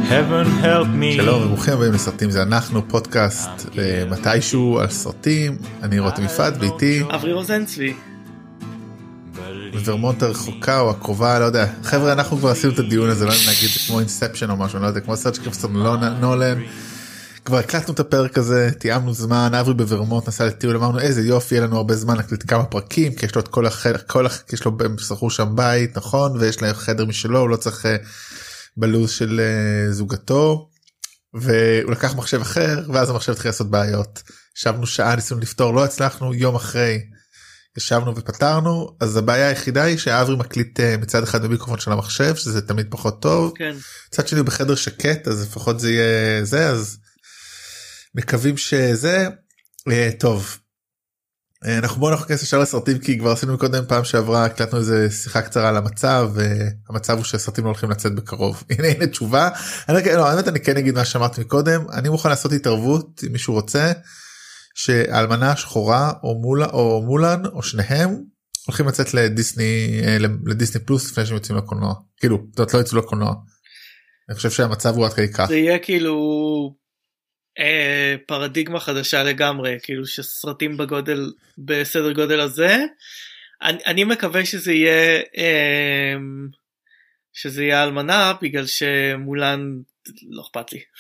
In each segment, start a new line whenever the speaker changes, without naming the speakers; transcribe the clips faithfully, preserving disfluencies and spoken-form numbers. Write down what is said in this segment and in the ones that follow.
Heaven help me.
שלום וברוכים הבאים לסרטים, זה אנחנו פודקאסט מתישהו על סרטים. אני רותם יפעת ואיתי
אברי רוזן צבי.
בוורמונט הרחוקה או הקרובה, לא יודע. חבר'ה, אנחנו כבר עשינו את הדיון הזה, לא נגיד זה כמו אינספשן או משהו, אני לא יודע, כמו סרט שכפסון נולן. כבר הקלטנו את הפרק הזה, תיאמנו זמן, אברי בוורמונט נסע לטיול, אמרנו איזה יופי, יהיה לנו הרבה זמן להקליט כמה פרקים, כי יש לו את כל החדר, כל, יש לו, הם שכרו שם בית, נכון, ויש להם חדר משלו, הוא לא צריך בלוז של זוגתו, והוא לקח מחשב אחר, ואז המחשב התחיל לעשות בעיות. ישבנו שעה, ניסינו לפתור, לא הצלחנו, יום אחרי, ישבנו ופתרנו. אז הבעיה היחידה היא שאברי מקליט מצד אחד במיקרופון של המחשב, שזה תמיד פחות טוב.
כן.
מצד שני הוא בחדר שקט, אז לפחות זה יהיה זה, אז מקווים שזה, טוב. אנחנו בואו נחכנס לשאר הסרטים, כי כבר עשינו מקודם פעם שעברה, הקלטנו איזה שיחה קצרה על המצב, והמצב הוא שהסרטים לא הולכים לצאת בקרוב. הנה הנה תשובה. אני, לא, האמת אני כן אגיד מה שאמרתי מקודם, אני מוכן לעשות התערבות, אם מישהו רוצה, שהאלמנה השחורה או, מולה, או מולן או שניהם, הולכים לצאת לדיסני, לדיסני פלוס לפני שהם יוצאים לקולנוע. כאילו, זאת לא יצאו לקולנוע. אני חושב שהמצב הוא עד כדי כך.
זה יהיה כאילו אה, פרדיגמה חדשה לגמרי, כאילו שסרטים בגודל, בסדר גודל הזה. אני, אני מקווה שזה יהיה, אה, שזה יהיה אלמנה, בגלל שמולן לא אכפת לי.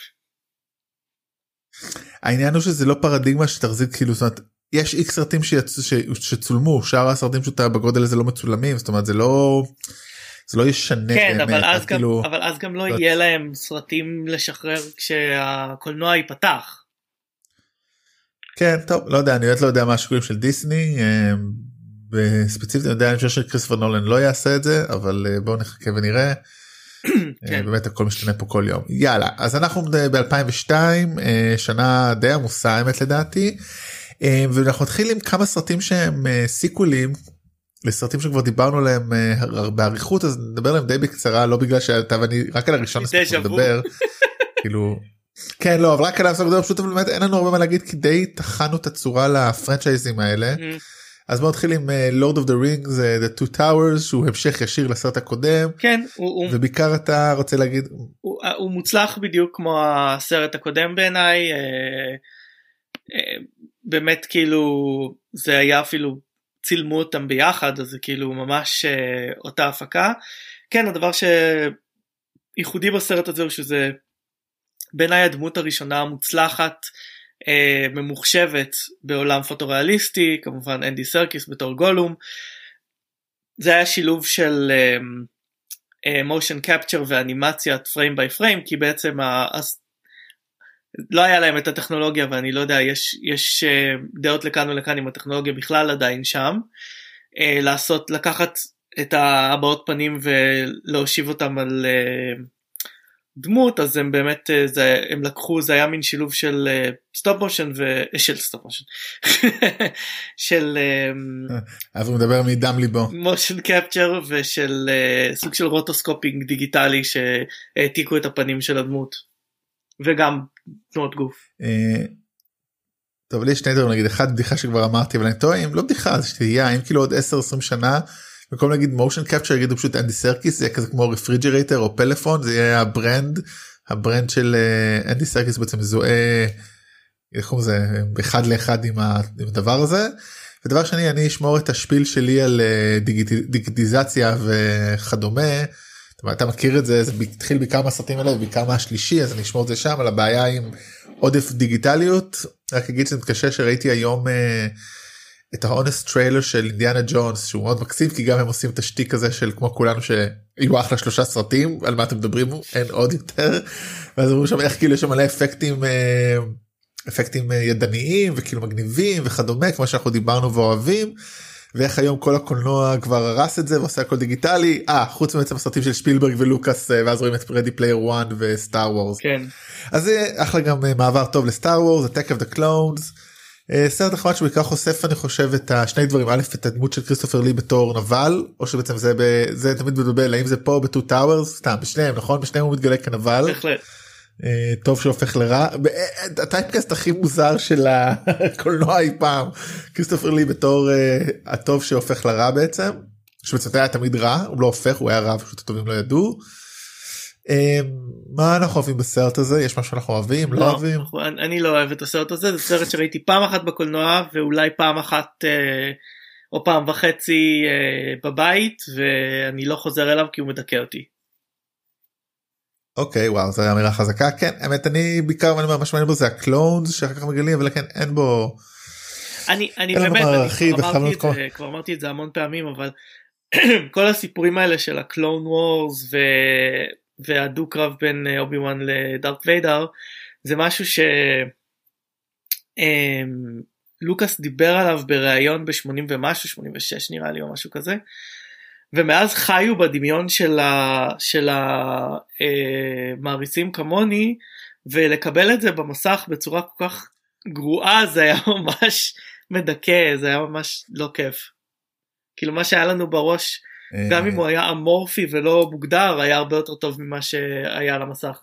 העניין הוא שזה לא פרדיגמה שתחזיק, כאילו, זאת אומרת, יש איקס סרטים שיצ... ש... שצולמו, שאר הסרטים שאתה בגודל הזה לא מצולמים, זאת אומרת, זה לא, זה לא ישנה.
כן,
באמת,
אבל, אז
אז
גם,
כאילו...
אבל אז גם לא יהיה להם סרטים לשחרר כשהקולנוע ייפתח.
כן, טוב, לא יודע, אני באמת לא יודע מה השיקולים של דיסני, בספציפית אני יודע, אני חושב שקריסטופר נולן לא יעשה את זה, אבל בואו נחכה ונראה. באמת הכל משתנה פה כל יום. יאללה, אז אנחנו ב-אלפיים ושתיים, שנה די עמוסה האמת לדעתי, ואנחנו נתחיל עם כמה סרטים שהם סיקוולים לסרטים שכבר דיברנו עליהם בעריכות, אז נדבר עליהם די בקצרה, לא בגלל שאתה ואני רק על הראשון נדבר, כאילו, כן לא, אבל רק עליו סגדור, פשוט אבל באמת אין לנו הרבה מה להגיד, כי די תחנו את הצורה לפרנצ'ייזים האלה. אז בואו נתחיל עם uh, Lord of the Rings, uh, The Two Towers, שהוא המשך ישיר לסרט הקודם.
כן. הוא,
ובעיקר אתה רוצה להגיד...
הוא, הוא מוצלח בדיוק כמו הסרט הקודם בעיניי. אה, אה, באמת כאילו, זה היה אפילו, צילמו אותם ביחד, אז זה כאילו ממש אה, אותה הפקה. כן, הדבר שייחודי בסרט הזה הוא שזה, בעיניי הדמות הראשונה המוצלחת, Uh, ממוחשבת בעולם פוטוריאליסטי, כמובן אנדי סרקיס בתור גולום. זה היה שילוב של uh, uh, motion capture ואנימציית frame by frame, כי בעצם ה... לא היה להם את הטכנולוגיה, ואני לא יודע, יש, יש uh, דעות לכאן ולכאן עם הטכנולוגיה בכלל עדיין שם, uh, לעשות, לקחת את הבעות פנים ולהושיב אותם על... Uh, דמות, אז הם באמת, זה, הם לקחו, זה היה מין שילוב של סטופ מושן ושל סטופ מושן, של
אז הוא מדבר מדם ליבו,
מושן קפצ'ר ושל סוג של רוטוסקופינג דיגיטלי שהעתיקו את הפנים של הדמות, וגם תנועות גוף.
טוב, לי יש שני דברים, נגיד, אחד בדיחה שכבר אמרתי, אבל אני טועה, אם לא בדיחה, זה שתהיה, אם כאילו עוד עשר עשרים שנה, במקום להגיד מושן קפצ'ר יגידו פשוט אנדי סרקיס, זה יהיה כזה כמו רפריג'רייטר או פלאפון, זה יהיה הברנד, הברנד של אנדי סרקיס בעצם זוהה, איך קוראים לזה, באחד לאחד עם הדבר הזה. ודבר שני, אני אשמור את השפיל שלי על דיגיטיזציה וכדומה, אתה מכיר את זה, זה התחיל בעיקר מהסרטים האלה ובעיקר מהשלישי, אז אני אשמור את זה שם, על הבעיה עם עודף דיגיטליות. רק אגיד שזה מתקשה שראיתי היום את ההונס טריילר של אינדיאנה ג'ונס, שהוא מאוד מקסים, כי גם הם עושים את השטיק הזה של כמו כולנו שיהיו אחלה שלושה סרטים, על מה אתם מדברים, אין עוד יותר, ואז אמרו שם איך כאילו יש שם מלא אפקטים, אפקטים ידניים וכאילו מגניבים וכדומה, כמו שאנחנו דיברנו ואוהבים, ואיך היום כל הקולנוע כבר הרס את זה ועושה הכל דיגיטלי, אה, חוץ בעצם הסרטים של שפילברג ולוקאס, ואז רואים את Ready Player One וסטאר וורס.
כן.
אז זה אחלה גם מעבר טוב לסטאר וורס, Attack of the Clones, סרט אחרון שבעיקר חושף אני חושב את השני דברים, א' את הדמות של כריסטופר לי בתור נבל, או שבעצם זה, ב, זה תמיד מדובל, האם זה פה ב-Two Towers, סתם בשניהם, נכון? בשניהם הוא מתגלה כנבל.
בהחלט.
טוב שהופך לרע, הטייפקאסט הכי מוזר של הקולנוע אי פעם, כריסטופר לי בתור הטוב שהופך לרע בעצם, שבעצם היה תמיד רע, הוא לא הופך, הוא היה רע, פשוט הטובים לא ידעו. מה אנחנו אוהבים בסרט הזה? יש משהו אנחנו אוהבים? לא אוהבים?
אני לא אוהב את הסרט הזה, זה סרט שראיתי פעם אחת בקולנוע ואולי פעם אחת או פעם וחצי בבית, ואני לא חוזר אליו כי הוא מדכא אותי.
אוקיי, וואו, זו אמירה חזקה. כן, האמת, אני בעיקר מה שמעניין בו זה הקלונס שאחר כך מגלים, אבל כן, אין בו...
אני, אני באמת, אני כבר אמרתי את זה, כבר אמרתי את זה המון פעמים, אבל כל הסיפורים האלה של הקלון וורס והדו קרב בין אובי וואן לדארט ויידר, זה משהו שלוקאס דיבר עליו בראיון ב-שמונים ומשהו, שמונים ושש נראה לי או משהו כזה, ומאז חיו בדמיון של המעריצים כמוני, ולקבל את זה במסך בצורה כל כך גרועה, זה היה ממש מדכא, זה היה ממש לא כיף. כאילו מה שהיה לנו בראש, גם אם הוא היה אמורפי ולא מוגדר, היה הרבה יותר טוב ממה שהיה על המסך.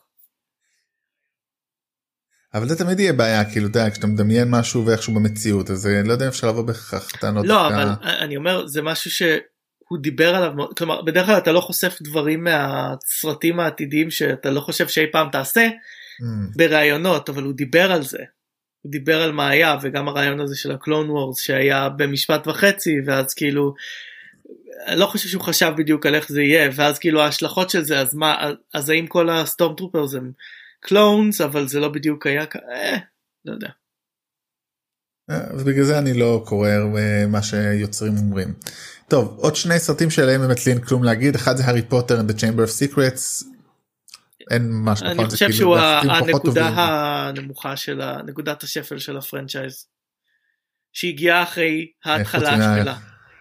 אבל זה תמיד יהיה בעיה, כאילו, אתה יודע, כשאתה מדמיין משהו ואיכשהו במציאות, אז אני לא יודע אם אפשר לבוא בכך טענות.
לא, אבל אני אומר, זה משהו שהוא דיבר עליו, כלומר, בדרך כלל אתה לא חושף דברים מהסרטים העתידיים, שאתה לא חושב שאי פעם תעשה, ברעיונות, אבל הוא דיבר על זה. הוא דיבר על מה היה, וגם הרעיון הזה של הקלון וורס, שהיה במשפט וחצי, ואז כאילו, אני לא חושב שהוא חשב בדיוק על איך זה יהיה, ואז כאילו ההשלכות של זה, אז מה, אז האם כל הסטורם טרופרס הם קלונס, אבל זה לא בדיוק היה, אה, לא יודע.
ובגלל זה אני לא קורא מה שיוצרים אומרים. טוב, עוד שני סרטים שלהם הם לי אין כלום להגיד, אחד זה הארי פוטר and the Chamber of Secrets, אין משהו.
אני חושב שהוא הנקודה הנמוכה של נקודת השפל של הפרנצ'ייז, שהגיעה אחרי ההתחלה שלה.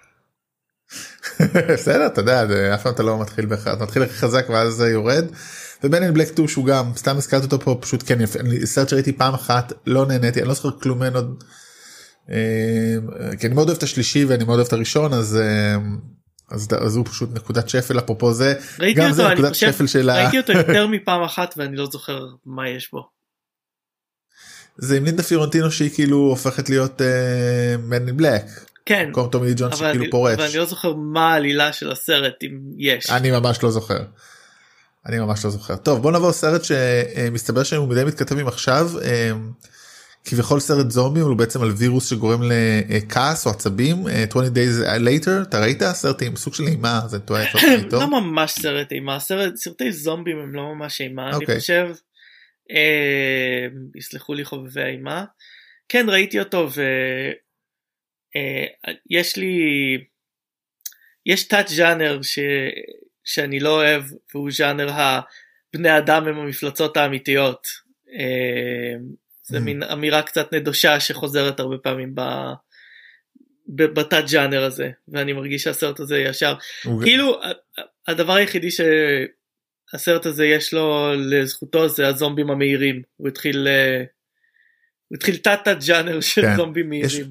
בסדר, אתה יודע, אף פעם אתה לא מתחיל בכלל, אתה מתחיל חזק ואז זה יורד, ובין אין בלק טו שהוא גם, סתם הזכרת אותו פה, פשוט כן, סרט שראיתי פעם אחת, לא נהניתי, אני לא זוכר כלום אין עוד, כי אני מאוד אוהב את השלישי ואני מאוד אוהב את הראשון, אז אז, אז הוא פשוט נקודת שפל, אפרופו זה, גם זה נקודת שפל של ה...
ראיתי אותו יותר מפעם אחת ואני לא זוכר מה יש בו.
זה עם לינדה פיורנטינו שהיא כאילו הופכת להיות Man in Black.
כן.
במקום טומי לי ג'ונס שכאילו פורש.
אבל אני לא זוכר מה העלילה של הסרט אם יש.
אני ממש לא זוכר. אני ממש לא זוכר. טוב, בוא נעבור סרט שמסתבר שהוא מדי מתכתב עם עכשיו, כביכול סרט זומבי, הוא בעצם על וירוס שגורם לכעס או עצבים, עשרים days later, אתה ראית? סרט עם סוג של אימה, זה תואר סרט איתו?
לא ממש סרט אימה, סרטי זומבים הם לא ממש אימה, אני חושב, יסלחו לי חובבי האימה, כן ראיתי אותו ויש לי, יש תת ז'אנר שאני לא אוהב, והוא ז'אנר הבני אדם הם המפלצות האמיתיות, זה מין אמירה קצת נדושה שחוזרת הרבה פעמים בתת ג'אנר הזה, ואני מרגיש שהסרט הזה ישר, כאילו הדבר היחידי שהסרט הזה יש לו לזכותו זה הזומבים המהירים, הוא התחיל הוא התחיל תת תת ג'אנר של זומבים מהירים.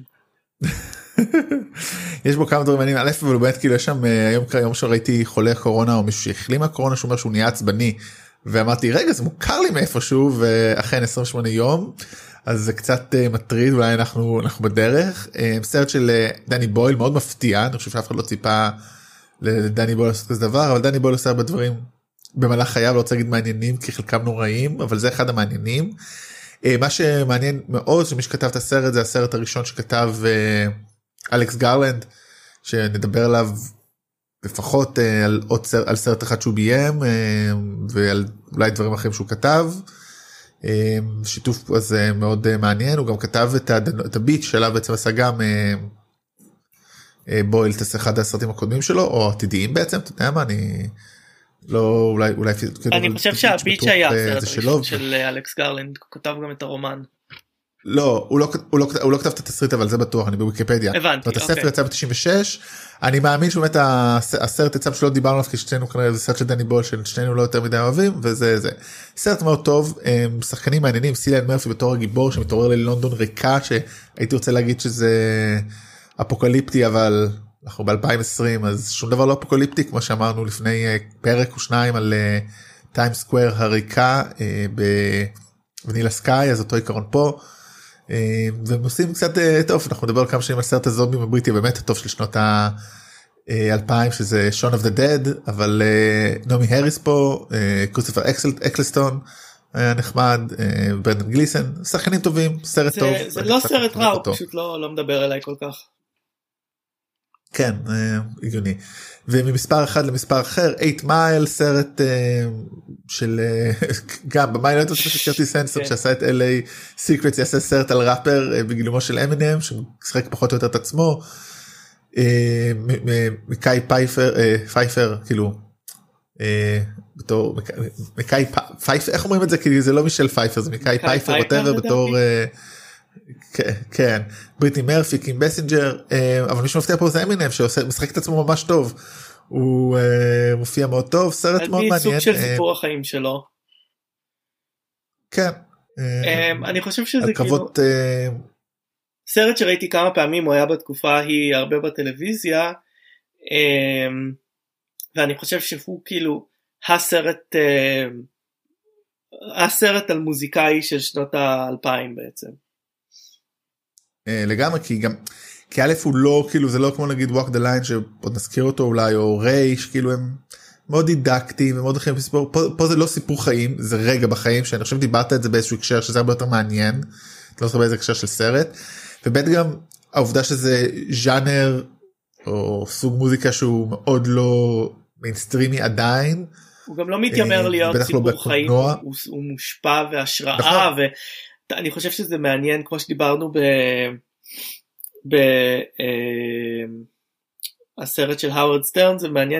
יש בו כמה דברים מעניינים, א' אבל באמת כאילו יש שם היום היום שראיתי חולה קורונה או מישהו שהחלים מהקורונה שאומר שהוא נהיה עצבני, ואמרתי רגע זה מוכר לי מאיפשהו, ואכן עשרים ושמונה יום, אז זה קצת מטריד, אולי אנחנו אנחנו בדרך. סרט של דני בויל מאוד מפתיע, אני חושב שאף אחד לא ציפה לדני בויל לעשות כזה דבר, אבל דני בויל עושה הרבה דברים במהלך חייו, לא רוצה להגיד מעניינים כי חלקם נוראים, אבל זה אחד המעניינים. מה שמעניין מאוד שמי שכתב את הסרט זה הסרט הראשון שכתב אלכס גרלנד, שנדבר עליו לפחות על, עוד סרט, על סרט אחד שהוא ביים, ועל אולי דברים אחרים שהוא כתב. שיתוף הזה מאוד מעניין, הוא גם כתב את, את הביט שעליו בעצם עשה גם בויל, תעשה אחד הסרטים הקודמים שלו, או עתידיים בעצם, אתה יודע מה, אני לא, אולי, אולי...
אני חושב שהביט שהיה הסרט הראשון של אלכס גרלנד, הוא כתב גם את הרומן.
לא, הוא לא, הוא לא, הוא לא כתב את התסריט, אבל זה בטוח, אני בוויקיפדיה.
הבנתי,
אוקיי. הספר יצא ב-תשעים ושש, אני מאמין שבאמת הסרט יצא שלא דיברנו עליו, כי שתינו כנראה זה סרט של דני בויל, ששתינו לא יותר מדי אוהבים, וזה זה. סרט מאוד טוב, שחקנים מעניינים, סיליאן מרפי בתור הגיבור, שמתעורר ללונדון ריקה, שהייתי רוצה להגיד שזה אפוקליפטי, אבל אנחנו ב-אלפיים ועשרים, אז שום דבר לא אפוקליפטי, כמו שאמרנו לפני פרק או שניים, על טיים סקוואר הריקה, בוונילה סקאי, אז אותו עיקרון פה, והם עושים קצת טוב, אנחנו נדבר על כמה שנים על סרט הזומבים הבריטי, באמת הטוב של שנות ה... אלפיים שזה שון אוף דה דד, אבל נעמי הריס פה, כריסטופר אקלסטון היה נחמד, ברנדן גליסן, שחקנים טובים, סרט טוב.
זה לא סרט רע, הוא פשוט לא מדבר אליי כל כך.
כן, הגיוני. וממספר אחד למספר אחר, אייט מייל, סרט של, גם במאי לא יודעת של קרטיס הנסון שעשה את אל איי Secrets, יעשה סרט על ראפר בגילומו של אמינם, שמשחק פחות או יותר את עצמו, מקאי פייפר, כאילו, בתור, מקאי פייפר, איך אומרים את זה? כי זה לא מישל פייפר, זה מקאי פייפר, בתור... כן, בריטני מרפי, קים בסינג'ר, אבל מי שמפתיע פה זה אמינם שמשחק את עצמו ממש טוב, הוא מופיע מאוד טוב, סרט מאוד מעניין.
על פי סוג של סיפור החיים שלו.
כן.
אני חושב שזה כאילו, סרט שראיתי כמה פעמים, הוא היה בתקופה ההיא הרבה בטלוויזיה, ואני חושב שהוא כאילו הסרט, הסרט על מוזיקאי של שנות האלפיים בעצם.
לגמרי, כי גם, כי א' הוא לא, כאילו זה לא כמו נגיד Walk the Line שעוד נזכיר אותו אולי, או רייש, כאילו הם מאוד דידקטיים ומאוד חיים בסיפור, פה, פה זה לא סיפור חיים, זה רגע בחיים, שאני חושב דיברת את זה באיזשהו הקשר שזה הרבה יותר מעניין, לא זוכר באיזה הקשר של סרט, ובית גם העובדה שזה ז'אנר, או סוג מוזיקה שהוא מאוד לא מיינסטרימי עדיין,
הוא גם לא מתיימר להיות סיפור לא חיים, הוא, הוא מושפע והשראה, נכון. ואני חושב שזה מעניין, כמו שדיברנו ב... ב... הסרט של האוורד סטרן, זה מעניין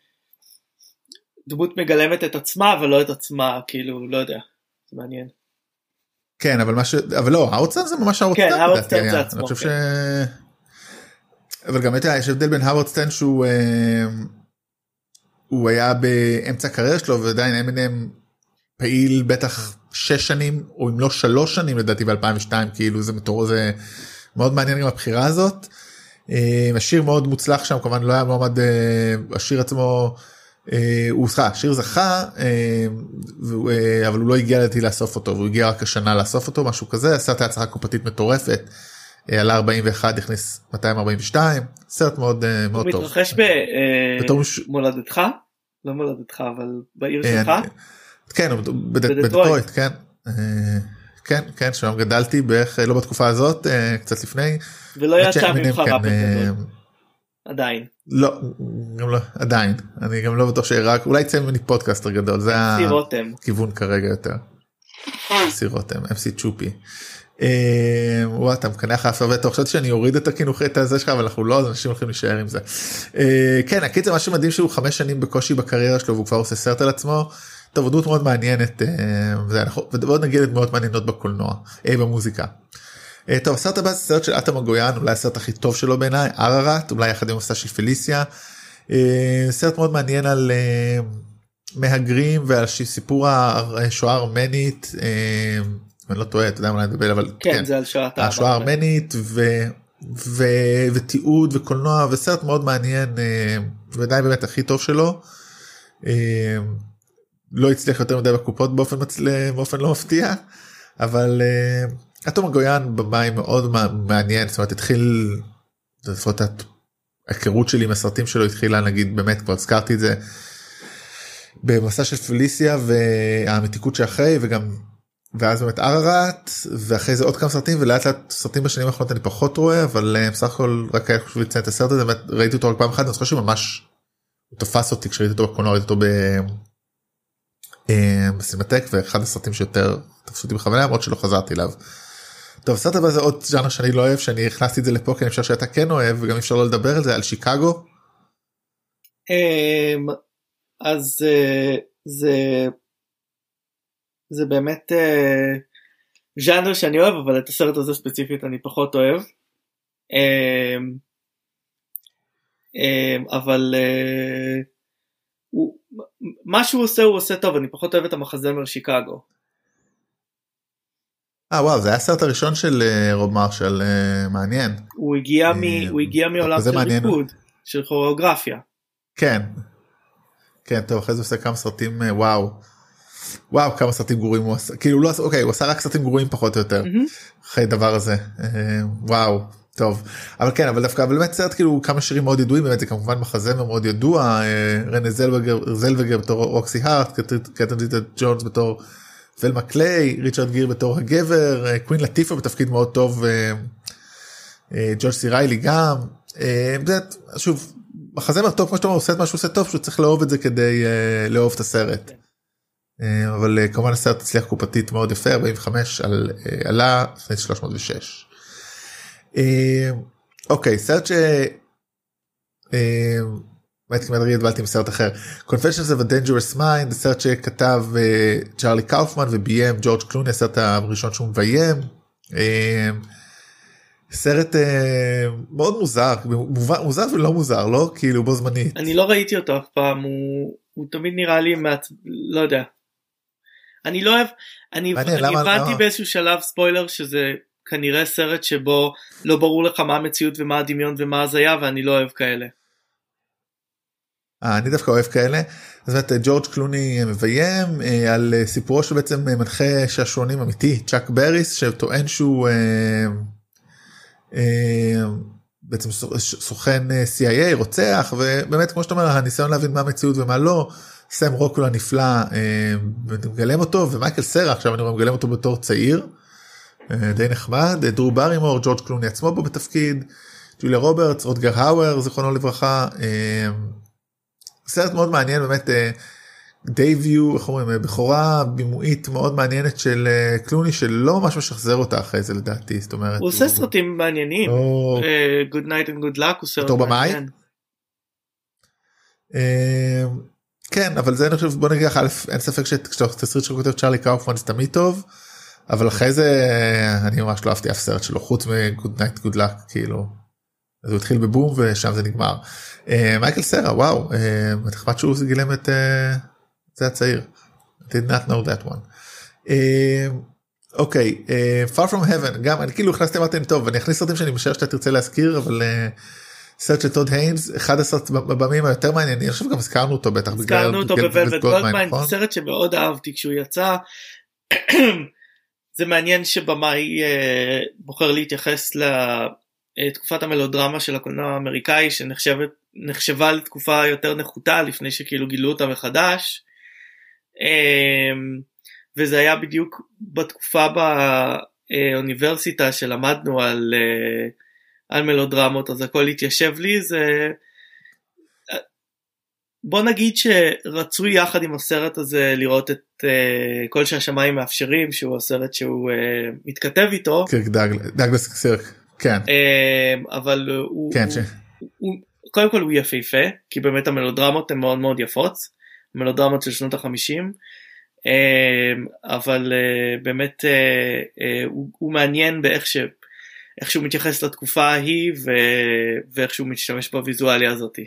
שדמות מגלמת את עצמה, אבל לא את עצמה, כאילו, לא יודע, זה מעניין.
כן, אבל משהו, אבל לא, האוורד סטרן זה ממש האוורד
סטרן.
כן,
האוורד סטרן זה עצמו.
אני חושב ש... אבל גם יש הבדל בין האוורד סטרן שהוא... הוא היה באמצע הקריירה שלו, ועדיין אמינם פעיל בטח שש שנים, או אם לא שלוש שנים לדעתי ב-אלפיים ושתיים, כאילו זה מטור, זה מאוד מעניין גם הבחירה הזאת. השיר מאוד מוצלח שם, כמובן לא היה מועמד, השיר עצמו, הוא זכה, השיר זכה, אבל הוא לא הגיע לדעתי לאסוף אותו, והוא הגיע רק השנה לאסוף אותו, משהו כזה, הסרט היה הצלחה קופתית מטורפת, עלה ארבעים ואחת, הכניס מאתיים ארבעים ושתיים, סרט מאוד מאוד טוב.
הוא מתרחש במולדתך? לא מולדתך, אבל בעיר שלך?
כן, בדטרויט, כן. כן, כן, שם גדלתי בערך, לא בתקופה הזאת, קצת לפני.
ולא יצא ממך ראפ גדול. עדיין.
לא, גם לא, עדיין. אני גם לא בטוח שרק, אולי יצא ממני פודקאסטר גדול, זה הכיוון כרגע יותר. סירותם, אם סי צ'ופי. וואו, אתה מקנח אף הרבה, אתה חושבת שאני אוריד את הכינוכי את הזה שלך, אבל אנחנו לא, אז אנשים הולכים להישאר עם זה. כן, הקיצר, מה שמדהים שהוא חמש שנים בקושי בקריירה שלו, והוא כבר עושה סרט על עצמו, טוב, דמות מאוד מעניינת, ועוד נגיד דמות מעניינות בקולנוע, במוזיקה. טוב, הסרט הבא זה סרט של אטה מגויאן, אולי הסרט הכי טוב שלו בעיניי, אררט, אולי יחד עם המסע של פליסיה, סרט מאוד מעניין על מהגרים ועל סיפור השואה הארמנית, אני לא טועה, אתה יודע מה אני מדבר, אבל
כן, זה על
השואה הארמנית, ותיעוד וקולנוע, וסרט מאוד מעניין, ודאי באמת הכי טוב שלו, לא הצליח יותר מדי בקופות באופן, מצל... באופן לא מפתיע, אבל uh, אטה מגויאן בבית מאוד מעניין, זאת אומרת התחיל, לפחות ההיכרות שלי עם הסרטים שלו התחילה, נגיד באמת כבר הזכרתי את זה, במסע של פליסיה והמתיקות שאחרי, וגם, ואז באמת אררט, ואחרי זה עוד כמה סרטים, ולאט לאט סרטים בשנים האחרונות אני פחות רואה, אבל uh, בסך הכל רק היה חשוב לציין את הסרט הזה, באמת ראיתי אותו רק פעם אחת, אני חושב שממש הוא תפס אותי כשראיתי אותו בקולנוע, ראיתי אותו ב... בסינמטק, ואחד הסרטים שיותר תפסו אותי בכוונה, למרות שלא חזרתי אליו. טוב, הסרט הבא זה עוד ז'אנר שאני לא אוהב, שאני הכנסתי את זה לפה, כי אני חושב שאתה כן אוהב, וגם אפשר לא לדבר על זה, על שיקגו.
אז זה זה באמת ז'אנר שאני אוהב, אבל את הסרט הזה ספציפית אני פחות אוהב. אבל הוא, מה שהוא עושה הוא עושה טוב, אני פחות אוהב את המחזמר שיקגו.
אה וואו, זה היה הסרט הראשון של רוב מרשל, מעניין.
הוא הגיע, מ, הוא הגיע מעולם של ריקוד, של כוריאוגרפיה.
כן, כן, טוב, אחרי זה הוא עושה כמה סרטים, וואו, וואו, כמה סרטים גרועים הוא עשה, כאילו לא, אוקיי, הוא עשה רק סרטים גרועים פחות או יותר, אחרי דבר הזה, וואו. טוב, אבל כן, אבל דווקא, אבל באמת סרט כאילו כמה שירים מאוד ידועים, באמת זה כמובן מחזמר מאוד ידוע, רנה זלווגר, זלווגר בתור רוקסי הארט, קטרין זיטה ג'ונס בתור ולמה קליי, ריצ'רד גיר בתור הגבר, קווין לטיפה בתפקיד מאוד טוב, ג'וש סי ריילי גם, שוב, מחזמר טוב, כמו שאתה אומר, הוא עושה את מה שהוא עושה טוב, שהוא צריך לאהוב את זה כדי לאהוב את הסרט. אבל כמובן הסרט הצליח קופתית מאוד יפה, ארבעים וחמש עלה לפני שלוש מאות ושש. אוקיי, סרט ש... באמת כמעט רידבלתי עם סרט אחר. Confessions of a Dangerous Mind, סרט שכתב צ'ארלי קאופמן וביים ג'ורג' קלוני, הסרט הראשון שהוא מביים. סרט מאוד מוזר, מוזר ולא מוזר, לא? כאילו בו זמנית.
אני לא ראיתי אותו אף פעם, הוא, הוא תמיד נראה לי, מעצ... לא יודע. אני לא אוהב, אני, אני הבנתי באיזשהו שלב ספוילר שזה כנראה סרט שבו לא ברור לך מה המציאות ומה הדמיון ומה הזיה, ואני לא אוהב כאלה.
אה, אני דווקא אוהב כאלה. אז באמת ג'ורג' קלוני מביים על סיפורו של בעצם מנחה שעשועונים אמיתי, צ'אק בריס, שטוען שהוא בעצם סוכן סי איי איי, רוצח, ובאמת כמו שאתה אומר, הניסיון להבין מה המציאות ומה לא, סם רוקוול הנפלא מגלם אותו, ומייקל סרה, עכשיו אני רואה מגלם אותו בתור צעיר, די נחמד, דרו ברימור, ג'ורג' קלוני עצמו בו בתפקיד, ג'וליה רוברטס, רוטגר האואר, זיכרונו לברכה, סרט מאוד מעניין, באמת דייביו, איך אומרים, בחורה בימויית מאוד מעניינת של קלוני, שלא ממש משחזר אותה אחרי זה לדעתי, זאת אומרת.
הוא עושה סרטים מעניינים, Good Night and Good Luck, הוא סרט מעניין.
כן, אבל זה אני חושב, בוא נגיד לך, אין ספק שכשאתה תסריט שכותב צ'ארלי קאופמן זה תמייקל טוב, אבל אחרי זה אני ממש לא אהבתי אף סרט שלו, חוץ מ-Good Night, Good Luck, כאילו, אז הוא התחיל בבום ושם זה נגמר. מייקל סרה, וואו, נחמד שהוא גילם את זה הצעיר. I did not know that one. אוקיי, Far From Heaven, גם, אני כאילו הכנסתי אמרתי טוב, אני אכניס סרטים שאני משער שאתה תרצה להזכיר, אבל סרט של טוד היינס, אחד הסרט בבמים היותר מעניינים, אני חושב גם הזכרנו אותו בטח.
הזכרנו אותו בוולווט גולדמיין, סרט שמאוד אהבתי כשהוא יצא, זה מעניין שבמאי בוחר להתייחס לתקופת המלודרמה של הקולנוע האמריקאי, שנחשבה לתקופה יותר נחותה, לפני שכאילו גילו אותה מחדש, וזה היה בדיוק בתקופה באוניברסיטה שלמדנו על, על מלודרמות, אז הכל התיישב לי, זה... בוא נגיד שרצוי יחד עם הסרט הזה לראות את uh, כל שהשמיים מאפשרים, שהוא הסרט שהוא uh, מתכתב איתו. קירק
דאגלס סירק, כן.
Uh, אבל הוא,
כן,
הוא,
ש...
הוא, קודם כל הוא יפהפה, כי באמת המלודרמות הן מאוד מאוד יפות, מלודרמות של שנות החמישים, uh, אבל uh, באמת uh, uh, הוא, הוא מעניין באיך ש... איך שהוא מתייחס לתקופה ההיא, ו... ואיך שהוא משתמש בוויזואליה הזאתי.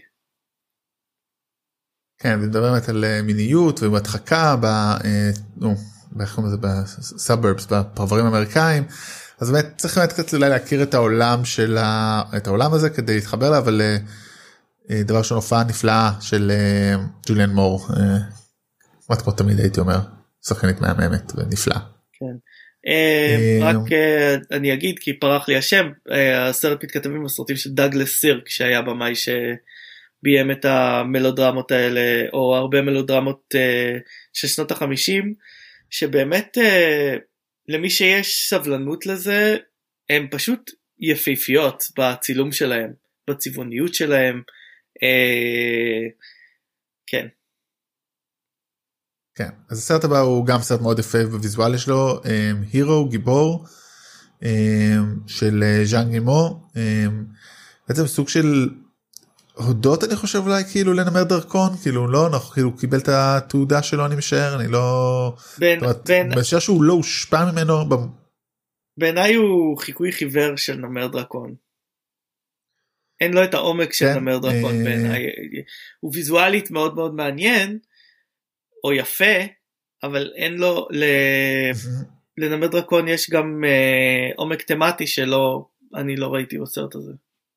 כן, מדבר באמת על מיניות ובהדחקה בסאברבס, בפרברים האמריקאים, אז באמת צריך באמת קצת אולי להכיר את העולם של את העולם הזה כדי להתחבר לה, אבל דבר של הופעה נפלאה של ג'וליאן מור, כמעט כמו תמיד הייתי אומר, שחקנית מהממת ונפלאה. כן,
רק אני אגיד כי פרח לי השם, הסרט מתכתבים בסרטים של דאגלס סירק שהיה במאי ש... ביים את המלודרמות האלה, או הרבה מלודרמות uh, של שנות החמישים, שבאמת uh, למי שיש סבלנות לזה, הם פשוט יפהפיות בצילום שלהם, בצבעוניות שלהם, uh, כן.
כן, אז הסרט הבא הוא גם סרט מאוד יפה בוויזואלי שלו, הירו, um, גיבור, um, של ז'אן גימו, um, בעצם סוג של... הודות אני חושב אולי כאילו לנמר דרכון, כאילו לא, אנחנו כאילו קיבל את התעודה שלו אני משער, אני לא... אני משער שהוא לא הושפע ממנו.
בעיניי הוא חיקוי חיוור של נמר דרכון. אין לו את העומק של נמר דרכון בעיניי. הוא ויזואלית מאוד מאוד מעניין, או יפה, אבל אין לו... לנמר דרכון יש גם עומק תמטי שלו, אני לא ראיתי בסרט הזה.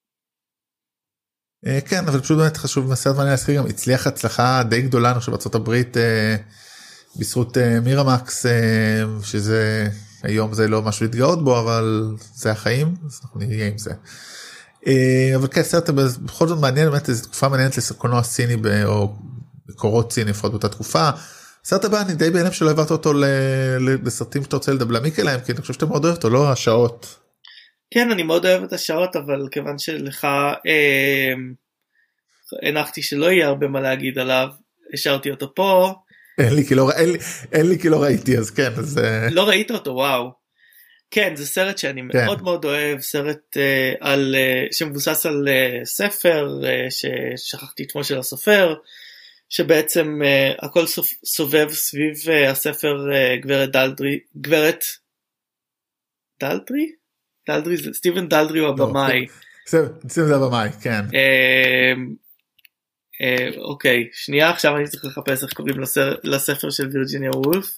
כן, אבל פשוט באמת חשוב מסרט מעניין להזכיר, גם הצליח הצלחה די גדולה, אני חושב בארצות הברית, בזכות מירמקס, שזה היום זה לא משהו להתגאות בו, אבל זה החיים, אז אנחנו נהיה עם זה. אבל כן, סרט בכל זאת מעניין, באמת זו תקופה מעניינת לקולנוע סיני, או מקורות סיני, לפחות באותה תקופה. סרט הבא, אני די בהלם שלא העברת אותו לסרטים שאתה רוצה להעמיק אליהם, כי אני חושב שאתה מאוד אוהב אותו, לא השעות.
כן, אני מאוד אוהב את השעות, אבל כיוון שלך אה, הנחתי שלא יהיה הרבה מה להגיד עליו, השארתי אותו פה.
אין לי כי לא, אין לי, אין לי כי לא ראיתי, אז כן. אז...
לא ראית אותו, וואו. כן, זה סרט שאני כן. מאוד מאוד אוהב, סרט אה, על, אה, שמבוסס על אה, ספר, אה, ששכחתי את שמו של הסופר, שבעצם uh, הכל סובב סביב uh, הספר uh, גברת דלדרי, גברת דלדרי? דלדרי זה סטיבן דלדרי הוא הבמאי.
סטיבן זה הבמאי, כן.
אוקיי, שנייה, עכשיו אני צריך לחפש איך קוראים לספר של וירג'יניה וולף.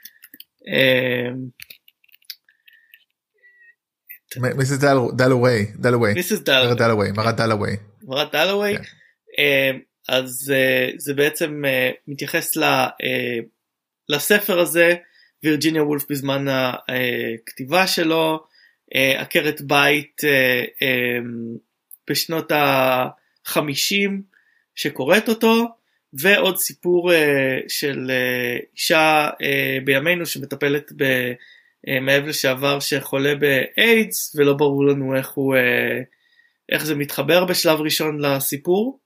מיסס דלווי, דלווי.
מיסס
דלווי, מרת דלווי.
מרת דלווי. אז uh, זה בעצם uh, מתייחס ל, uh, לספר הזה, וירג'יניה וולף בזמן הכתיבה שלו, uh, עקרת בית uh, um, בשנות החמישים שקוראת אותו, ועוד סיפור uh, של uh, אישה uh, בימינו שמטפלת במאב לשעבר שחולה באיידס, ולא ברור לנו איך, הוא, uh, איך זה מתחבר בשלב ראשון לסיפור.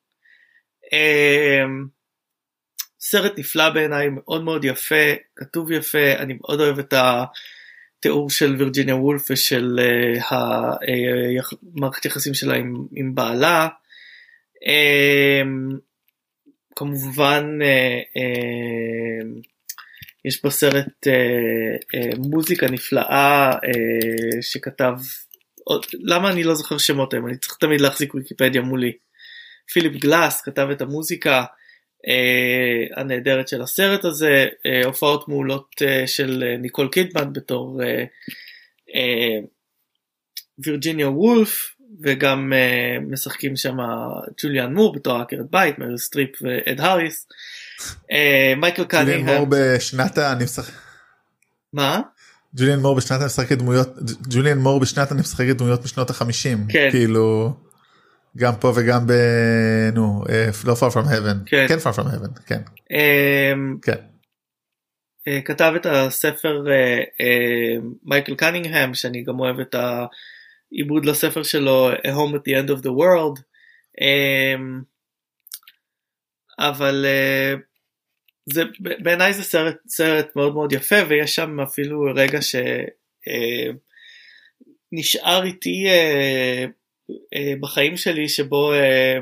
סרט נפלא בעיניי, מאוד מאוד יפה, כתוב יפה, אני מאוד אוהב את התיאור של וירג'יניה וולף ושל מערכת יחסים שלה עם, עם בעלה. כמובן יש בסרט מוזיקה נפלאה שכתב, למה אני לא זוכר שמות הם, אני צריך תמיד להחזיק ויקיפדיה מולי. פיליפ גלאס כתב את המוזיקה אה, הנהדרת של הסרט הזה, אה, הופעות מעולות אה, של אה, ניקול קידמן בתור אה, אה, וירג'יניה וולף, וגם אה, משחקים שם ג'וליאן מור בתור עקרת בית, מריל סטריפ ואד האריס, אה, מייקל קנינגהם.
ג'וליאן מור בשנת אני משחק...
מה?
ג'וליאן מור בשנת אני משחקת דמויות, ג'וליאן מור בשנת אני משחקת דמויות משנות החמישים,
כן.
כאילו... גם פה וגם ב... נו, לא far from heaven.
כן.
כן far from heaven, כן.
כן. כתב את הספר מייקל קנינגהם, שאני גם אוהב את העיבוד לספר שלו, A Home at the End of the World. אבל זה, בעיניי זה סרט, סרט מאוד מאוד יפה, ויש שם אפילו רגע שנשאר איתי... בחיים שלי, שבו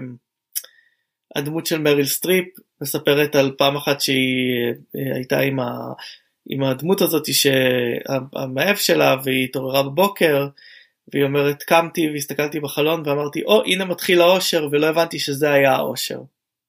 הדמות של מריל סטריפ מספרת על פעם אחת שהיא הייתה עם, ה, עם הדמות הזאת שהמאהב שלה, והיא התעוררה בבוקר והיא אומרת קמתי והסתכלתי בחלון ואמרתי או הנה מתחיל האושר, ולא הבנתי שזה היה האושר.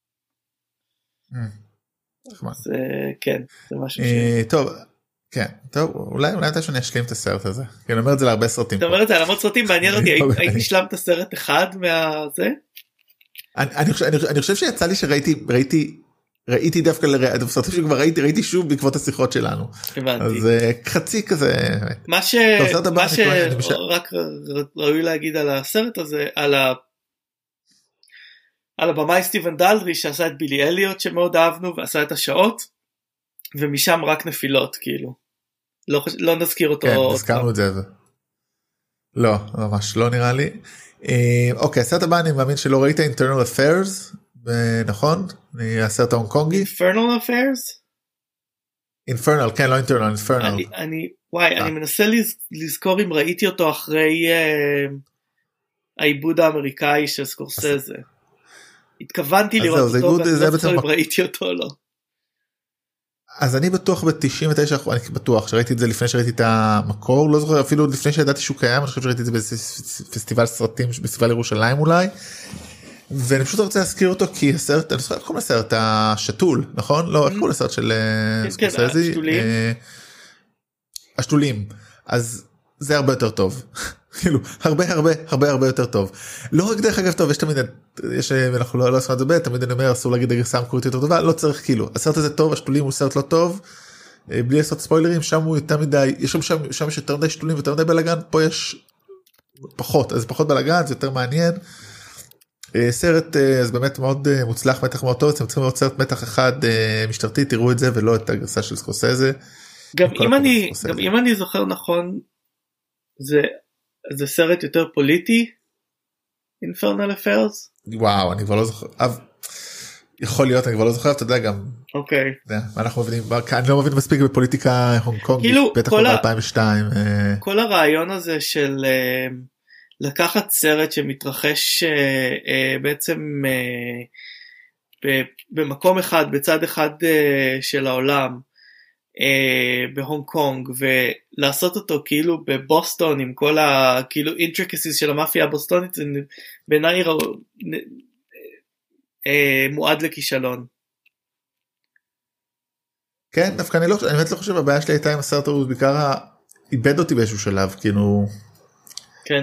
אז כן, זה משהו ש...
טוב, כן, טוב, אולי אולי אתה שאני אשלים את הסרט הזה, כי אני אומר את זה להרבה סרטים.
אתה אומר את זה על המון סרטים, מעניין אותי, היית נשלם את הסרט אחד מהזה?
אני חושב שיצא לי שראיתי, ראיתי, ראיתי דווקא לסרטים שכבר ראיתי, ראיתי שוב בעקבות השיחות שלנו.
הבנתי.
אז חצי כזה.
מה שרק ראוי להגיד על הסרט הזה, על ה... על הבמאי סטיבן דלדרי שעשה את בילי אליוט שמאוד אהבנו ועשה את השעות, ומשם רק נפילות כאילו. לא, לא נזכיר אותו.
כן, נזכרנו את זה. לא, ממש לא נראה לי. אוקיי, הסרט הבא אני מאמין שלא ראית Internal Affairs, נכון? הסרט ההונג קונגי.
Infernal Affairs?
Infernal, כן, לא Internal, Infernal.
אני, אני, וואי, אני מנסה לזכור אם ראיתי אותו אחרי העיבוד האמריקאי של סקורסזה. התכוונתי לראות אותו, ואני לא זוכר אם ראיתי אותו או לא.
אז אני בטוח ב-תשעים ותשע, אני בטוח שראיתי את זה לפני שראיתי את המקור, לא זוכר אפילו לפני שידעתי שהוא קיים, אני חושב שראיתי את זה בפסטיבל סרטים, בפסטיבל ירושלים אולי, ואני פשוט רוצה להזכיר אותו כי הסרט, אני זוכר איך קוראים לסרט, השתול, נכון? לא, איך קוראים לסרט של סקורסזה? השתולים. אז זה הרבה יותר טוב. כאילו, הרבה הרבה הרבה הרבה יותר טוב. לא רק דרך אגב טוב, יש תמיד, יש, אנחנו לא, לא עושים את זה בית, תמיד אני אומר, אסור להגיד הגרסה המקורית יותר טובה, לא צריך כאילו, הסרט הזה טוב, השתולים הוא סרט לא טוב, בלי לעשות ספוילרים, שם הוא יותר מדי, יש שם, שם, שם יש יותר מדי שתולים ויותר מדי בלגן, פה יש פחות, אז פחות בלגן, זה יותר מעניין. סרט אז באמת מאוד מוצלח, מתח מאוד טוב, אתם צריכים לראות סרט מתח אחד משטרתי, תראו את זה ולא את הגרסה של סקורסזה.
גם אם אני, גם אם אני זוכר נכון, זה, זה סרט יותר פוליטי, Infernal Affairs?
וואו, אני כבר לא זוכר, יכול להיות, אני כבר לא זוכר, אתה יודע גם,
אוקיי.
אנחנו מבינים, אני לא מבין מספיק בפוליטיקה הונג קונג, בטח לא ב-אלפיים ושתיים.
כל הרעיון הזה של לקחת סרט שמתרחש בעצם במקום אחד, בצד אחד של העולם, בהונג קונג, ולעשות אותו כאילו בבוסטון עם כל ה כאילו intricacies של המאפיה הבוסטונית, זה בעיניי מועד לכישלון.
כן, דווקא אני לא, אני באמת לא חושב, הבעיה שלי הייתה עם הסרט הוא בעיקר איבד אותי באיזשהו שלב, כאילו
כן.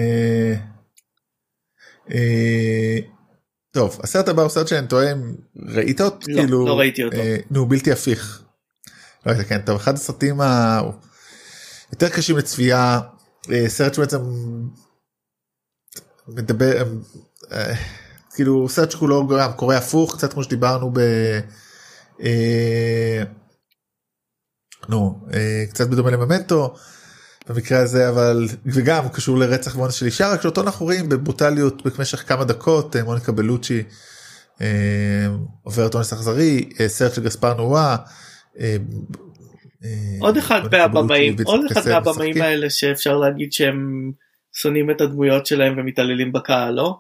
טוב, הסרט הבא הוא סרט שאני טועה, ראית אותו?
לא, לא ראיתי אותו.
נו, בלתי הפיך. לא ראית, כן, טוב, אחד הסרטים היותר קשים לצפייה, סרט שבעצם מדבר, כאילו סרט שכולו גם קורא הפוך, קצת כמו שדיברנו ב... נו, קצת בדומה לממנטו, במקרה הזה, אבל, וגם קשור לרצח ואונס של אישה, רק שאותו אנחנו רואים בברוטליות במשך כמה דקות, מוניקה בלוצ'י עוברת אונס אכזרי, סרט של גספר נועה,
עוד אחד מהבמאים, עוד אחד מהבמאים האלה שאפשר להגיד שהם שונאים את הדמויות שלהם ומתעללים בקהל, לא?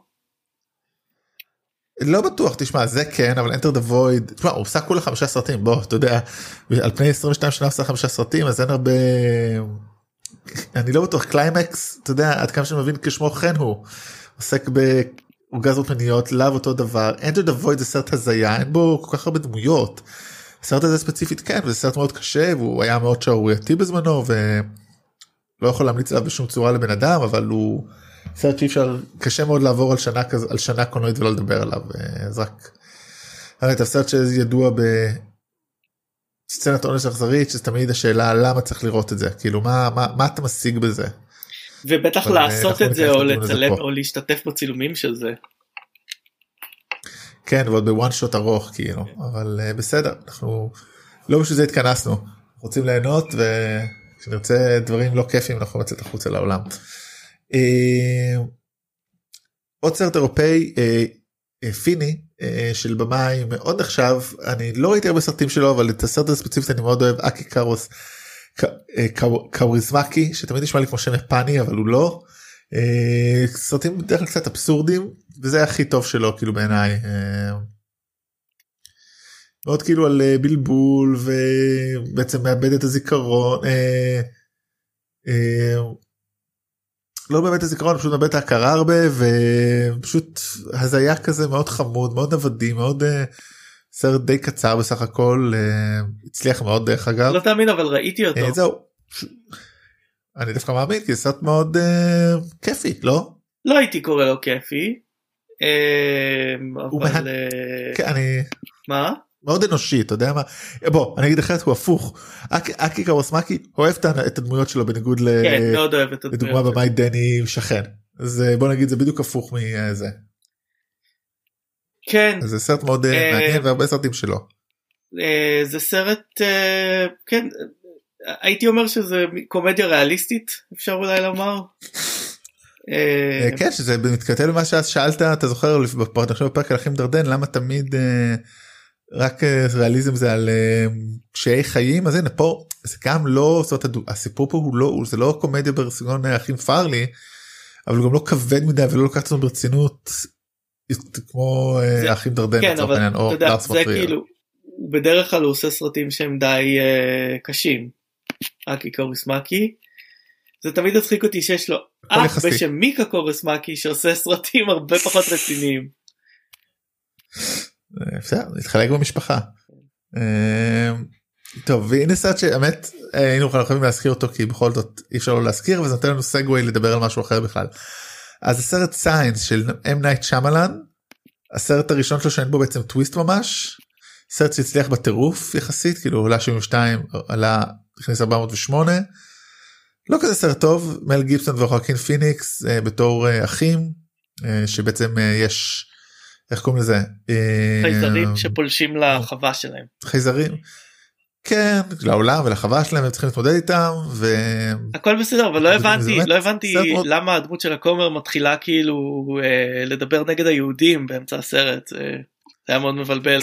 לא בטוח, תשמע, זה כן, אבל Enter the Void, תשמע, הוא עושה כולה חמישה סרטים, בוא, אתה יודע, על פני עשרים ושתיים שנה עושה חמישה סרטים, אז אין הרבה, אני לא בטוח, קליימקס, אתה יודע, עד כמה שאני מבין כשמו כן הוא, עוסק באורגזמות מיניות, לאו אותו דבר, Enter the Void זה סרט הזיה, אין בו כל כך הרבה דמויות, הסרט הזה ספציפית כן, וזה סרט מאוד קשה, והוא היה מאוד שערורייתי בזמנו, ולא יכול להמליץ עליו בשום צורה לבן אדם, אבל הוא סרט שאי אפשר, קשה מאוד לעבור על שנה, על שנה קולנועית ולא לדבר עליו, אז רק, הרי הסרט שידוע בסצנת אונס אכזרית, שזה תמיד השאלה למה צריך לראות את זה, כאילו מה, מה, מה אתה משיג בזה?
ובטח לעשות את זה, או לצלם, או להשתתף בצילומים של זה.
כן, ועוד בוואן שוט ארוך, כאילו, אבל בסדר, אנחנו לא בשביל זה התכנסנו, רוצים ליהנות, וכשנרצה דברים לא כיפים, אנחנו נצאת החוצה לעולם. עוד סרט אירופאי, פיני, של במאי מאוד נחשב, אני לא ראיתי הרבה סרטים שלו, אבל את הסרט הספציפית אני מאוד אוהב, אקי קארוס קאוריזמקי, שתמיד נשמע לי כמו שם יפני, אבל הוא לא, סרטים בדרך כלל קצת אבסורדים, וזה הכי טוב שלו, כאילו בעיניי, מאוד כאילו על בלבול, ובעצם מאבד את הזיכרון, לא באמת הזיכרון, פשוט מאבד את ההכרה הרבה, ופשוט הזיה כזה מאוד חמוד, מאוד עבדי, מאוד סרט די קצר בסך הכל, הצליח מאוד דרך אגב.
לא תאמין, אבל ראיתי אותו.
זהו, אני דווקא מאמין, כי זה סרט מאוד כיפי, לא?
לא הייתי קורא לו כיפי, אבל...
אני...
מה?
מאוד אנושי, אתה יודע מה? בוא, אני אגיד אחרת, הוא הפוך. אקי קאוריזמקי אוהב את הדמויות שלו, בניגוד לדוגמה במאי דני שכן. אז בוא נגיד, זה בדיוק הפוך מזה.
כן.
זה סרט מאוד מעניין, והרבה סרטים שלו.
זה סרט, כן, הייתי אומר שזה קומדיה ריאליסטית, אפשר אולי לומר.
כן, שזה מתכתב למה ששאלת, אתה זוכר בפרק על אחים דרדן, למה תמיד... רק ריאליזם זה על קשיי חיים, אז הנה פה זה גם לא, זאת אומרת, הסיפור פה הוא לא, זה לא קומדיה בסגנון אחים פארלי, אבל הוא גם לא כבד מדי ולא לוקח את זה ברצינות כמו אחים דרדן.
כן, אבל אתה יודע, זה כאילו, בדרך כלל הוא עושה סרטים שהם די קשים, אקי קאוריזמקי, זה תמיד הצחיק אותי שיש לו אח בשם מיקה קאוריזמקי שעושה סרטים הרבה פחות רציניים.
אפשר, להתחלק במשפחה. טוב, והנה סרט שהאמת היינו חייבים להזכיר אותו, כי בכל זאת אי אפשר לא להזכיר, וזה נותן לנו סגווי לדבר על משהו אחר בכלל. אז הסרט סיינס של אם נייט שמלן, הסרט הראשון שלו שאין בו בעצם טוויסט ממש, סרט שהצליח בטירוף יחסית, כאילו עולה שבעים ושתיים, עלה, הכניס ארבע מאות ושמונה, לא כזה סרט טוב, מל גיבסון וחואקין פיניקס בתור אחים, שבעצם יש, איך קוראים לזה?
חייזרים שפולשים לחווה שלהם.
חייזרים, כן, לעולם ולחווה שלהם, הם צריכים להתמודד איתם, ו...
הכל בסדר, אבל לא הבנתי, לא הבנתי למה הדמות של הכומר מתחילה כאילו לדבר נגד היהודים באמצע הסרט, זה היה מאוד מבלבל.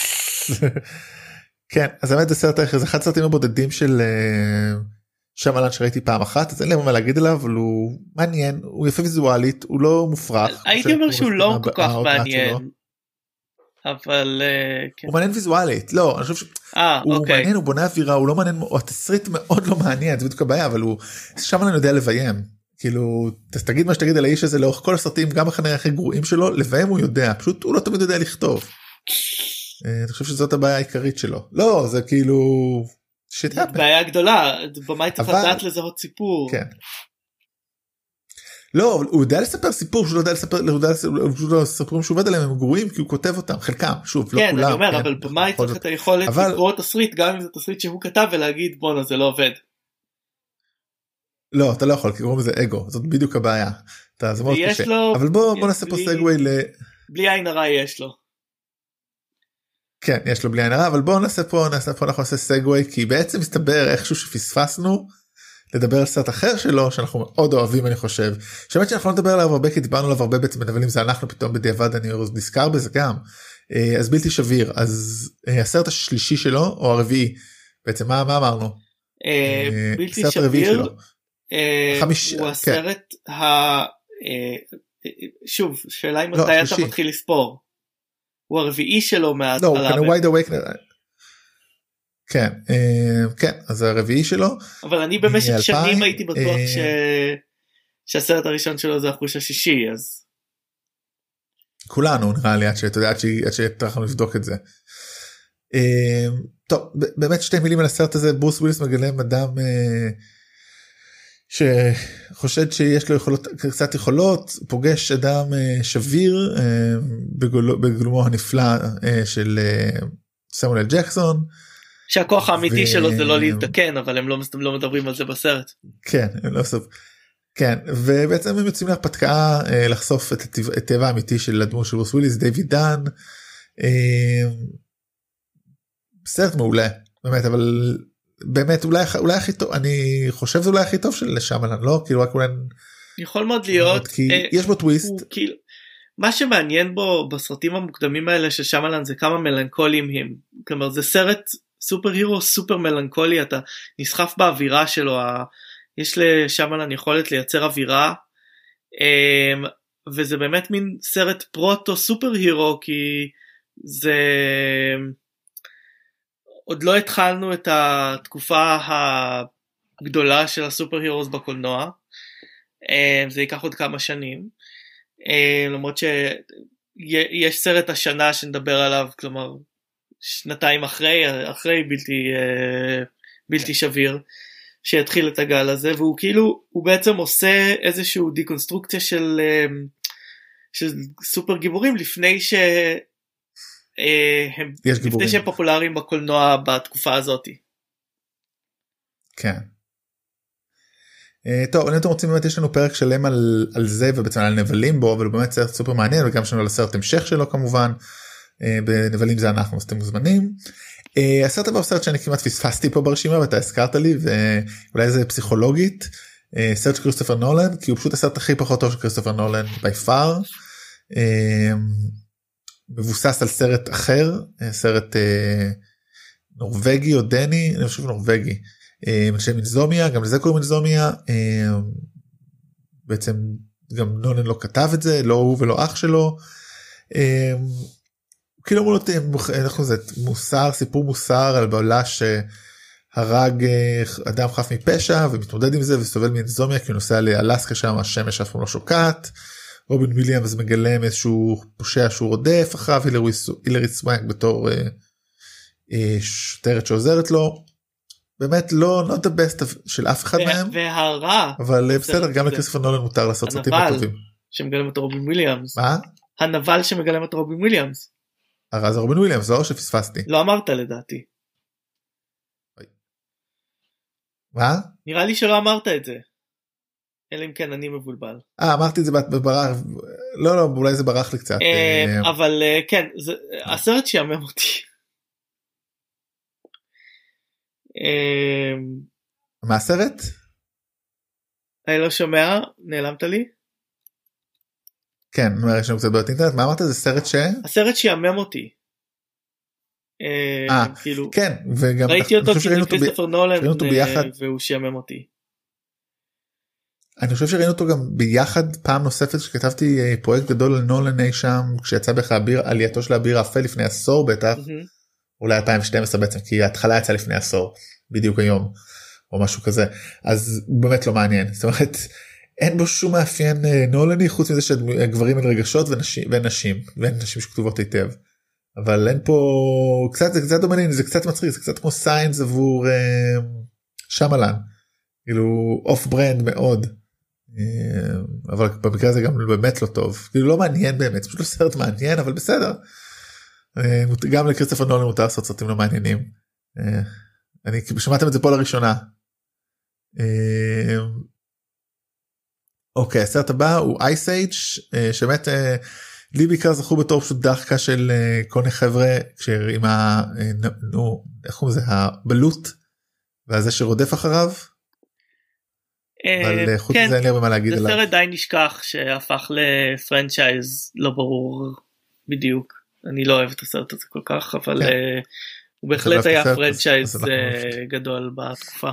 כן, אז האמת זה סרט אחר, זה אחד הסרטים הבודדים של שמלן שראיתי פעם אחת, אז אין לי מה להגיד עליו, אבל הוא מעניין, הוא יפה ויזואלית, הוא לא מופרך.
הייתי אומר שהוא לא כל כך מעניין, אבל
הוא מעניין ויזואלית, לא, אני חושב שהוא מעניין, הוא בונה אווירה, הוא לא מעניין, התסריט מאוד לא מעניין, זה בדיוק הבעיה, אבל הוא, שמלן יודע לביים, כאילו, תגיד מה שתגיד על האיש הזה לאורך כל הסרטים, גם החניה הכי גרועים שלו, לביים הוא יודע, פשוט הוא לא תמיד יודע לכתוב. אני חושב שזאת הבעיה העיקרית שלו. לא, זה כאילו...
בעיה גדולה, במאי צריך לדעת לזהות סיפור.
כן. לא, הוא יודע לספר סיפור, שהוא לא יודע לספר, הוא יודע לספרים שהוא עובד עליהם, הם גרועים כי הוא כותב אותם, חלקם, שוב, לא כולם.
כן, אני אומר, אבל במאי צריך את היכולת לקרוא תסריט, גם אם זה תסריט שהוא כתב, ולהגיד, בונה, זה לא עובד.
לא, אתה לא יכול, כי קוראים לזה אגו, זאת בדיוק הבעיה. זה מאוד קשה. אבל בוא נעשה פה סגווי ל...
בלי עין הרע יש לו.
כן, יש לו בלי עין הרע, אבל בואו נעשה פה, נעשה פה, אנחנו נעשה סגווי, כי בעצם מסתבר איכשהו שפספסנו לדבר על סרט אחר שלו, שאנחנו מאוד אוהבים, אני חושב. שבאמת שאנחנו לא נדבר עליו הרבה, כי דיברנו עליו הרבה בעצם בנבלים, זה אנחנו פתאום בדיעבד, אני נזכר בזה גם. אז בלתי שביר, אז הסרט השלישי שלו, או הרביעי, בעצם מה, מה אמרנו?
בלתי שביר, הוא הסרט ה... שוב, שאלה אם מתי אתה מתחיל לספור. הוא הרביעי שלו מההתחלה.
לא, הוא wide awake. כן, כן, אז הרביעי שלו.
אבל אני במשך שנים הייתי בטוח שהסרט הראשון שלו זה החוש השישי, אז...
כולנו נראה לי, עד שתרחנו לבדוק את זה. טוב, באמת שתי מילים על הסרט הזה, ברוס וויליס מגלם אדם... שחושד שיש לו יכולות, קצת יכולות, פוגש אדם שביר בגלומו הנפלא של סמואל אל ג'קסון.
שהכוח האמיתי ו... שלו זה לא להתקן, אבל הם לא, לא מדברים על זה בסרט.
כן, הם לא סוף. כן, ובעצם הם יוצאים להרפתקה לחשוף את הטבע האמיתי של הדמות של ברוס וויליס, דיוויד דן. סרט מעולה, באמת, אבל... באמת אולי אולי הכי טוב, אני חושב זה אולי הכי טוב של שמלן, לא? כאילו רק אולי
יכול מאוד להיות,
כי אה, יש בו טוויסט.
כאילו, מה שמעניין בו בסרטים המוקדמים האלה של שמלן זה כמה מלנכוליים הם, כלומר זה סרט סופר הירו סופר מלנכולי, אתה נסחף באווירה שלו, ה... יש לשמלן יכולת לייצר אווירה, וזה באמת מין סרט פרוטו סופר הירו, כי זה... עוד לא התחלנו את התקופה הגדולה של הסופר הירוס בקולנוע, זה ייקח עוד כמה שנים, למרות שיש סרט השנה שנדבר עליו, כלומר שנתיים אחרי, אחרי בלתי, בלתי שביר, שיתחיל את הגל הזה, והוא כאילו, הוא בעצם עושה איזשהו דיקונסטרוקציה של, של סופר גיבורים, לפני ש... הם, לפני שהם פופולריים בקולנוע בתקופה הזאת.
כן. טוב, אם אתם רוצים, באמת יש לנו פרק שלם על, על זה, ובעצם על נבלים בו, אבל הוא באמת סרט סופר מעניין, וגם יש לנו על הסרט המשך שלו כמובן, בנבלים זה אנחנו, אז אתם מוזמנים. הסרט הבא הוא סרט שאני כמעט פספסתי פה ברשימה, ואתה הזכרת לי, ואולי זה פסיכולוגית, סרט של כריסטופר נולן, כי הוא פשוט הסרט הכי פחות טוב של כריסטופר נולן, by far. מבוסס על סרט אחר, סרט אה, נורווגי או דני, אני חושב נורווגי, אה, של אינזומיה, גם לזה קוראים אינזומיה, אה, בעצם גם נולן לא כתב את זה, לא הוא ולא אח שלו, אה, כאילו אמרו לו, אנחנו זה מוסר, סיפור מוסר על בעלה שהרג אה, אדם חף מפשע, ומתמודד עם זה וסובל מאינזומיה, כי הוא נוסע לאלסקה שם, השמש אף פעם לא שוקעת, רובין וויליאמס מגלם איזשהו פושע שהוא רודף אחריו, הילרי סוואנק בתור אה, אה, שוטרת שעוזרת לו, באמת לא not the best של אף אחד מהם,
והרע,
אבל בסדר, גם לכריסטופר נולן מותר לעשות סרטים טובים.
שמגלם את רובין וויליאמס,
מה?
הנבל שמגלם את רובין וויליאמס,
הרי זה רובין וויליאמס, לא שפספסתי.
לא אמרת לדעתי.
מה?
נראה לי שלא אמרת את זה. אלא אם כן אני מבולבל.
אה, אמרתי את זה ברח, לא לא, אולי זה ברח לי קצת.
אבל כן, הסרט שיאמם אותי.
מה הסרט?
אני לא שומע, נעלמת לי?
כן, יש לנו קצת בעיות אינטרנט, מה אמרת? זה סרט ש...
הסרט שיאמם אותי.
אה, כן, וגם...
ראיתי אותו כי זה כריסטופר נולן, והוא שיאמם אותי.
אני חושב שראינו אותו גם ביחד פעם נוספת שכתבתי פרויקט גדול על נולן אי שם, כשיצא בכך עלייתו של האביר האפל לפני עשור בטח, אולי אלפיים ושתים עשרה בעצם, כי ההתחלה יצאה לפני עשור, בדיוק היום, או משהו כזה, אז הוא באמת לא מעניין, זאת אומרת, אין בו שום מאפיין נולני, חוץ מזה שגברים אין רגשות ונשים, ואין נשים, ואין נשים שכתובות היטב, אבל אין פה, קצת, זה קצת דומני, זה קצת מצחיק, זה קצת כמו סיינס עבור אה, שמלן, כאילו אוף ברנד מאוד, אה, אבל במקרה הזה גם באמת לא טוב, כאילו לא מעניין באמת, זה פשוט לא סרט מעניין, אבל בסדר, אה, גם לקריסטופר נולן מותר לעשות סרטים לא מעניינים, אה, אני שמעתם את זה פה לראשונה, אה, אוקיי, הסרט הבא הוא אייס אייג' שבאמת לי בעיקר זכו בתור פשוט דחקה של כל מיני חבר'ה עם ה... נו, איך קוראים לזה? הבלוט והזה שרודף אחריו. אבל חוץ מזה אין לי הרבה מה להגיד עליו.
זה סרט די נשכח שהפך לפרנצ'ייז לא ברור בדיוק. אני לא אוהב את הסרט הזה כל כך, אבל הוא בהחלט היה פרנצ'ייז גדול בתקופה.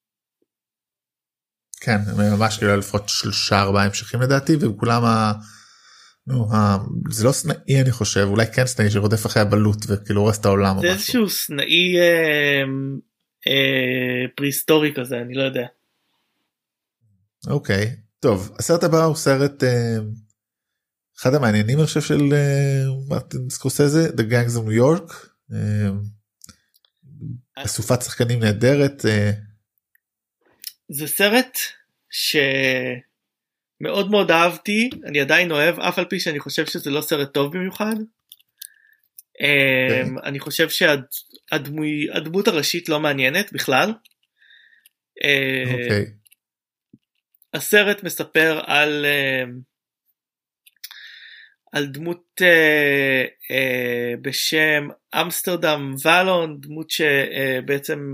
כן, ממש כאילו לפחות שלושה ארבעה המשכים לדעתי, וכולם ה... נו, ה... זה לא סנאי אני חושב, אולי כן סנאי שרודף אחרי הבלוט וכאילו הורס את העולם או משהו.
זה איזשהו סנאי אה, אה, פריסטורי כזה, אני לא יודע.
אוקיי, טוב, הסרט הבא הוא סרט, אה, אחד המעניינים אני חושב של אה, מרטין סקורסזה, The Gangs of New York, אה, אסופת שחקנים נהדרת, אה,
זה סרט שמאוד מאוד אהבתי, אני עדיין אוהב, אף על פי שאני חושב שזה לא סרט טוב במיוחד. Okay. אני חושב שהדמות הראשית לא מעניינת בכלל.
Okay.
הסרט מספר על, על דמות בשם אמסטרדם ולון, דמות שבעצם...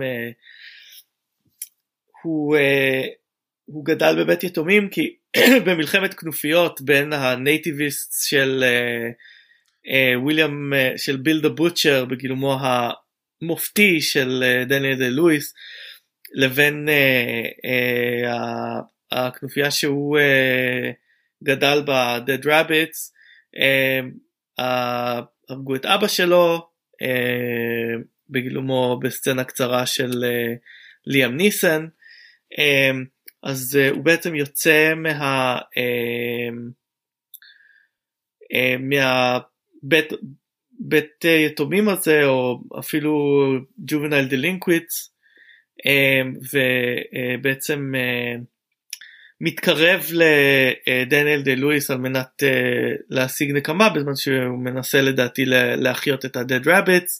הוא, uh, הוא גדל בבית יתומים כי במלחמת כנופיות בין הנייטיביסט של וויליאם uh, uh, של ביל דה בוטשר בגילומו המופתי של uh, דניאל דה לואיס לבין uh, uh, הכנופיה שהוא uh, גדל בה Dead Rabbits, uh, הרגו את אבא שלו uh, בגילומו בסצנה קצרה של uh, ליאם ניסן, אז הוא בעצם יוצא מה מהבית בית יתומים הזה, או אפילו juvenile delinquents, ובעצם מתקרב לדניאל דה לואיס על מנת להשיג נקמה, בזמן שהוא מנסה לדעתי להחיות את ה-Dead Rabbits.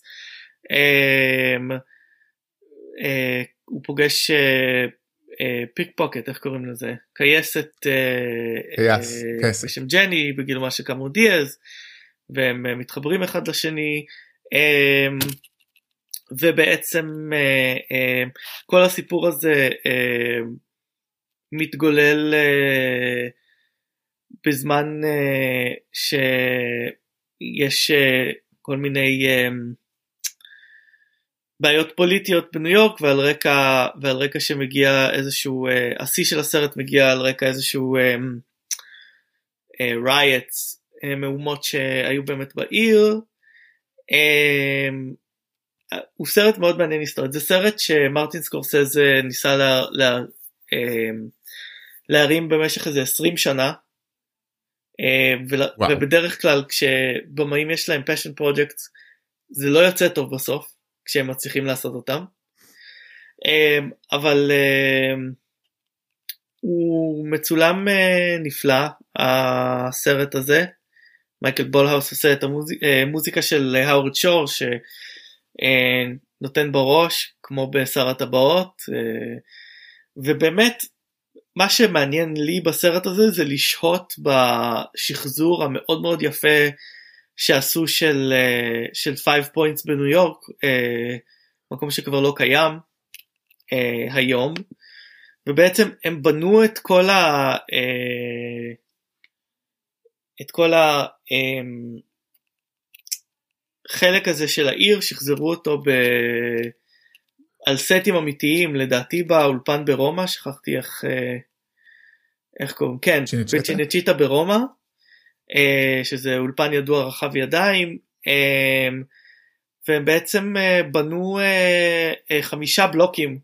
הוא פוגש פיק פוקט, איך קוראים לזה? קייסת בשם ג'ני, בגילומה של קאמרון דיאז, והם מתחברים אחד לשני, ובעצם כל הסיפור הזה מתגולל בזמן שיש כל מיני בעיות פוליטיות בניו יורק, ועל רקע, ועל רקע שמגיע איזשהו, השיא של הסרט מגיע על רקע איזשהו riots, מהומות שהיו באמת בעיר. הוא סרט מאוד מעניין היסטורית, זה סרט שמרטין סקורסזה ניסה לה, לה, להרים במשך איזה עשרים שנה, וואו. ובדרך כלל כשבמאים יש להם passion projects, זה לא יוצא טוב בסוף, כשהם מצליחים לעשות אותם, אבל הוא מצולם נפלא, הסרט הזה, מייקל בולהאוס עושה את המוזיקה של האוורד שור, שנותן בראש, כמו בשר הטבעות, ובאמת, מה שמעניין לי בסרט הזה, זה לשהות בשחזור המאוד מאוד יפה, שעשו של, של Five Points בניו יורק, מקום שכבר לא קיים, היום, ובעצם הם בנו את כל ה... את כל החלק הזה של העיר, שחזרו אותו ב... על סטים אמיתיים, לדעתי באולפן ברומא, שכחתי איך, איך קוראים, כן, בצ'ינצ'יטה ברומא, שזה אולפן ידוע רחב ידיים, והם בעצם בנו חמישה בלוקים,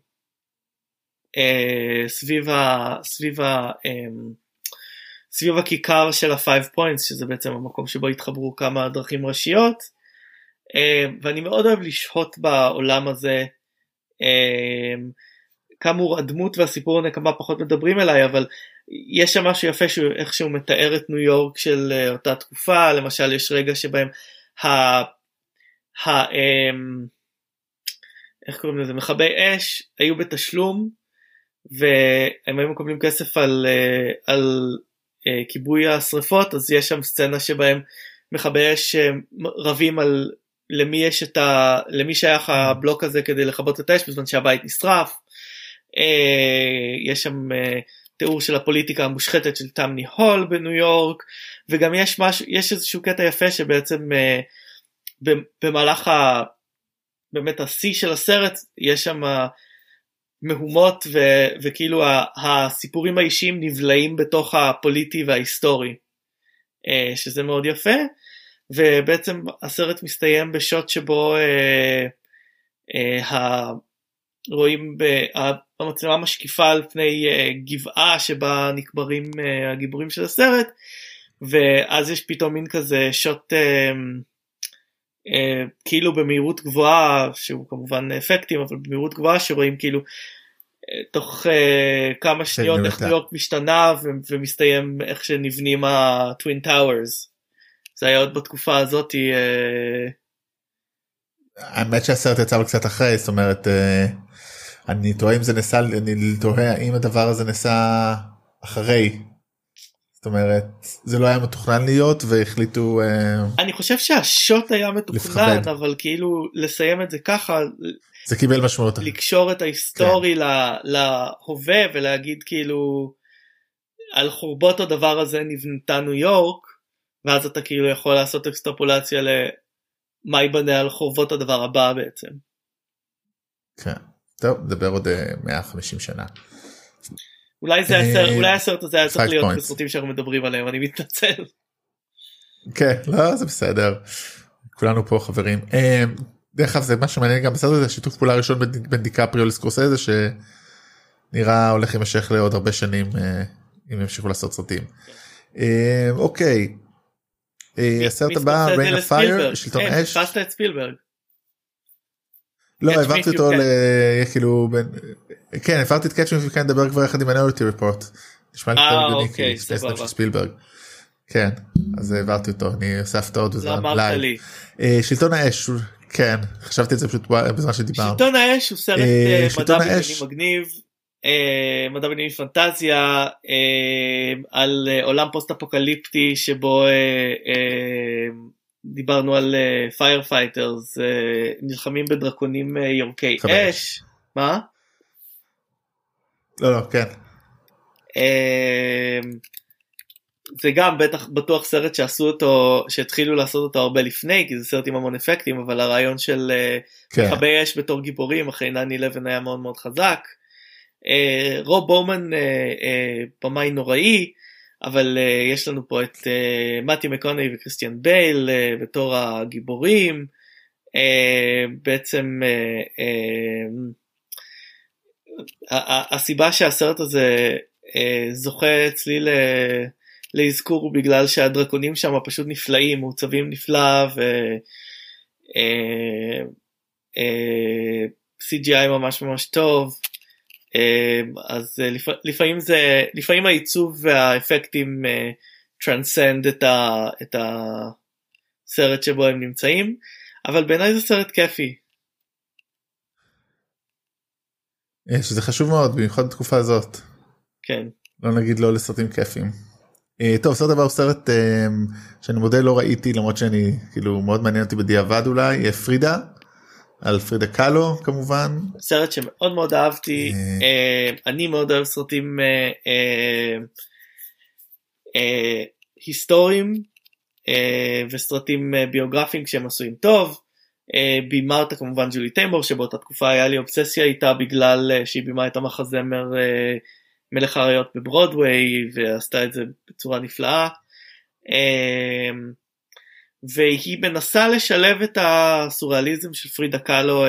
סביב ה... סביב ה... סביב הכיכר של ה-Five Points, שזה בעצם המקום שבו התחברו כמה דרכים ראשיות, ואני מאוד אוהב לשהות בעולם הזה, כאמור הדמות והסיפור הנקמה פחות מדברים אליי, אבל יש שם משהו יפה שהוא, איך שהוא מתאר את ניו יורק של אותה תקופה, למשל יש רגע שבהם ה... ה... איך קוראים לזה? מכבי אש היו בתשלום, והם היו מקבלים כסף על... על כיבוי השריפות, אז יש שם סצנה שבהם מכבי אש רבים על למי יש את ה... למי שייך הבלוק הזה כדי לכבות את האש בזמן שהבית נשרף. יש שם תיאור של הפוליטיקה המושחתת של טמני הול בניו יורק, וגם יש משהו, יש איזשהו קטע יפה שבעצם במהלך ה... באמת השיא של הסרט יש שם מהומות ו- וכאילו הסיפורים האישיים נבלעים בתוך הפוליטי וההיסטורי, שזה מאוד יפה, ובעצם הסרט מסתיים בשוט שבו אה, אה, רואים המצלמה משקיפה על פני אה, גבעה שבה נקברים אה, הגיבורים של הסרט, ואז יש פתאום מין כזה שוט אה, אה, כאילו במהירות גבוהה, שהוא כמובן אפקטים, אבל במהירות גבוהה שרואים כאילו אה, תוך אה, כמה שניות איך ניו יורק משתנה ו- ומסתיים איך שנבנים הטווין טאוורס. זה היה עוד בתקופה הזאת.
האמת שהסרט יצא לו קצת אחרי, זאת אומרת, אני תוהה אם זה נעשה, אני תוהה אם הדבר הזה נעשה אחרי, זאת אומרת, זה לא היה מתוכנן להיות והחליטו...
אני חושב שהשוט היה מתוכנן, אבל כאילו לסיים את זה ככה,
זה קיבל משמעות.
לקשור את ההיסטורי להווה ולהגיד כאילו, על חורבות הדבר הזה נבנתה ניו יורק, ואז אתה כאילו יכול לעשות אקסטרפולציה למה ייבנה על חורבות הדבר הבא בעצם.
כן, טוב, נדבר עוד מאה וחמישים שנה.
אולי זה הסרט, אולי הסרט הזה היה צריך להיות בסרטים שאנחנו מדברים עליהם, אני מתנצל. כן,
לא, זה בסדר. כולנו פה חברים. דרך אגב, זה מה שמעניין גם בסרט הזה, שיתוף פעולה ראשון בין דיקפריו לסקורסזה, שנראה הולך להימשך לעוד הרבה שנים, אם ימשיכו לעשות סרטים. אוקיי. הסרט הבא, Rain of Fire, שלטון אש.
פספסת את ספילברג.
לא, העברתי אותו כאילו, כן, העברתי את Catch Me If You Can, לדבר כבר יחד עם ה-Minority Report. נשמע לי יותר גדולי, כי ספייסנאפ של ספילברג. כן, אז העברתי אותו, אני עושה הפתעות בזמן לייב. שלטון האש, כן, חשבתי את זה פשוט בזמן שדיברנו.
שלטון האש הוא סרט מדע בדיוני מגניב, מדע בדיוני פנטזיה, על עולם פוסט אפוקליפטי שבו דיברנו על פייר פייטרס, נלחמים בדרקונים יורקי אש. מה?
לא, לא, כן.
זה גם בטח בטוח סרט שעשו אותו, שהתחילו לעשות אותו הרבה לפני, כי זה סרט עם המון אפקטים, אבל הרעיון של מכבי אש בתור גיבורים אחרי ניין אחת עשר היה מאוד מאוד חזק. רוב בורמן במאי נוראי, אבל יש לנו פה את מתי מקוני וקריסטיאן בייל בתור הגיבורים. בעצם הסיבה שהסרט הזה זוכה אצלי להזכור הוא בגלל שהדרקונים שם פשוט נפלאים, מעוצבים נפלא, ו סי ג'י איי ממש ממש טוב. אז לפעמים זה, לפעמים העיצוב והאפקטים טרנסנד את, ה, את הסרט שבו הם נמצאים, אבל בעיניי זה סרט כיפי.
שזה חשוב מאוד, במיוחד בתקופה הזאת.
כן.
לא נגיד לא לסרטים כיפים. טוב, סרט הבא הוא סרט שאני מודה לא ראיתי, למרות שאני כאילו מאוד מעניין אותי בדיעבד אולי, פרידה, על פרידה קאלו כמובן.
סרט שמאוד מאוד אהבתי, אני מאוד אוהב סרטים היסטוריים וסרטים ביוגרפיים כשהם עשויים טוב. בימה אותה כמובן ג'ולי טיימור, שבאותה תקופה היה לי אובססיה איתה בגלל שהיא בימה את המחזמר מלך האריות בברודוויי, ועשתה את זה בצורה נפלאה, והיא מנסה לשלב את הסוריאליזם של פרידה קאלו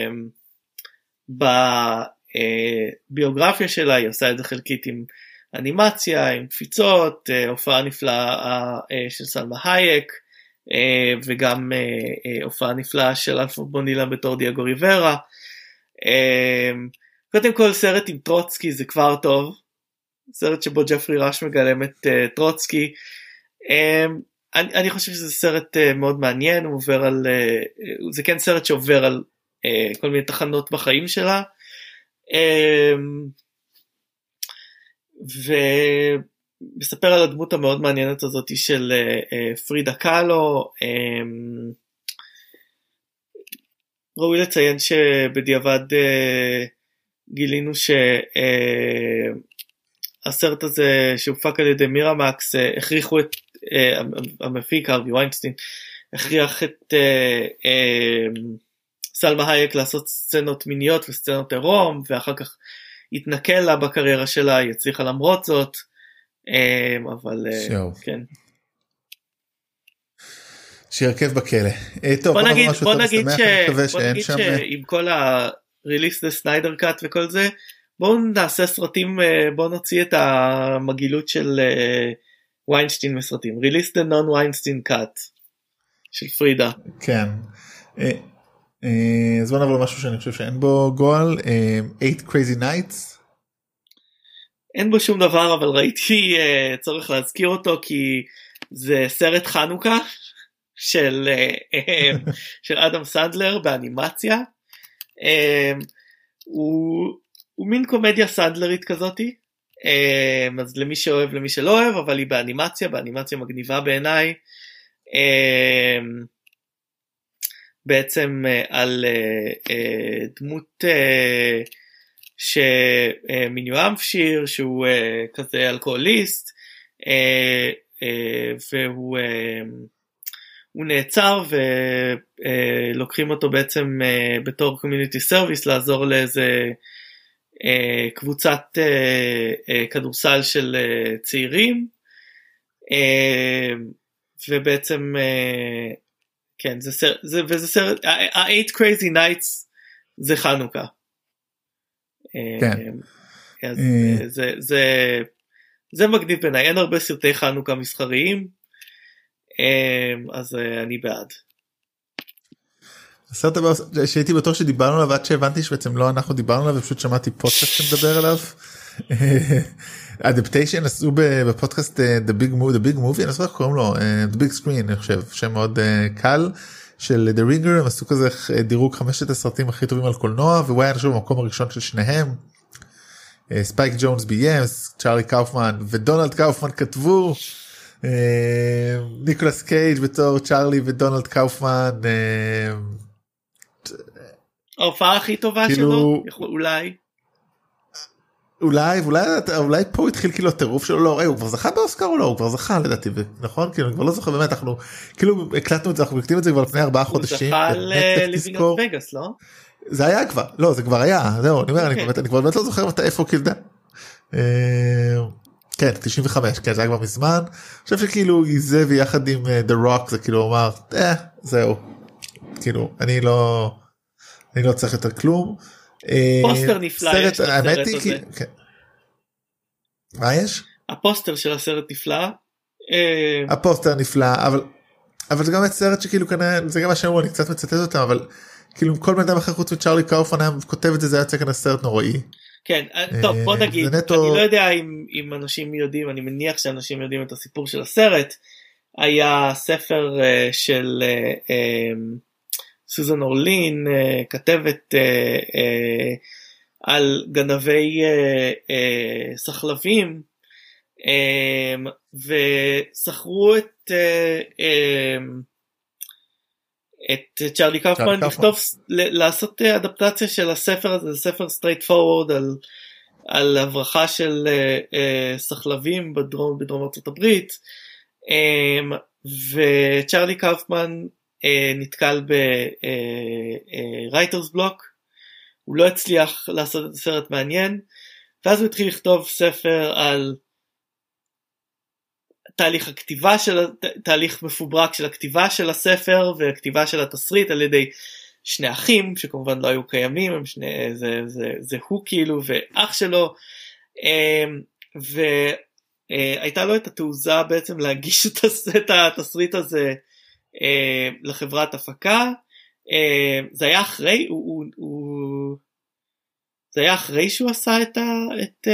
בביוגרפיה שלה. היא עושה את זה חלקית עם אנימציה, עם קפיצות, הופעה נפלאה של סלמה הייק, וגם הופעה נפלאה של אלפרד בונילה בתור דיאגו ריברה. קודם כל סרט עם טרוצקי זה כבר טוב, סרט שבו ג'פרי ראש מגלם את טרוצקי. אני, אני חושב שזה סרט מאוד מעניין, הוא עובר על, זה כן סרט שעובר על כל מיני תחנות בחיים שלה, ומספר על הדמות המאוד מעניינת הזאת של פרידה קאלו. ראוי לציין שבדיעבד גילינו שהסרט הזה שהופק על ידי מירמקס, הכריחו את המפיק הרווי ויינסטיין, הכריח את סלמה הייק לעשות סצנות מיניות וסצנות עירום, ואחר כך התנקל לה בקריירה שלה, היא הצליחה למרות זאת, אבל כן.
שירכב בכלא. טוב,
בוא נגיד, בוא נגיד שעם כל ה-release the Snyder cut וכל זה, בואו נעשה סרטים, בואו נוציא את המגילות של ויינסטיין מסרטים, release the non-Weinstein cut של פרידה.
כן. אז בוא נעבור למשהו שאני חושב שאין בו גועל, eight crazy nights.
אין בו שום דבר, אבל ראיתי צורך להזכיר אותו, כי זה סרט חנוכה, של של אדם סנדלר באנימציה. הוא הוא מין קומדיה סנדלרית כזאתי, אז למי שאוהב למי שלא אוהב, אבל היא באנימציה, באנימציה מגניבה בעיניי, בעצם על דמות שמיניו אמפשיר, שהוא כזה אלכוהוליסט, והוא הוא נעצר ולוקחים אותו בעצם בתור קומיוניטי סרוויס לעזור לאיזה קבוצת כדורסל של צעירים, ובעצם כן, זה סרט, זה, וזה סרט, ה-eight crazy nights זה חנוכה.
כן.
אז זה, זה, זה מגניב בעיניי, אין הרבה סרטי חנוכה מסחריים, אז אני בעד.
הסרט הבא שהייתי בטוח שדיברנו עליו, עד שהבנתי שבעצם לא אנחנו דיברנו עליו, ופשוט שמעתי פודקאסט שמדבר עליו. אדפטיישן עשו בפודקאסט The Big Movie, The Big Movie, אני חושב קוראים לו The Big Screen, אני חושב, שם מאוד קל, של The Ringer. הם עשו כזה דירוג חמשת הסרטים הכי טובים על קולנוע, והוא היה נחשוב במקום הראשון של שניהם. ספייק ג'ונס ביים, צ'ארלי קאופמן ודונלד קאופמן כתבו, ניקולס קייג' בתור צ'ארלי ודונלד קאופמן.
ההופעה הכי טובה שלו, אולי.
אולי, אולי, אולי פה התחיל כאילו הטירוף שלו, לא, הוא כבר זכה באוסקר או לא, הוא כבר זכה לדעתי, נכון? כאילו, אני כבר לא זוכר, באמת, אנחנו, כאילו, הקלטנו את זה, אנחנו מקליטים את זה כבר לפני ארבעה חודשים.
הוא זכה לליבינג וגאס, לא?
זה היה כבר, לא, זה כבר היה, זהו, אני אומר, אני כבר באמת לא זוכר מתי איפה קילדה. כן, תשעים וחמש, כן, זה היה כבר מזמן. אני חושב שכאילו, זה ויחד עם The Rock, זה כאילו אומר, אה, זהו. כאילו, אני לא, אני לא צריך יותר כלום.
פוסטר נפלא יש לסרט הזה.
מה יש?
הפוסטר של הסרט נפלא.
הפוסטר נפלא, אבל אבל זה גם סרט שכאילו כנראה, זה גם מה שאמרו, אני קצת מצטט אותם, אבל כאילו כל בן אדם אחר חוץ מצ'ארלי קאופמן היה כותב את זה, זה היה יוצא כאן סרט נוראי.
כן, טוב, בוא נגיד,
נטו...
אני לא יודע אם, אם אנשים יודעים, אני מניח שאנשים יודעים את הסיפור של הסרט, היה ספר uh, של uh, um, סוזן אורלין, uh, כתבת uh, uh, על גנבי uh, uh, סחלבים, um, וסחרו את uh, um, את צ'רלי קאופמן לכתוב, לעשות אדפטציה של הספר הזה, זה ספר straight forward על, על הברחה של uh, סחלבים בדרום, בדרום ארצות הברית, um, וצ'רלי קאופמן uh, נתקל ב-writer's block, הוא לא הצליח לעשות את הסרט מעניין, ואז הוא התחיל לכתוב ספר על תהליך הכתיבה של, תהליך מפוברק של הכתיבה של הספר, והכתיבה של התסריט על ידי שני אחים, שכמובן לא היו קיימים, הם שני, זה, זה, זה הוא כאילו, ואח שלו, והייתה לו את התעוזה בעצם להגיש את התסריט הזה לחברת הפקה, זה היה אחרי, הוא, הוא, הוא, זה היה אחרי שהוא עשה את ה... את,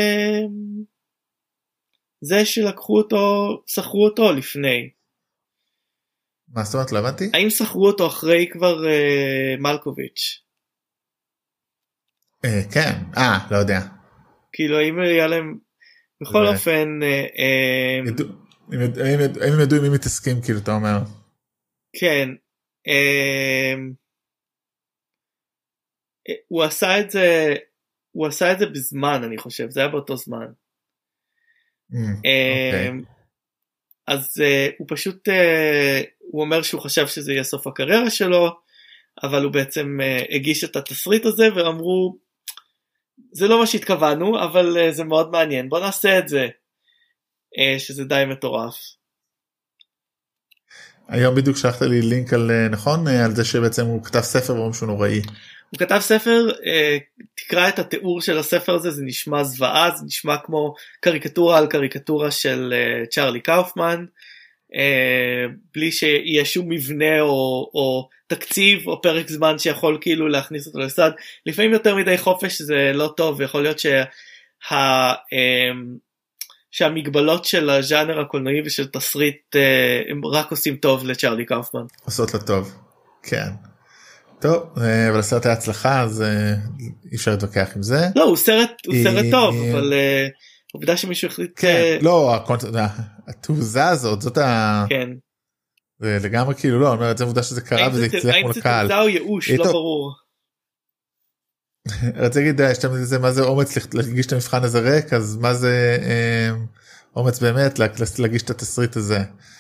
זה שלקחו אותו, שכרו אותו לפני.
מה זאת אומרת? לא הבנתי?
האם שכרו אותו אחרי כבר אה, מלקוביץ'?
אה, כן, אה, לא יודע.
כאילו, האם היה להם, בכל אופן... אה, אה,
ידעו, האם, האם הם ידעו עם מי מתעסקים, כאילו, אתה אומר?
כן. אה, הוא עשה את זה, הוא עשה את זה בזמן, אני חושב, זה היה באותו זמן. אז הוא פשוט, הוא אומר שהוא חשב שזה יהיה סוף הקריירה שלו, אבל הוא בעצם הגיש את התסריט הזה ואמרו, זה לא מה שהתכוונו, אבל זה מאוד מעניין, בוא נעשה את זה, שזה די מטורף.
היום בדיוק שלחת לי לינק על, נכון, על זה שבעצם הוא כתב ספר ואומרים שהוא נוראי.
הוא כתב ספר, תקרא את התיאור של הספר הזה, זה נשמע זוועה, זה נשמע כמו קריקטורה על קריקטורה של צ'רלי קאופמן, בלי שיהיה שום מבנה או, או תקציב או פרק זמן שיכול כאילו להכניס אותו לסד. לפעמים יותר מדי חופש זה לא טוב, ויכול להיות שה, שהמגבלות של הז'אנר הקולנועי ושל תסריט הם רק עושים טוב לצ'רלי קאופמן.
עושות לו טוב, כן. טוב, אבל הסרט היה הצלחה, אז אי אפשר להתווכח עם זה.
לא, הוא סרט, הוא סרט טוב, אבל עובדה שמישהו החליט...
כן, לא, התעוזה הזאת, זאת ה...
כן.
זה לגמרי כאילו לא, אני אומר, זה עובדה שזה קרה וזה הצליח מול הקהל.
האם זה תעוזה או ייאוש, לא ברור.
רציתי להגיד, מה זה אומץ להגיש את המבחן הזה ריק, אז מה זה אומץ באמת להגיש את התסריט הזה.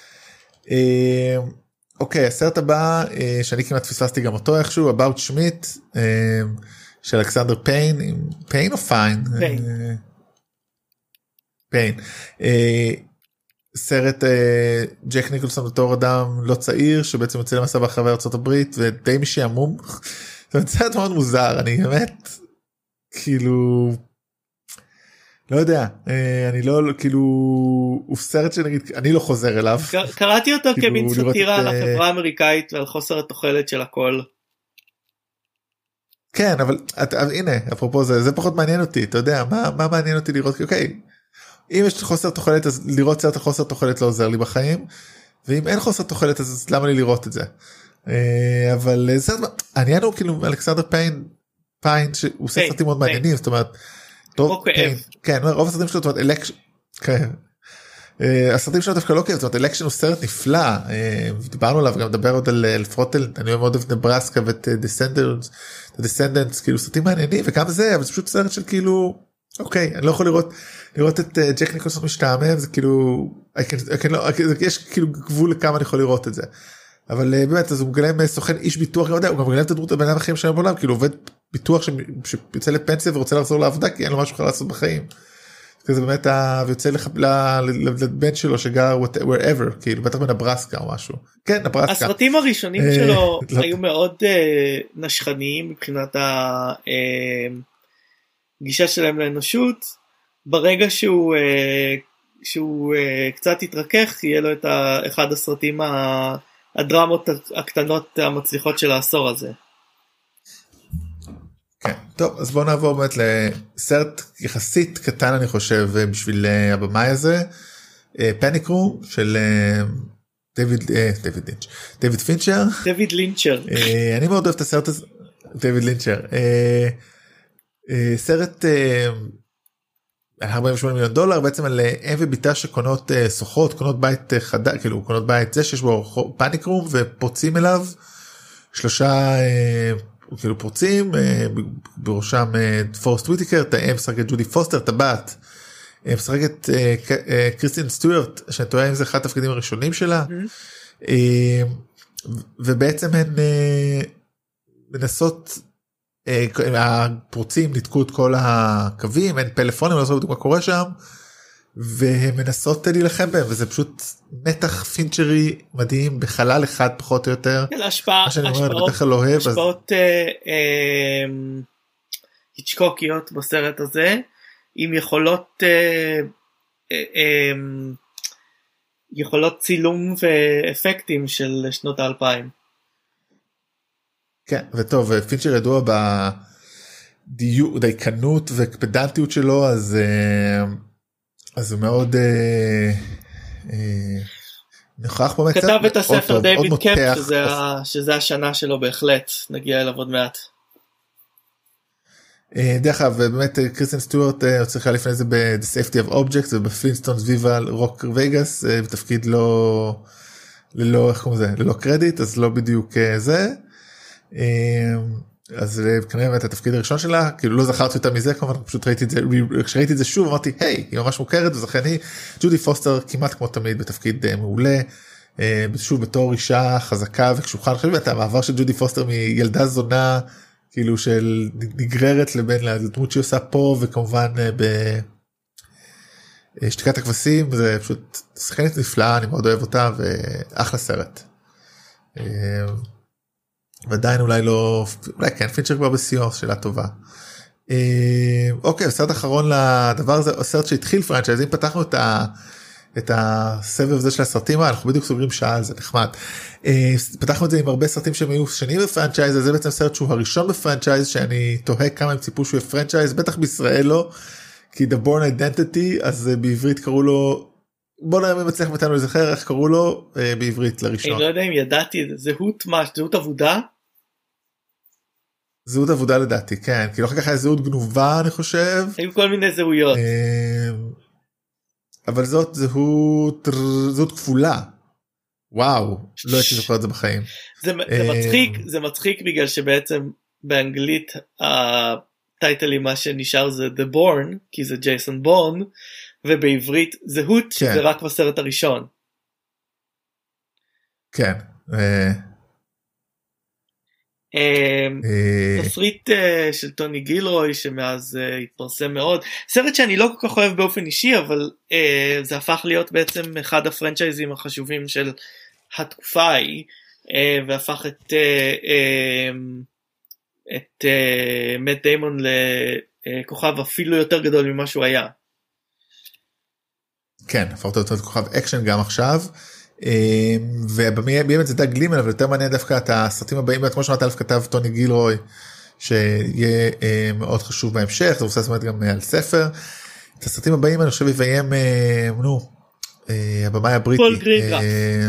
אוקיי, הסרט הבא שאני כמעט פספסתי גם אותו איכשהו, About Schmidt של אלכסנדר פיין, פיין או פיין?
פיין.
פיין. סרט ג'ק ניקולסון בתור אדם לא צעיר שבעצם יוצא למסע ברחבי ארצות הברית ודי משעמום. זה סרט מאוד מוזר, אני באמת כאילו לא יודע, אני לא כאילו הוא סרט שנגיד אני לא חוזר אליו.
קראתי אותו כמין סאטירה על החברה האמריקאית ועל חוסר התוחלת של הכל.
כן, אבל הנה אפרופו זה, זה פחות מעניין אותי, אתה יודע, מה מה מעניין אותי לראות, אוקיי, אם יש חוסר תוחלת אז לראות סרט החוסר תוחלת לא עוזר לי בחיים, ואם אין חוסר תוחלת אז למה לי לראות את זה. אבל זה העניין הוא כאילו אלכסנדר פיין פיין שהוא עושה סרטים מאוד מעניינים, זאת אומרת כן, רוב הסרטים שלו, זאת אומרת אלקשן, הסרטים שלו דווקא לא כאב, זאת אומרת אלקשן הוא סרט נפלא, דיברנו עליו, גם מדבר עוד על לפרוטל, אני אוהב מאוד את נברסקה ואת דיסנדנטס, כאילו סרטים מעניינים וגם זה, אבל זה פשוט סרט של כאילו אוקיי, אני לא יכול לראות לראות את ג'ק ניקולסון משתעמם, זה כאילו יש כאילו גבול לכמה אני יכול לראות את זה, אבל באמת אז הוא מגלם סוכן איש ביטוח, הוא גם מגלם את הדמות הבן אדם הכי משלם בעולם, כאילו עובד ביטוח שיוצא לפנסיה ורוצה לחזור לעבודה כי אין לו משהו אחר לעשות בחיים, זה באמת ויוצא לבן שלו שגר wherever, כאילו בטח בנברסקה או משהו. כן, נברסקה.
הסרטים הראשונים שלו היו מאוד נשכניים מבחינת הגישה שלהם לאנושות, ברגע שהוא שהוא קצת יתרכך יהיה לו את אחד הסרטים הדרמות הקטנות המצליחות של העשור הזה.
כן, טוב, אז בואו נעבור באמת לסרט יחסית קטן אני חושב בשביל הבמאי הזה, פניק רום של דיוויד דיוויד לינץ' דיוויד פינצ'ר
דיוויד לינצ'ר
אני מאוד אוהב את הסרט הזה, דיוויד לינצ'ר, סרט ארבעים ושמונה מיליון דולר בעצם על אם וביתה שקונות סוחרות, קונות בית חדש, כאילו קונות בית זה שיש בו פניק רום ופוצים אליו שלושה כאילו פורצים, בראשם פורסט וויטיקר, את האם משחקת ג'ודי פוסטר, את הבת משחקת קריסטין סטוארט, שאני טועה אם זה אחד התפקידים הראשונים שלה, ובעצם הן מנסות, הפורצים ניתקו את כל הקווים, אין פלאפונים, לא יודעת מה קורה שם, והן מנסות להילחם בהם, וזה פשוט מתח פינצ'רי מדהים בחלל אחד פחות או יותר.
השפעה, השפעות היצ'קוקיות בסרט הזה, עם יכולות יכולות צילום ואפקטים של שנות האלפיים.
כן, וטוב, פינצ'ר ידוע בדייקנות וקפדנטיות שלו, אז אז הוא מאוד נוכח באמת.
כתב את הספר דיוויד קאפ, שזה השנה שלו בהחלט, נגיע אליו עוד מעט.
דרך אגב, באמת קריסטין סטוארט צריכה לפני זה ב-The Safety of Objects ובפלינסטונס ויבה רוק וגאס, בתפקיד לא, ללא, איך קוראים לזה, ללא קרדיט, אז לא בדיוק זה. אז כנראה באמת התפקיד הראשון שלה, כאילו לא זכרתי אותה מזה, כמובן פשוט ראיתי את זה, כשראיתי את זה שוב אמרתי, היי, היא ממש מוכרת, וזכן היא, ג'ודי פוסטר כמעט כמו תמיד בתפקיד מעולה, שוב בתור אישה חזקה וקשוחה, אני חושב את המעבר של ג'ודי פוסטר מילדה זונה, כאילו של נגררת לבין לדמות שהיא עושה פה, וכמובן בשתיקת הכבשים, זה פשוט שחקנית נפלאה, אני מאוד אוהב אותה, ואחלה סרט. ועדיין אולי לא, אולי כן, פינצ'ר כבר בסיום, שאלה טובה. אוקיי, סרט אחרון לדבר הזה, סרט שהתחיל פרנצ'ייז, אם פתחנו את ה... את הסבב הזה של הסרטים, אנחנו בדיוק סוגרים שעה, זה נחמד. פתחנו את זה עם הרבה סרטים שהם היו שנים בפרנצ'ייז, זה בעצם סרט שהוא הראשון בפרנצ'ייז, שאני תוהה כמה הם ציפו שהוא יהיה פרנצ'ייז, בטח בישראל לא, כי The Bourne Identity, אז בעברית קראו לו, בוא נראה מי מצליח מאיתנו לזכר איך קראו לו בעברית לראשון.
אני לא יודע אם ידעתי, זהות מה, זהות עבודה?
זהות עבודה לדעתי, כן, כי לא אחר כך היה זהות גנובה אני חושב.
היו כל מיני זהויות.
אבל זאת זהות, זהות כפולה. וואו, לא הייתי זוכר את זה בחיים.
זה, זה מצחיק, זה מצחיק בגלל שבעצם באנגלית הטייטלי מה שנשאר זה The Bourne, כי זה ג'ייסון בורן, ובעברית זהות כן. זה רק בסרט הראשון.
כן.
תסריט של טוני גילרוי שמאז התפרסם מאוד, סרט שאני לא כל כך אוהב באופן אישי, אבל זה הפך להיות בעצם אחד הפרנצ'ייזים החשובים של התקופה ההיא, והפך את את מאט דיימון לכוכב אפילו יותר גדול ממה שהוא היה.
כן, הפכת אותו לכוכב אקשן גם עכשיו, ובאמת זה דג לימן, אבל יותר מעניין דווקא את הסרטים הבאים, כמו שאמרת אלף כתב טוני גילרוי, שיהיה מאוד חשוב בהמשך, זה מבוסס באמת גם על ספר, את הסרטים הבאים אני חושב יביים, נו, הבמאי הבריטי,
פול גרינגרס,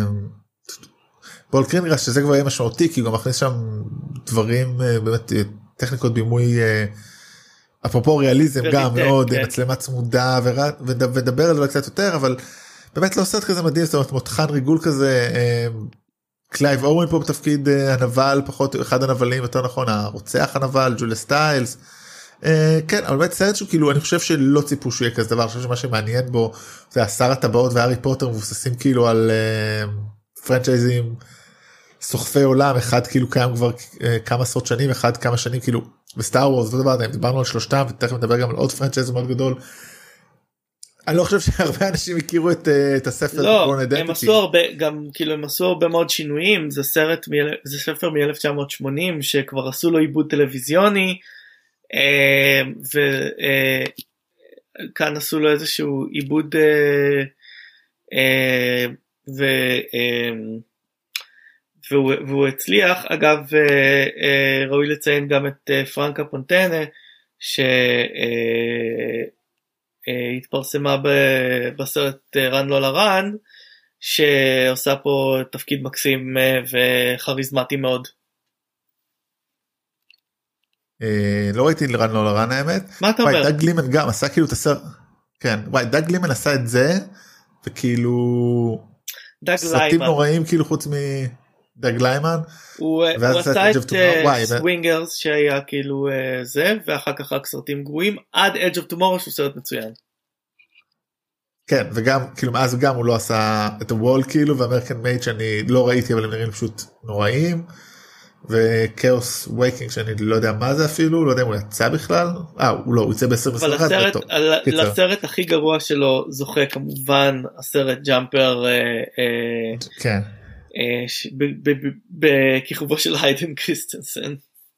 פול גרינגרס, שזה כבר יהיה משמעותי, כי הוא גם מכניס שם דברים, באמת טכניקות בימוי, אפרופו ריאליזם גם מאוד, מצלמה צמודה, ודבר על זה קצת יותר, אבל באמת לא סרט כזה מדהים, זאת אומרת מותחן ריגול כזה, קלייב אורן פה בתפקיד הנבל, פחות אחד הנבלים, יותר נכון, הרוצח הנבל, ג'וליה סטיילס, כן, אבל באמת סרט שהוא כאילו, אני חושב שלא ציפו שהוא יהיה כזה דבר, אני חושב שמה שמעניין בו, זה עשר הטבעות והארי פוטר מבוססים כאילו על פרנצ'ייזים סוחפי עולם, אחד כאילו קיים כבר כמה עשרות שנים, אחד כמה שנים כאילו, בסטאר וורס, לא דבר, דיברנו על שלושתם, ותכף נדבר גם על עוד פרנצ'ייז מאוד גדול, אני לא חושב שהרבה אנשים הכירו את, את הספר.
לא, הם עשו הרבה, גם כאילו הם עשו הרבה מאוד שינויים, זה סרט, זה ספר מ-אלף תשע מאות שמונים, שכבר עשו לו עיבוד טלוויזיוני, וכאן עשו לו איזשהו עיבוד, והוא, והוא הצליח. אגב, ראוי לציין גם את פרנקה פונטנה, שהתפרסמה בסרט רן לא לרן, שעושה פה תפקיד מקסים וחריזמטי מאוד.
לא ראיתי לרן לא לרן האמת.
מה אתה אומר?
דאג לימן גם עשה כאילו את הסרט, כן, וואי, דאג לימן עשה את זה, וכאילו סרטים נוראים כאילו חוץ מדאג ליימן.
הוא עשה את סווינגרס שהיה כאילו זה, ואחר כך רק סרטים גרועים, עד Edge of Tomorrow שהוא סרט מצוין.
כן, וגם כאילו מאז גם הוא לא עשה את הוול כאילו, ואמריקן מייד שאני לא ראיתי אבל הם נראים פשוט נוראים. וכאוס וייקינג שאני לא יודע מה זה אפילו, לא יודע אם הוא יצא בכלל, אה הוא לא, הוא יצא ב-עשרים עשרים ואחת.
אבל לסרט הכי גרוע שלו זוכה כמובן הסרט ג'אמפר,
כן,
בכיכובו של היידן קריסטנסן.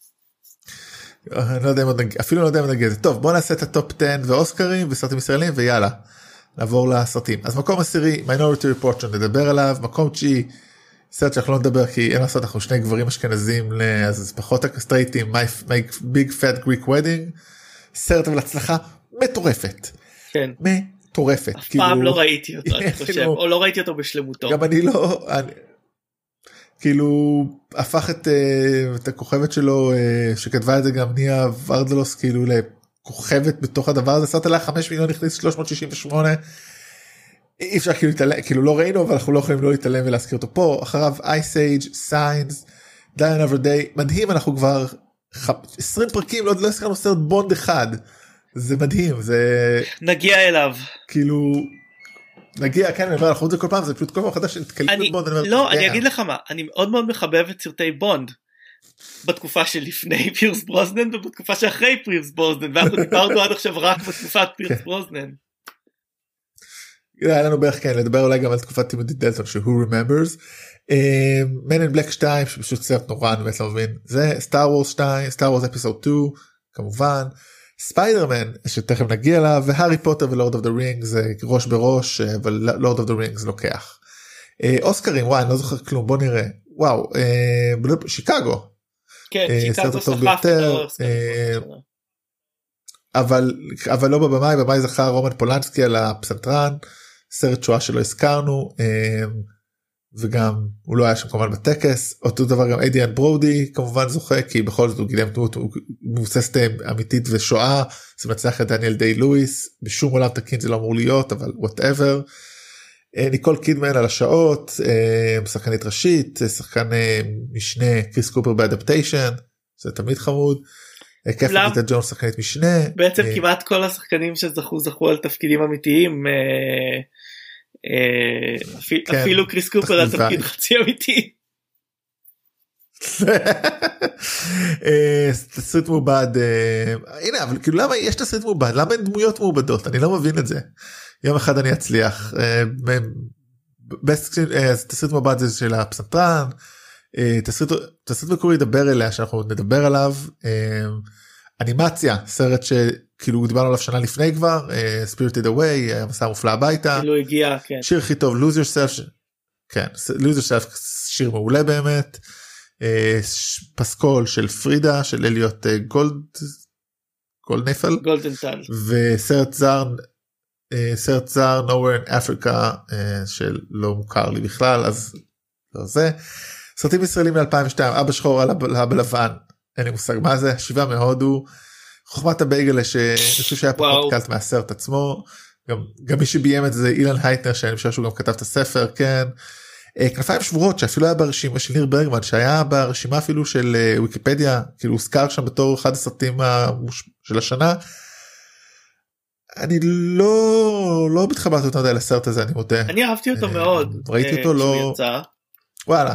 אפילו לא יודע אם נגיד, טוב בוא נעשה את הטופ עשר ואוסקרים וסרטים ישראלים ויאללה, נעבור לסרטים. אז מקום עשירי, מיינוריטי ריפורט שנדבר עליו, מקום תשיעי, סרט שאנחנו לא נדבר כי אין לעשות, אנחנו שני גברים אשכנזים, אז פחות סטרייטים, My Big Fat Greek Wedding, סרט אבל הצלחה מטורפת.
כן.
מטורפת.
אף פעם לא ראיתי אותו, אני חושב, או לא ראיתי אותו בשלמותו.
גם אני לא, כאילו, הפך את הכוכבת שלו, שכתבה את זה גם ניה ורדלוס, כאילו לכוכבת בתוך הדבר הזה, סרט עליה חמישה מיליון, הכניס שלוש מאות שישים ושמונה, אי אפשר כאילו להתעלם, כאילו לא ראינו, אבל אנחנו לא יכולים לא להתעלם ולהזכיר אותו פה. אחריו Ice Age, Signs, Die Another Day, מדהים, אנחנו כבר עשרים פרקים, לא, לא הזכרנו סרט בונד אחד, זה מדהים, זה...
נגיע אליו.
כאילו, נגיע, כן, אני אומר, אנחנו רואים את זה כל פעם, זה פשוט כל פעם חדש שנתקלים בבונד.
אני, לא, אני אגיד לך מה, אני מאוד מאוד מחבב את סרטי בונד, בתקופה שלפני פירס ברוסנן, ובתקופה שאחרי פירס ברוסנן, ואנחנו דיברנו עד עכשיו רק בתקופת פירס ברוסנן.
היה לנו בערך כן לדבר אולי גם על תקופת טימותי דלטון ש- Who Remembers, Man in Black שתיים שפשוט סרט נורא, אני באמת לא מבין, זה Star Wars שתיים, Star Wars Episode שתיים כמובן, ספיידרמן שתכף נגיע לה, והארי פוטר ולורד אוף דה רינג זה ראש בראש, אבל לורד אוף דה רינג זה לוקח. אוסקרים, וואי אני לא זוכר כלום, בוא נראה, וואו, שיקגו,
כן, שיקגו סחף
אבל אבל לא בבמאי, בבמאי זכה רומן פולנסקי על הפסנתרן, סרט שואה שלא הזכרנו, וגם הוא לא היה שם כמובן בטקס. אותו דבר גם אדיאן ברודי כמובן זוכה, כי בכל זאת הוא גידם דמות, הוא מבוססת אמיתית ושואה, זה מצליח את דניאל דיי לואיס, בשום עולם תקין זה לא אמור להיות, אבל whatever. ניקול קידמן על השעות, שחקנית ראשית, שחקן משנה קריס קופר באדפטיישן, זה תמיד חמוד. כיף לתת ג'ון שחקנית משנה.
בעצם כמעט כל השחקנים שזכו זכו על תפקידים אמיתיים, אפילו קריס קופר על תפקיד חצי אמיתי.
תסריט מעובד, הנה אבל כאילו למה יש תסריט מעובד, למה אין דמויות מעובדות, אני לא מבין את זה. יום אחד אני אצליח. תסריט מעובד זה של הפסנתרן, תסריט מקורי ידבר אליה שאנחנו נדבר עליו, אנימציה, סרט שכאילו דיברנו עליו שנה לפני כבר, Spirited Away, המסע המופלא הביתה,
כאילו הגיע, כן.
שיר הכי טוב, Lose Yourself, כן, Lose Yourself שיר מעולה באמת, פסקול של פרידה, של אליוט גולד, גולדנפל,
גולדנטל,
וסרט זר, סרט זר Nowhere in Africa, שלא מוכר לי בכלל, אז זה, סרטים ישראלים מ-אלפיים ושתיים, אבא שחור על אבא לבן, אין לי מושג מה זה, שבעה מהודו, חוכמת הבייגלה שאני חושב שהיה פחות קלט מהסרט עצמו, גם, גם מי שביים את זה אילן הייטנר שאני חושב שהוא גם כתב את הספר, כן, כנפיים שבורות שאפילו היה ברשימה של ניר ברגמן, שהיה ברשימה אפילו של ויקיפדיה, כאילו הוזכר שם בתור אחד הסרטים של השנה, אני לא, לא מתחברתי אותה לסרט הזה, אני מודה.
אני אהבתי אותו מאוד,
ראיתי אותו לא, וואלה.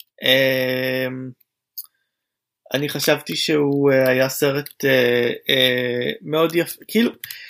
אני חשבתי שהוא היה סרט מאוד יפה, כאילו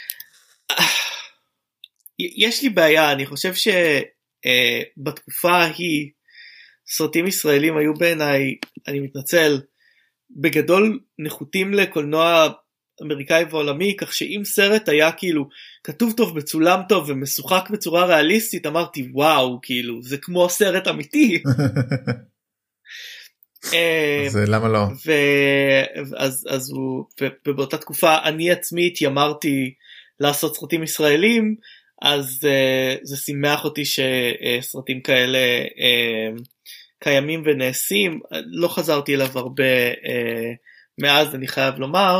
יש לי בעיה, אני חושב שבתקופה ההיא סרטים ישראלים היו בעיניי, אני מתנצל, בגדול נחותים לקולנוע אמריקאי ועולמי, כך שאם סרט היה כאילו כתוב טוב, מצולם טוב ומשוחק בצורה ריאליסטית, אמרתי וואו, כאילו זה כמו סרט אמיתי.
אז למה לא?
אז, אז הוא, ובאותה תקופה אני עצמי התיימרתי לעשות סרטים ישראלים, אז זה שימח אותי שסרטים כאלה קיימים ונעשים. לא חזרתי אליו הרבה מאז, אני חייב לומר,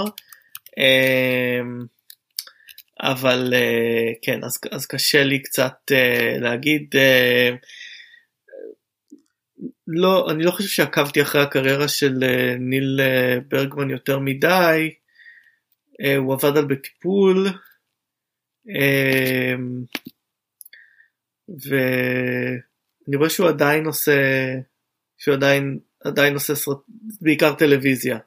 אבל כן, אז, אז קשה לי קצת להגיד, לא, אני לא חושב שעקבתי אחרי הקריירה של ניל ברגמן יותר מדי. הוא עבד על בטיפול, ואני רואה שהוא עדיין עושה, שהוא עדיין, עדיין עושה סרט, בעיקר טלוויזיה.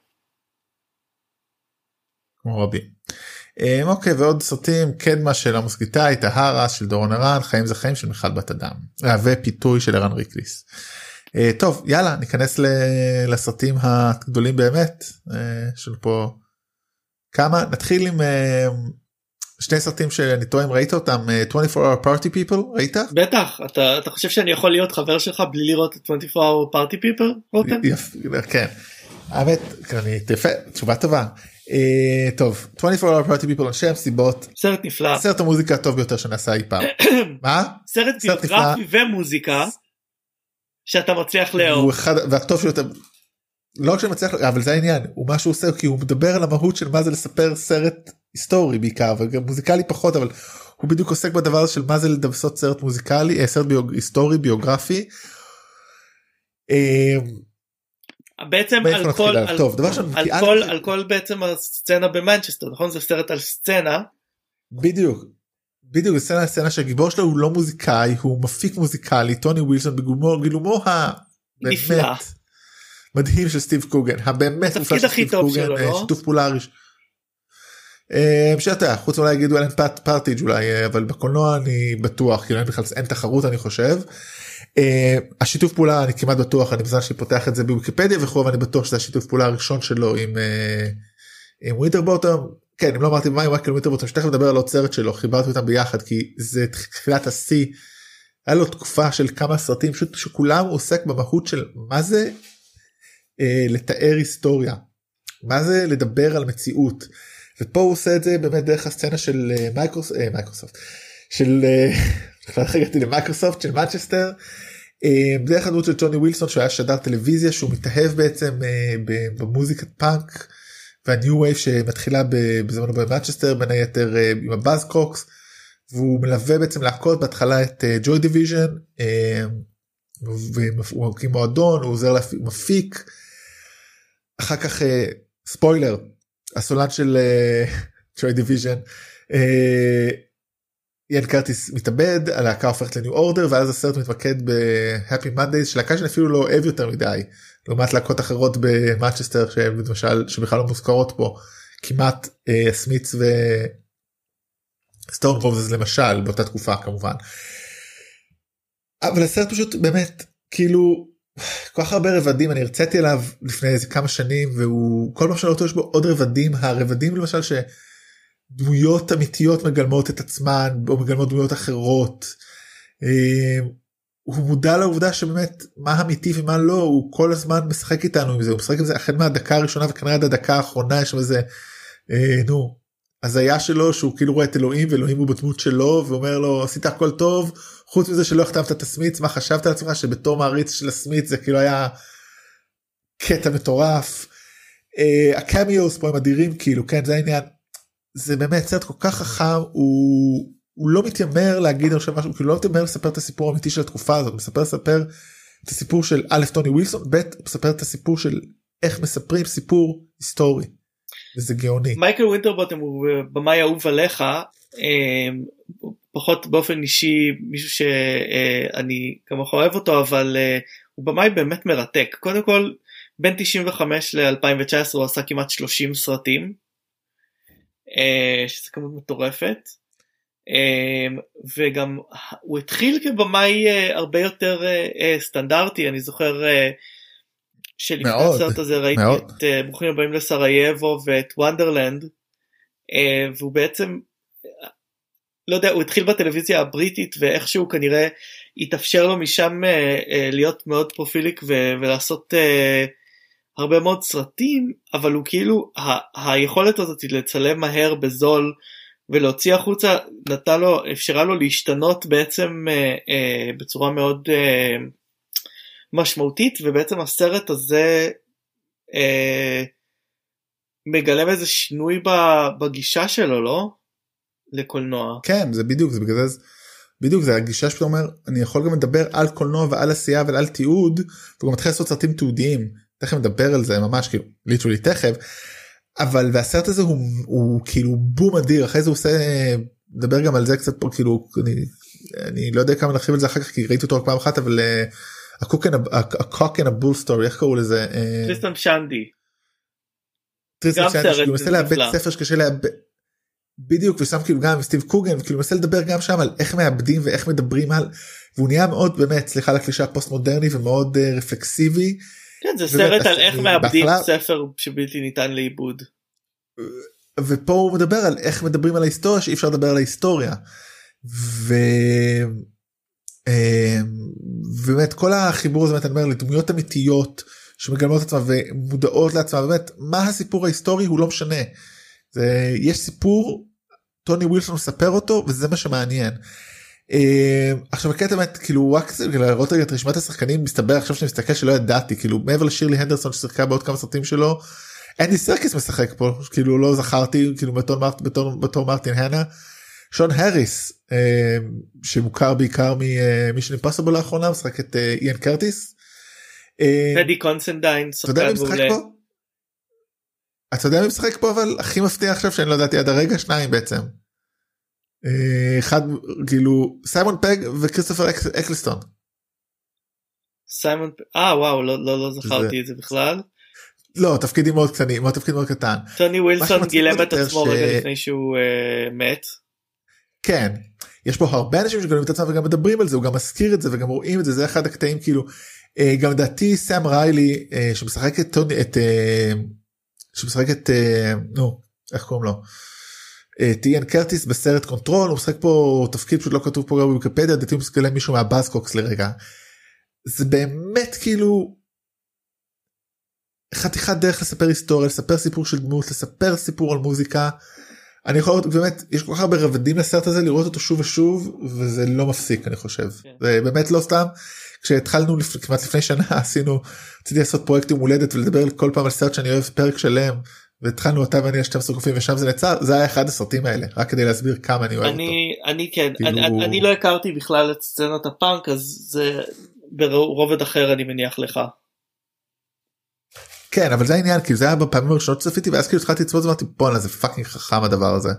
כמו רבים. אוקיי, ועוד סרטים, קדמה של עמוס גיטאי, טהרה של דורון הרן, חיים זה חיים של מיכל בת אדם, ופיתוי של ערן ריקליס. טוב, יאללה, ניכנס לסרטים הגדולים באמת, יש לנו פה כמה, נתחיל עם שני סרטים שאני טועה אם ראית אותם, עשרים וארבע hour party people, ראית?
בטח, אתה, אתה חושב שאני יכול להיות חבר שלך בלי לראות את עשרים וארבע hour party people, רותם?
כן, האמת, אני תפה, תשובה טובה. Uh, טוב, עשרים וארבע hour party people, אנשי המסיבות,
סרט נפלא,
סרט המוזיקה הטוב ביותר שנעשה אי פעם. מה?
סרט ביוגרפי ומוזיקה שאתה מצליח לאהוב.
הוא אחד, והטוב שיותר, לא רק שמצליח, אבל זה העניין, הוא מה שהוא עושה, כי הוא מדבר על המהות של מה זה לספר סרט היסטורי בעיקר, וגם מוזיקלי פחות, אבל הוא בדיוק עוסק בדבר של מה זה לדבסות סרט מוזיקלי, סרט ביוג, היסטורי, ביוגרפי.
בעצם על כל, על, טוב, על, על, כל, על כל בעצם הסצנה במנצ'סטר, נכון? זה סרט על סצנה.
בדיוק, בדיוק, זה סצנה, הסצנה שהגיבור שלו הוא לא מוזיקאי, הוא מפיק מוזיקלי, טוני ווילסון בגילומו, גילומו הבאמת מדהים של סטיב קוגן, הבאמת
התפקיד הכי טוב שלו, לא?
שיתוף פולה ראשון. שאתה, חוץ אולי יגידו אלן פרטיג' אולי, אבל בקולנוע אני בטוח, כאילו אין תחרות אני חושב. השיתוף פעולה אני כמעט בטוח, אני בזמן שאני פותח את זה בוויקיפדיה וכו', ואני בטוח שזה השיתוף פעולה הראשון שלו עם עם ווינטרבוטום. כן, אם לא אמרתי מה עם רק ווינטרבוטום, שתכף מדבר על עוד סרט שלו, חיברתי אותם ביחד כי זה תחילת השיא. היה לו תקופה של כמה סרטים פשוט שכולם עוסק במהות של מה זה לתאר היסטוריה, מה זה לדבר על מציאות, ופה הוא עושה את זה באמת דרך הסצנה של מייקרוסופט, של הגעתי למייקרוסופט של מנצ'סטר, דרך הדמות של טוני ווילסון שהוא היה שדר טלוויזיה, שהוא מתאהב בעצם במוזיקת פאנק והניו וייב שמתחילה בזמנו במנצ'סטר, בין היתר עם הבאז קוקס, והוא מלווה בעצם להקות בהתחלה את ג'וי דיוויז'ן, והוא מקים מועדון, הוא עוזר להפיק, אחר כך ספוילר, הסולן של ג'וי דיוויז'ן, איאן קרטיס מתאבד, הלהקה הופכת לניו אורדר, ואז הסרט מתמקד בהפי מנדייז, שלהקה שאני אפילו לא אוהב יותר מדי, לעומת להקות אחרות במנצ'סטר, שבמשל, שבכלל לא מוזכרות פה, כמעט סמיץ וסטון רוזס למשל, באותה תקופה כמובן. אבל הסרט פשוט באמת, כאילו, כל כך הרבה רבדים, אני הרציתי עליו לפני איזה כמה שנים, והוא, כל מה שאני רוצה יש בו עוד רבדים, הרבדים למשל ש... דמויות אמיתיות מגלמות את עצמן, או מגלמות דמויות אחרות. הוא מודע לעובדה שבאמת מה אמיתי ומה לא, הוא כל הזמן משחק איתנו עם זה, הוא משחק עם זה החל מהדקה הראשונה וכנראה עד הדקה האחרונה, יש איזה, נו, הזיה שלו שהוא כאילו רואה את אלוהים, ואלוהים הוא בדמות שלו, ואומר לו עשית הכל טוב, חוץ מזה שלא החתמת את הסמיץ, מה חשבת על עצמך שבתור מעריץ של הסמיץ זה כאילו היה קטע מטורף. הקמיוס פה הם אדירים כאילו, כן זה העניין. זה באמת סרט כל כך חכם, הוא, הוא לא מתיימר להגיד עכשיו משהו, כאילו לא מתיימר לספר את הסיפור האמיתי של התקופה הזאת, מספר לספר את הסיפור של א' טוני ווילסון, ב' מספר את הסיפור של איך מספרים סיפור היסטורי, וזה גאוני.
מייקל ווינטרבוטום הוא במאי אהוב עליך, פחות באופן אישי מישהו שאני כמוך אוהב אותו, אבל הוא במאי באמת מרתק. קודם כל בין תשעים וחמש ל-אלפיים תשע עשרה הוא עשה כמעט שלושים סרטים, שזה כמות מטורפת, וגם הוא התחיל כבמאי הרבה יותר סטנדרטי. אני זוכר שלפני הסרט הזה ראיתי את ברוכים הבאים לסרייבו ואת וונדרלנד, והוא בעצם לא יודע, הוא התחיל בטלוויזיה הבריטית, ואיכשהו כנראה התאפשר לו משם להיות מאוד פרופיליק, ולעשות הרבה מאוד סרטים, אבל הוא כאילו, היכולת הזאת לצלם מהר בזול, ולהוציא החוצה, נתנה לו, אפשרה לו להשתנות בעצם בצורה מאוד משמעותית, ובעצם הסרט הזה מגלם איזה שינוי בגישה שלו, לא? לקולנוע.
כן, זה בדיוק, זה בגלל זה, בדיוק זה הגישה שאתה אומר, אני יכול גם לדבר על קולנוע ועל עשייה ועל תיעוד, וגם מתחיל לעשות סרטים תיעודיים, תכף מדבר על זה ממש, כאילו, ליטרלי תכף, אבל והסרט הזה הוא, הוא כאילו בום אדיר, אחרי זה הוא עושה, מדבר גם על זה קצת פה, כאילו, אני, אני לא יודע כמה נרחיב על זה אחר כך, כי ראיתי אותו רק פעם אחת, אבל ה-Cock and a Bull Story, איך קראו לזה?
טריסטן שנדי.
טריסטן שנדי, שהוא מנסה לאבד ספר שקשה לאבד, בדיוק, ושם כאילו גם סטיב קוגן, וכאילו מנסה לדבר גם שם על איך מאבדים ואיך מדברים על, והוא נהיה מאוד באמת, סליחה לקלישה פוסט מודרני ומאוד uh, רפלקסיבי.
כן, זה סרט על איך מאבדים ספר שבלתי ניתן לאיבוד.
ופה הוא מדבר על איך מדברים על ההיסטוריה, שאי אפשר לדבר על ההיסטוריה. ו... ובאמת כל החיבור הזה, באמת אני אומר, לדמויות אמיתיות, שמגלמות עצמה ומודעות לעצמה, באמת, מה הסיפור ההיסטורי הוא לא משנה. זה, יש סיפור, טוני ווילסון מספר אותו, וזה מה שמעניין. עכשיו הקטע באמת, כאילו, רק לראות רגע את רשימת השחקנים, מסתבר עכשיו שאני מסתכל שלא ידעתי, כאילו, מעבר לשירלי הנדרסון ששיחקה בעוד כמה סרטים שלו, אנדי סרקיס משחק פה, כאילו לא זכרתי, כאילו בתור, בתור, בתור מרטין הנה, שון הריס, שמוכר בעיקר ממישן אימפוסיבל לאחרונה, משחק את איאן קרטיס.
טדי קונסנדיין, שחקן מעולה.
אתה יודע מי משחק פה, אבל הכי מפתיע עכשיו שאני לא ידעתי עד הרגע, שניים בעצם. אחד, כאילו, סיימון פג וכריסטופר אקלסטון.
סיימון פג, אה וואו, לא, לא, לא זכרתי את זה בכלל.
לא, תפקידים מאוד קטנים, מאוד תפקיד מאוד קטן.
טוני ווילסון גילם את עצמו רגע לפני שהוא מת. כן.
יש פה הרבה אנשים שגילמים את עצמם וגם מדברים על זה, הוא גם מזכיר את זה וגם רואים את זה, זה אחד הקטעים כאילו, גם דעתי סם ריילי, שמשחק את טוני, את... שמשחק את, נו, איך קוראים לו? איאן קרטיס בסרט קונטרול, הוא משחק פה תפקיד פשוט לא כתוב פה גם בוויקיפדיה, דעתי הוא מסתכל מישהו מהבאזקוקס לרגע. זה באמת כאילו חתיכת דרך לספר היסטוריה, לספר סיפור של דמות, לספר סיפור על מוזיקה. אני יכול לראות, באמת, יש כל כך הרבה רבדים לסרט הזה, לראות אותו שוב ושוב, וזה לא מפסיק, אני חושב. זה באמת לא סתם. כשהתחלנו כמעט לפני שנה, עשינו, רציתי לעשות פרויקט עם הולדת, ולדבר כל פעם על סרט שאני אוהב פרק שלם, והתחלנו אותה ואני שתים עשרה גופים, ושם זה נצא, זה היה אחד הסרטים האלה, רק כדי להסביר כמה אני אוהב אותו.
אני כן, אני לא הכרתי בכלל את סצנת הפאנק, אז זה ברובד אחר אני מניח לך.
כן, אבל זה העניין, כי זה היה בפעמים הראשונות שצפיתי, ואז כאילו התחלתי לצפות, ואמרתי, בואנה, זה פאקינג חכם הדבר הזה.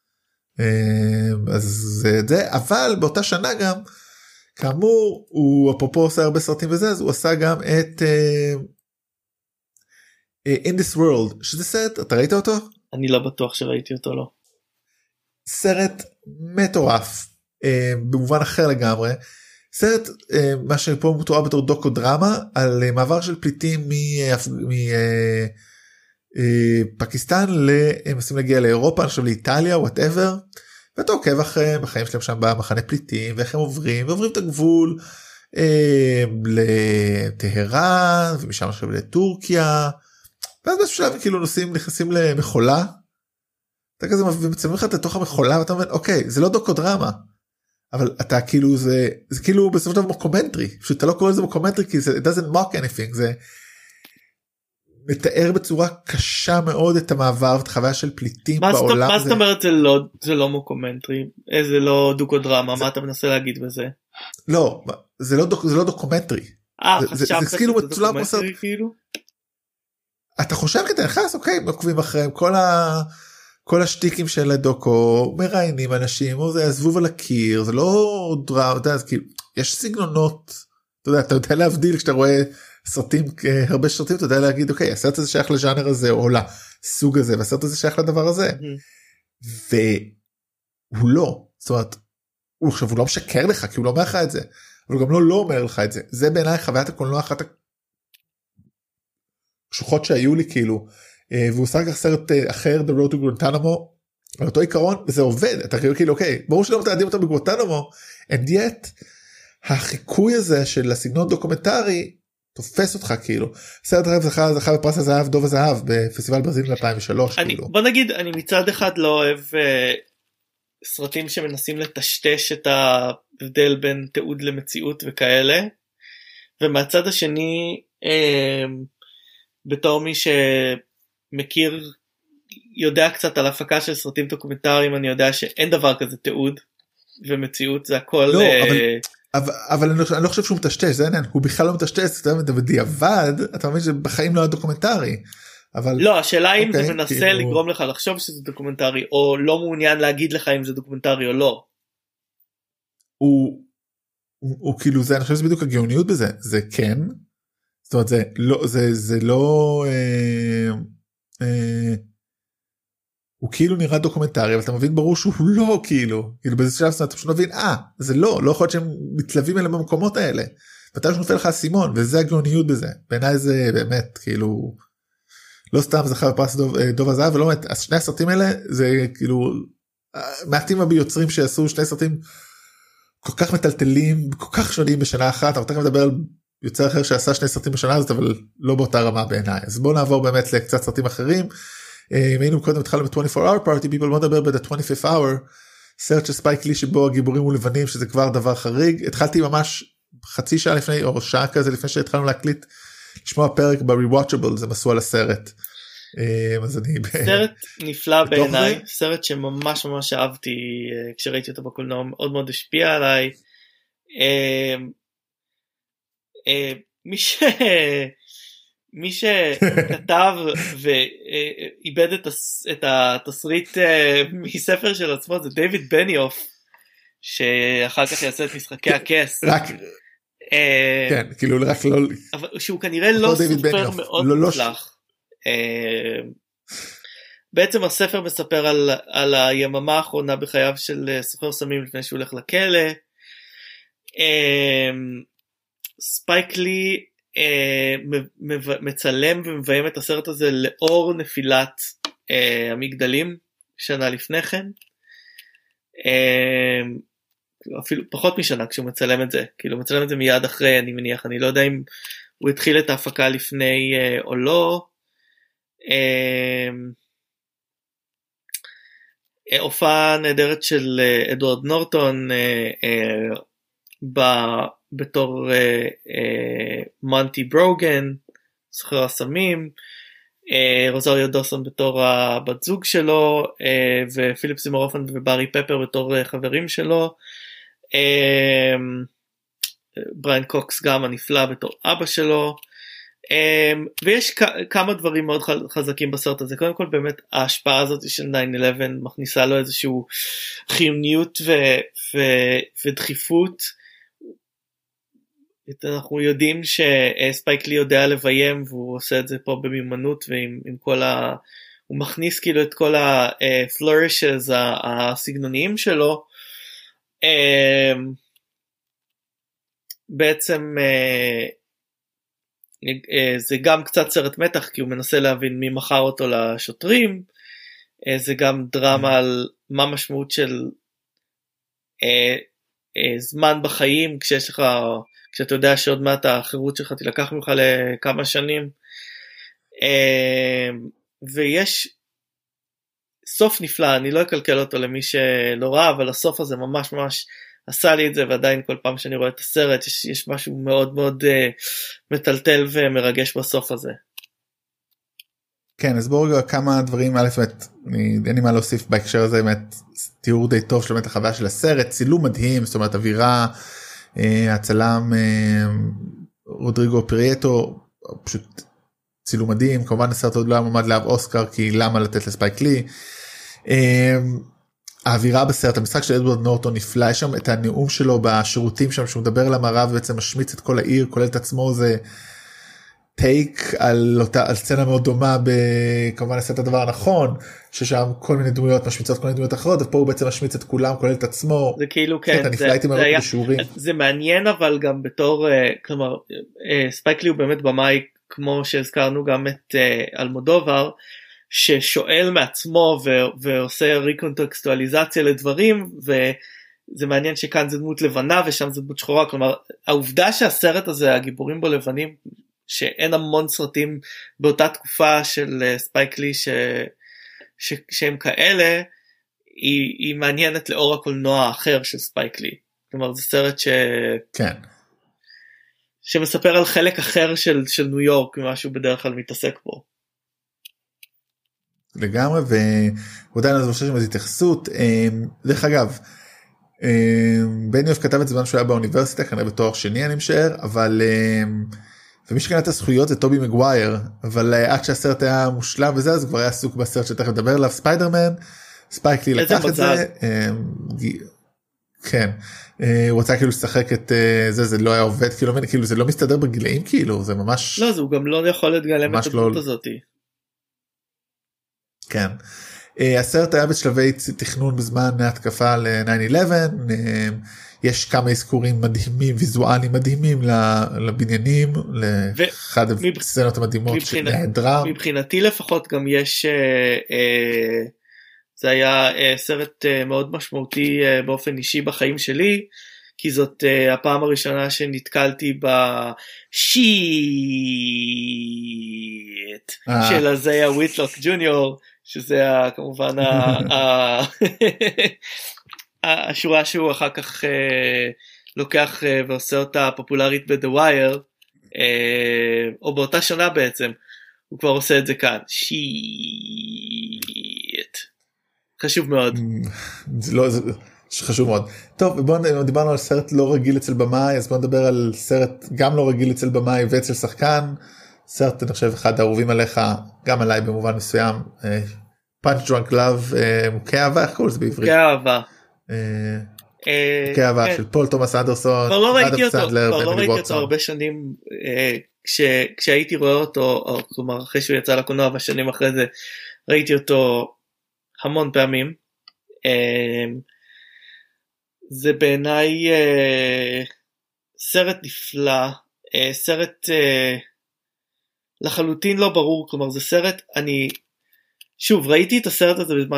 אז זה, אבל באותה שנה גם, כאמור, הוא אפרופו עושה הרבה סרטים וזה, אז הוא עשה גם את uh, uh, In This World, שזה סרט, אתה ראית אותו?
אני לא בטוח שראיתי אותו, לא.
סרט מטורף, uh, במובן אחר לגמרי, סרט, uh, מה שפה מתואר בתור דוקו דרמה, על uh, מעבר של פליטים מפקיסטן, uh, uh, הם מנסים להגיע לאירופה, עכשיו לאיטליה, whatever, ואתה עוקב אחריהם, בחיים שלהם שם במחנה פליטים, ואיך הם עוברים, ועוברים את הגבול אה, לטהרן, ומשם עכשיו לטורקיה, ואז באיזשהו שלב כאילו נוסעים, נכנסים למחולה, אתה כזה מצלמים לך לתוך המחולה, ואתה אומר, אוקיי, זה לא דוקודרמה, אבל אתה כאילו, זה, זה כאילו בסופו של דבר מוקומנטרי, פשוט אתה לא קורא לזה מוקומנטרי, כי זה it doesn't mock anything, זה מתאר בצורה קשה מאוד את המעבר ואת החוויה של פליטים בעולם.
מה זאת אומרת זה לא, זה לא מוקומנטרי? זה לא דוקודרמה, מה אתה מנסה להגיד בזה?
לא, זה לא, זה לא דוקומנטרי.
אה, חשבת שזה דוקומנטרי כאילו?
אתה חושב כי אתה נכנס, אוקיי, עוקבים אחריהם, כל ה... כל השטיקים של הדוקו, מראיינים אנשים, או זה הזבוב על הקיר, זה לא דרמה, אתה יודע, כאילו, יש סגנונות, אתה יודע, אתה יודע להבדיל כשאתה רואה סרטים, הרבה סרטים, אתה יודע להגיד, אוקיי, הסרט הזה שייך לז'אנר הזה, או לסוג הזה, והסרט הזה שייך לדבר הזה. והוא לא, זאת אומרת, הוא עכשיו, הוא לא משקר לך, כי הוא לא אומר לך את זה, אבל הוא גם לא לא אומר לך את זה. זה בעיניי חוויית הקולנוע אחת הקשוחות שהיו לי, כאילו, והוא עושה כך סרט אחר, The Road to Guantanamo, על אותו עיקרון זה עובד, אתה כאילו אוקיי, ברור שלא מתעדים אותם בגואנטנמו, and yet החיקוי הזה של הסגנון דוקומנטרי תופס אותך כאילו. סרט רעב זכה, זכה בפרס הזהב דוב הזהב בפסטיבל ברזיל אלפיים ושלוש.
אני,
כאילו.
בוא נגיד, אני מצד אחד לא אוהב uh, סרטים שמנסים לטשטש את ההבדל בין תיעוד למציאות וכאלה, ומהצד השני uh, בתור מי שמכיר, יודע קצת על הפקה של סרטים דוקומנטריים, אני יודע שאין דבר כזה תיעוד ומציאות, זה הכל...
לא,
uh,
אבל... אבל, אבל אני, לא, אני לא חושב שהוא מטשטש, זה העניין, הוא בכלל לא מטשטש, אתה בדיעבד, אתה מבין שבחיים לא היה דוקומנטרי. אבל... לא,
השאלה אם אוקיי, זה מנסה כאילו... לגרום לך לחשוב שזה דוקומנטרי, או לא מעוניין להגיד לך אם זה דוקומנטרי או לא.
הוא, הוא, הוא כאילו, זה, אני חושב שזה בדיוק הגאוניות בזה, זה כן, זאת אומרת, זה לא, זה, זה לא, אה, אה, הוא כאילו נראה דוקומנטרי, אבל אתה מבין ברור שהוא לא כאילו, כאילו באיזה שלב אתה פשוט מבין, אה, זה לא, לא יכול להיות שהם מתלווים אליהם במקומות האלה, ואתה שנופל לך הסימון, וזה הגאוניות בזה, בעיניי זה באמת, כאילו, לא סתם זכה בפרס דוב, דוב הזהב, ולא באמת, שני הסרטים האלה, זה כאילו, מעטים הביוצרים שעשו שני סרטים, כל כך מטלטלים, כל כך שונים בשנה אחת, אבל אתה גם מדבר על יוצר אחר שעשה שני סרטים בשנה הזאת, אבל לא באותה רמה בעיניי, אז בואו נעבור באמת לקצת סרטים אחרים, אם היינו קודם התחלנו ב-עשרים וארבע hour party, people בוא נדבר ב-עשרים וחמישה hour, סרט של ספייק לי שבו הגיבורים הוא לבנים, שזה כבר דבר חריג, התחלתי ממש חצי שעה לפני, או שעה כזה לפני שהתחלנו להקליט, לשמוע פרק ב-Rewatchable, זה מסוע לסרט. אז אני...
סרט נפלא בעיניי, סרט שממש ממש אהבתי, כשראיתי אותו בקולנוע, מאוד מאוד השפיע עליי. מי ש... מי שכתב ואיבד את התסריט מספר של עצמו זה דיוויד בניוף, שאחר כך יעשה את משחקי הכס.
רק, כן, כאילו רק לא...
שהוא כנראה לא סופר מאוד מוצלח. בעצם הספר מספר על, על היממה האחרונה בחייו של סוחר סמים לפני שהוא הולך לכלא. ספייק לי מצלם ומביים את הסרט הזה לאור נפילת המגדלים שנה לפני כן, אפילו פחות משנה כשהוא מצלם את זה, כאילו מצלם את זה מיד אחרי, אני מניח, אני לא יודע אם הוא התחיל את ההפקה לפני או לא. הופעה נהדרת של אדוארד נורטון בתור מונטי ברוגן, סוחר הסמים, רוזריו דוסון בתור הבת זוג שלו, ופיליפ סימור הופמן וברי פפר בתור חברים שלו, בריין קוקס גם הנפלא בתור אבא שלו, ויש כמה דברים מאוד חזקים בסרט הזה. קודם כל באמת ההשפעה הזאת של תשע אחת עשרה מכניסה לו איזשהו חיוניות ודחיפות. אנחנו יודעים שספייק לי יודע לביים, והוא עושה את זה פה במיומנות, ועם עם כל ה... הוא מכניס כאילו את כל ה-flourishes הסגנוניים שלו. בעצם זה גם קצת סרט מתח, כי הוא מנסה להבין מי מכר אותו לשוטרים. זה גם דרמה על מה משמעות של זמן בחיים, כשיש לך... כשאתה יודע שעוד מעט החירות שלך תילקח ממך לכמה שנים, ויש סוף נפלא, אני לא אקלקל אותו למי שלא ראה, אבל הסוף הזה ממש ממש עשה לי את זה, ועדיין כל פעם שאני רואה את הסרט, יש, יש משהו מאוד מאוד מטלטל ומרגש בסוף הזה.
כן, אז בואו רגע כמה דברים, א' באמת, אני, אין לי מה להוסיף בהקשר הזה, באמת, תיאור די טוב של באמת החוויה של הסרט, צילום מדהים, זאת אומרת, אווירה, הצלם רודריגו פרייטו, פשוט צילום מדהים, כמובן הסרט עוד לא היה מועמד לאב אוסקר, כי למה לתת לספייק לי. האווירה בסרט, המשחק של אדוארד נורטון נפלא, יש שם את הנאום שלו בשירותים שם, שהוא מדבר על המערב ובעצם משמיץ את כל העיר, כולל את עצמו, זה טייק על אותה, על סצנה מאוד דומה, כמובן עשה את הדבר הנכון, ששם כל מיני דמויות משמיצות כל מיני דמויות אחרות, ופה הוא בעצם משמיץ את כולם, כולל את עצמו.
זה כאילו כן, זה, זה, היה, זה מעניין, אבל גם בתור, כלומר, ספייק לי הוא באמת במאי, כמו שהזכרנו גם את אלמודובר, ששואל מעצמו ו- ועושה ריקונטקסטואליזציה לדברים, וזה מעניין שכאן זה דמות לבנה ושם זה דמות שחורה, כלומר העובדה שהסרט הזה הגיבורים בו לבנים, שאין המון סרטים באותה תקופה של ספייק לי ש... ש... שהם כאלה, היא, היא מעניינת לאור הקולנוע האחר של ספייק לי, כלומר זה סרט ש... כן. שמספר על חלק אחר של, של ניו יורק ממה שהוא בדרך כלל מתעסק בו.
לגמרי, ועדיין אני חושב שמזו התייחסות. דרך אגב, בני אוף כתב את זמן שהוא היה באוניברסיטה, כנראה בתואר שני אני משער, אבל ומי שקנה את הזכויות זה טובי מגווייר, אבל עד שהסרט היה מושלם וזה, אז כבר היה עסוק בסרט שתכף לדבר עליו, ספיידרמן, ספייק לי לקח את זה, כן, הוא רצה כאילו לשחק את זה, זה לא היה עובד, כאילו זה לא מסתדר בגילאים, כאילו זה ממש...
לא, זה הוא גם לא יכול להתגלם את הדמות הזאת.
כן, הסרט היה בשלבי תכנון בזמן ההתקפה ל-תשע אחת עשרה, יש כמה אזכורים מדהימים, ויזואליים מדהימים לבניינים, לאחד הסצנות המדהימות של ההדרה.
מבחינתי לפחות גם יש, זה היה סרט מאוד משמעותי באופן אישי בחיים שלי, כי זאת הפעם הראשונה שנתקלתי בשיט של הזיה וויטלוק ג'וניור, שזה כמובן השורה שהוא אחר כך לוקח ועושה אותה פופולרית ב-The Wire, או באותה שנה בעצם, הוא כבר עושה את זה כאן. שיט. חשוב מאוד.
זה לא... חשוב מאוד. טוב, בואו דיברנו על סרט לא רגיל אצל במאי, אז בואו נדבר על סרט גם לא רגיל אצל במאי ואצל שחקן. סרט, אני חושב, אחד האהובים עליך, גם עליי במובן מסוים, Punch Drunk Love, מוכי אהבה, איך קוראים לזה בעברית?
מוכי אהבה.
מוכי אהבה של פול תומאס אנדרסון,
כבר לא ראיתי אותו, כבר לא ראיתי אותו הרבה שנים, כשהייתי רואה אותו, כלומר אחרי שהוא יצא לקולנוע, והשנים אחרי זה ראיתי אותו המון פעמים. זה בעיניי סרט נפלא, סרט לחלוטין לא ברור, כלומר זה סרט, אני שוב ראיתי את הסרט הזה בזמן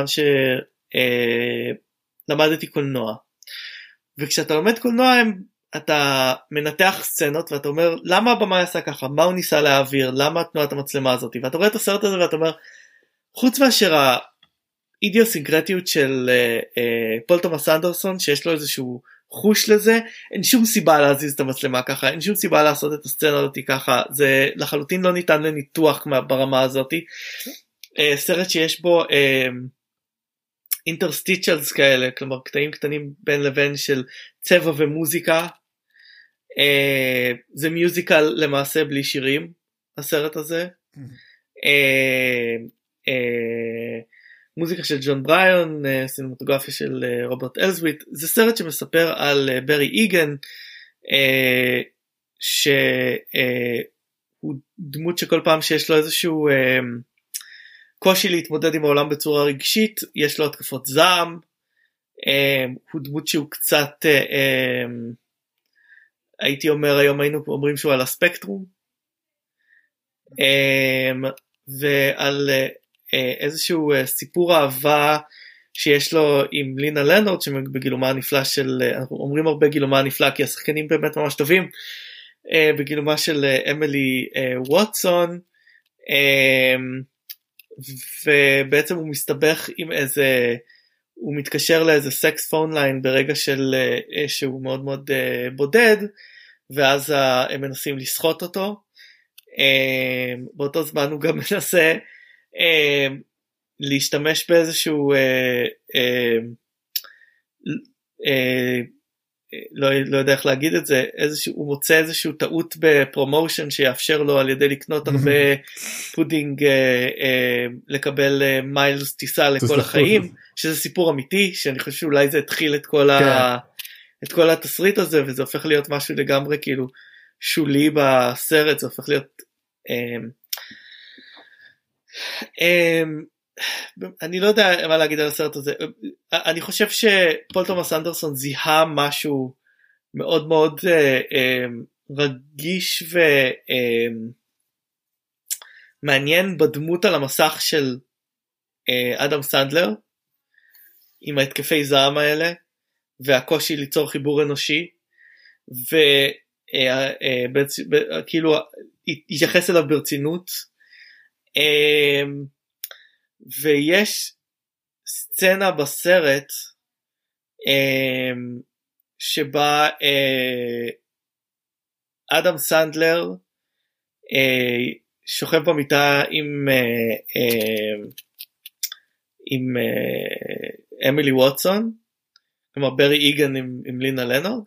שלמדתי קולנוע, וכשאתה לומד קולנוע אתה מנתח סצנות ואתה אומר למה הבמה עשה ככה, מה הוא ניסה להעביר, למה תנועת המצלמה הזאת, ואתה רואה את הסרט הזה ואתה אומר חוץ מאשר האידיוסינקרטיות של פול תומאס אנדרסון שיש לו איזשהו חוש לזה, אין שום סיבה להזיז את המצלמה ככה, אין שום סיבה לעשות את הסצנה הזאת ככה, זה לחלוטין לא ניתן לניתוח ברמה הזאת. סרט שיש בו אינטרסטיצ'לס כאלה, כלומר קטעים קטנים בין לבין של צבע ומוזיקה, זה מיוזיקל למעשה בלי שירים, הסרט הזה. מוזיקה של ג'ון בריון, סינמטוגרפיה של רוברט אלזוויט, זה סרט שמספר על ברי איגן, שהוא דמות שכל פעם שיש לו איזשהו קושי להתמודד עם העולם בצורה רגשית, יש לו התקפות זעם, הוא דמות שהוא קצת, הייתי אומר היום היינו אומרים שהוא על הספקטרום, ועל איזשהו סיפור אהבה שיש לו עם לינה לנורד, שבגילומה הנפלא של, אנחנו אומרים הרבה גילומה הנפלא כי השחקנים באמת ממש טובים, בגילומה של אמילי ווטסון, ובעצם הוא מסתבך עם איזה, הוא מתקשר לאיזה סקס פון ליין ברגע של, שהוא מאוד מאוד בודד, ואז הם מנסים לסחוט אותו, באותו זמן הוא גם מנסה להשתמש באיזשהו לא, לא יודע איך להגיד את זה, איזשהו, הוא מוצא איזשהו טעות בפרומושן שיאפשר לו על ידי לקנות הרבה פודינג לקבל מיילס טיסה לכל החיים, שזה סיפור אמיתי, שאני חושב שאולי זה התחיל את כל, ה, את כל התסריט הזה, וזה הופך להיות משהו לגמרי כאילו שולי בסרט, זה הופך להיות אני לא יודע מה להגיד על הסרט הזה, אני חושב שפול תומאס אנדרסון זיהה משהו מאוד מאוד רגיש ומעניין בדמות על המסך של אדם סנדלר, עם ההתקפי זעם האלה, והקושי ליצור חיבור אנושי, וכאילו יתייחס אליו ברצינות, ויש סצנה בסרט, שבה אדם סנדלר שוכב במיטה עם עם אמילי ווטסון, כלומר ברי איגן עם, עם לינה לנארד,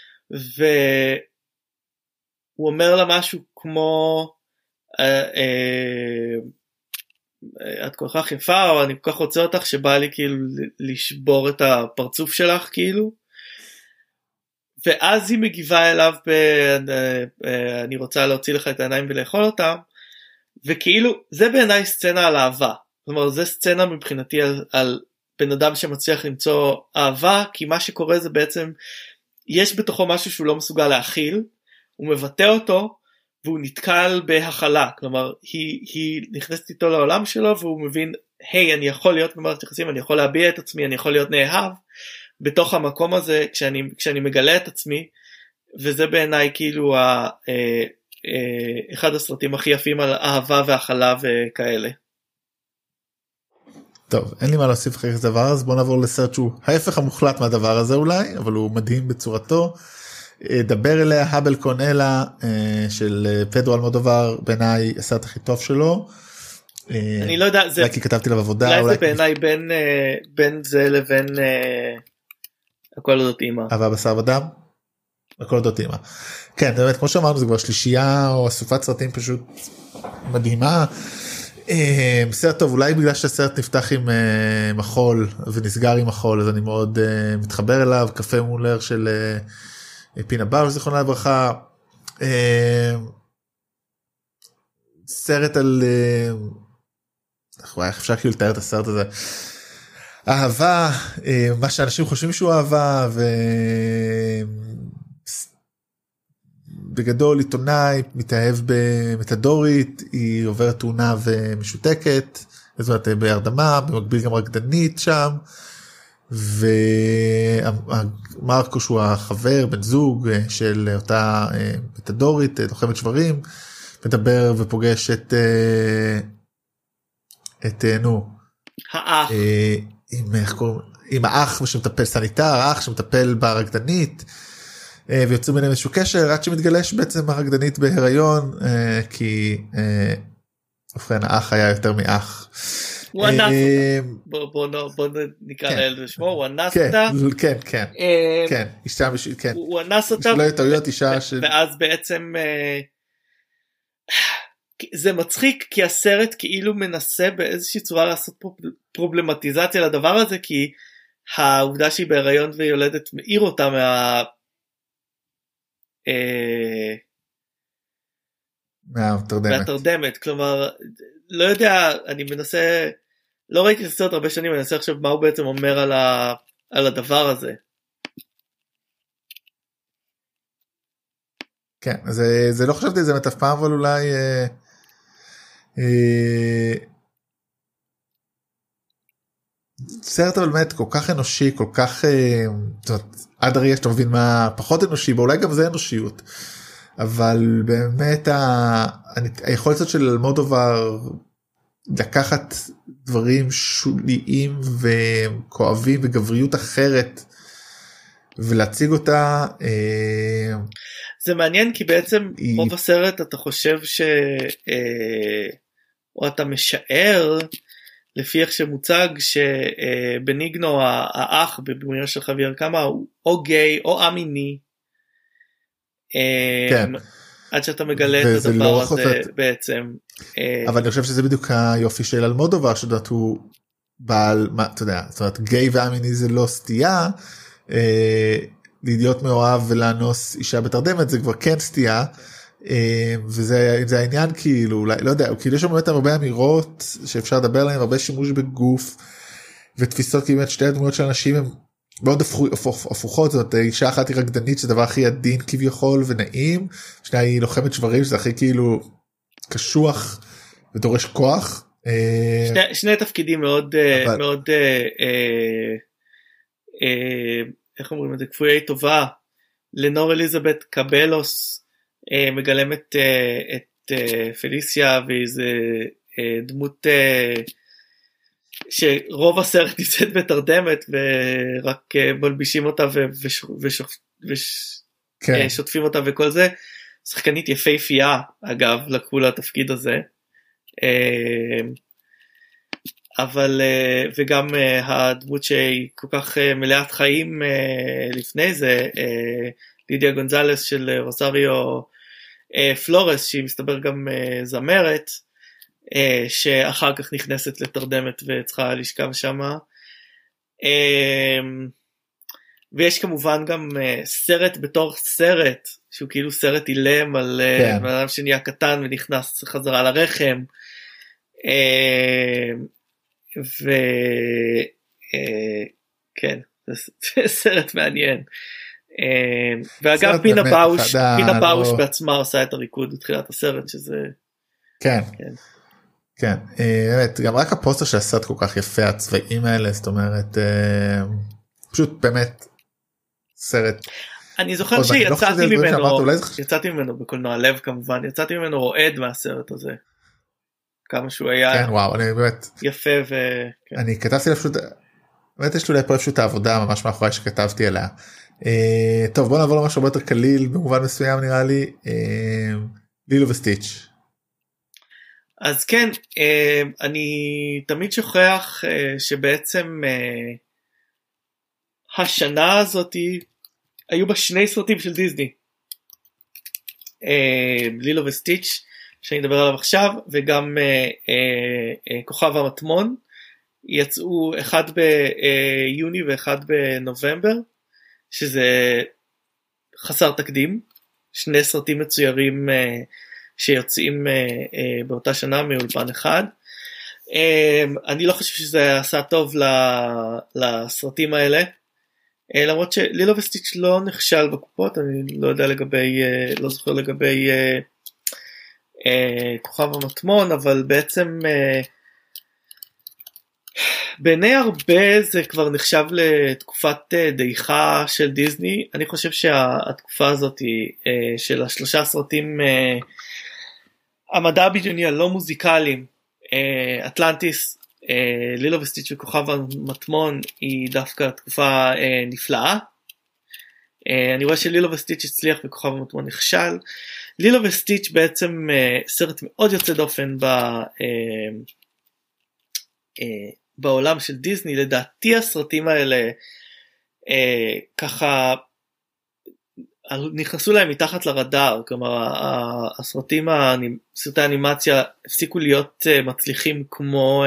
והוא אומר לה משהו כמו אה, אה, את כל כך יפה, או אני כל כך רוצה אותך, שבא לי כאילו לשבור את הפרצוף שלך כאילו, ואז היא מגיבה אליו ב, אני רוצה להוציא לך את העיניים ולאכול אותם, וכאילו זה בעיניי סצנה על אהבה, זאת אומרת זה סצנה מבחינתי על, על בן אדם שמצליח למצוא אהבה, כי מה שקורה זה בעצם, יש בתוכו משהו שהוא לא מסוגל להכיל, הוא מבטא אותו, והוא נתקל בהכלה, כלומר, היא, היא נכנסת איתו לעולם שלו, והוא מבין, היי, אני יכול להיות במערכת יחסים, אני יכול להביע את עצמי, אני יכול להיות נאהב, בתוך המקום הזה, כשאני, כשאני מגלה את עצמי, וזה בעיניי כאילו, ה, אה, אה, אחד הסרטים הכי יפים על אהבה והכלה וכאלה.
טוב, אין לי מה להוסיף אחרי זה דבר, אז בוא נעבור לסרט שהוא ההפך המוחלט מהדבר הזה אולי, אבל הוא מדהים בצורתו. דבר אליה, האבל קונלה, של פדרו אלמודובר, בעיניי הסרט הכי טוב שלו.
אני לא יודע, זה...
כי כתבתי לה בעבודה.
אולי זה בעיניי בין, בין זה לבין הכל אודות אימא.
אהבה בשר ודם? הכל אודות אימא. כן, באמת, כמו שאמרנו, זה כבר שלישייה או אסופת סרטים פשוט מדהימה. סרט טוב, אולי בגלל שהסרט נפתח עם מחול ונסגר עם מחול, אז אני מאוד מתחבר אליו. קפה מולר של פינה באו, זיכרונה לברכה. סרט על איך אפשר כאילו לתאר את הסרט הזה, אהבה, מה שאנשים חושבים שהוא אהבה, ובגדול עיתונאי מתאהב במתדורית, היא עוברת תאונה ומשותקת, זאת אומרת בהרדמה, במקביל גם רקדנית שם, ומרקו שהוא החבר, בן זוג של אותה מתדורית, לוחמת שברים, מדבר ופוגש את את נו
האח
עם איך קוראים עם האח שמטפל סניטר, האח שמטפל ברקדנית, ויוצאים ביניהם איזשהו קשר עד שמתגלש בעצם הרקדנית בהיריון, כי ובכן האח היה יותר מאח.
הוא אנס אותה, בוא נקרא לילד בשמו, הוא אנס אותה,
כן כן כן,
הוא אנס אותה, ואז בעצם זה מצחיק, כי הסרט כאילו מנסה באיזושהי צורה לעשות פרובלמטיזציה לדבר הזה, כי העובדה שהיא בהיריון ויולדת מאיר אותה מה מהתרדמת, כלומר לא יודע, אני מנסה, לא ראיתי את הסרט הרבה שנים, אני מנסה עכשיו מה הוא בעצם אומר על, ה, על הדבר הזה.
כן, אז זה לא חשבתי את זה אף פעם, אבל אולי אה, אה, סרט אבל באמת כל כך אנושי, כל כך אה, זאת אומרת, עד הרגע שאתה מבין מה פחות אנושי, ואולי גם זה אנושיות, אבל באמת ה, היכולת הזאת של אלמודובר לקחת דברים שוליים וכואבים וגבריות אחרת ולהציג אותה, אה,
זה מעניין כי בעצם היא... רוב הסרט אתה חושב ש... אה, או אתה משער לפי איך שמוצג שבניגנו אה, האח בדמויו של חוויאר קאמה הוא או גיי או א-מיני, אה, כן. עד שאתה מגלה את הדבר לא הזה חוצת... בעצם. אה... אבל
אני חושב שזה בדיוק היופי של אלמודובר, שדעת הוא בעל, מה, אתה יודע, זאת אומרת גיי וא-מיני זה לא סתייה, אה, להיות מאוהב ולאנוס אישה בתרדמת זה כבר כן סתייה, וזה זה העניין כאילו, אולי, לא יודע, כאילו יש שם באמת הרבה אמירות שאפשר לדבר עליהן, הרבה שימוש בגוף ותפיסות, כי באמת שתי הדמויות של אנשים הם מאוד הפוכות, זאת אומרת אישה אחת היא רקדנית שזה דבר הכי עדין כביכול ונעים, שנייה היא לוחמת שברים שזה הכי כאילו קשוח ודורש כוח,
שני, שני תפקידים מאוד אבל... מאוד אה, אה, אה, איך אומרים את זה, כפויי טובה. לנור אליזבת קבלוס אה, מגלמת אה, את אה, פליסיה, ואיזה אה, דמות אה, שרוב הסרט נמצאת בתרדמת ורק אה, מלבישים אותה ושוטפים אותה וכל זה. שחקנית יפהפייה, אגב, לקחו לתפקיד הזה. אבל וגם הדמות שהיא כל כך מלאת חיים לפני זה, לידיה גונזלס של רוסריו פלורס, שהיא מסתבר גם זמרת, שאחר כך נכנסת לתרדמת וצריכה לשכב שמה. ויש כמובן גם סרט בתור סרט, שהוא כאילו סרט אילם על בן אדם שנהיה קטן ונכנס חזרה לרחם. וכן, זה סרט מעניין. ואגב פינה באוש, פינה באוש בעצמה עושה את הריקוד בתחילת הסרט, שזה
כן, כן, באמת, גם רק הפוסטר של הסרט כל כך יפה, הצבעים האלה, זאת אומרת, פשוט באמת סרט.
אני זוכר שיצאתי ממנו, יצאתי ממנו בקולנוע לב כמובן, יצאתי ממנו רועד מהסרט הזה. כמה שהוא היה
כן, וואו, אני באמת
יפה ו...
אני כתבתי לה פשוט, באמת יש לי פה פשוט העבודה ממש מאחורי שכתבתי עליה. טוב, בוא נעבור למשהו הרבה יותר קליל במובן מסוים נראה לי, לילו וסטיץ'.
אז כן, אני תמיד שוכח שבעצם השנה הזאת היו בה שני סרטים של דיסני, לילו וסטיץ' שאני אדבר עליו עכשיו, וגם כוכב המטמון, יצאו אחד ביוני ואחד בנובמבר, שזה חסר תקדים, שני סרטים מצוירים שיוצאים באותה שנה מאולפן אחד. אני לא חושב שזה עשה טוב לסרטים האלה, למרות שלילו וסטיץ' לא נכשל בקופות, אני לא יודע לגבי, לא זוכר לגבי כוכב המטמון, אבל בעצם בעיני הרבה זה כבר נחשב לתקופת דעיכה של דיסני. אני חושב שהתקופה הזאת של השלושה סרטים המדע הבדיוני הלא מוזיקליים, אטלנטיס, לילו וסטיץ' וכוכב המטמון, היא דווקא תקופה נפלאה. אני רואה שלילו וסטיץ' הצליח וכוכב המטמון נכשל. לילו וסטיץ' בעצם סרט מאוד יוצא דופן ב, בעולם של דיסני. לדעתי הסרטים האלה ככה נכנסו להם מתחת לרדאר, כלומר הסרטים, סרטי האנימציה הפסיקו להיות מצליחים כמו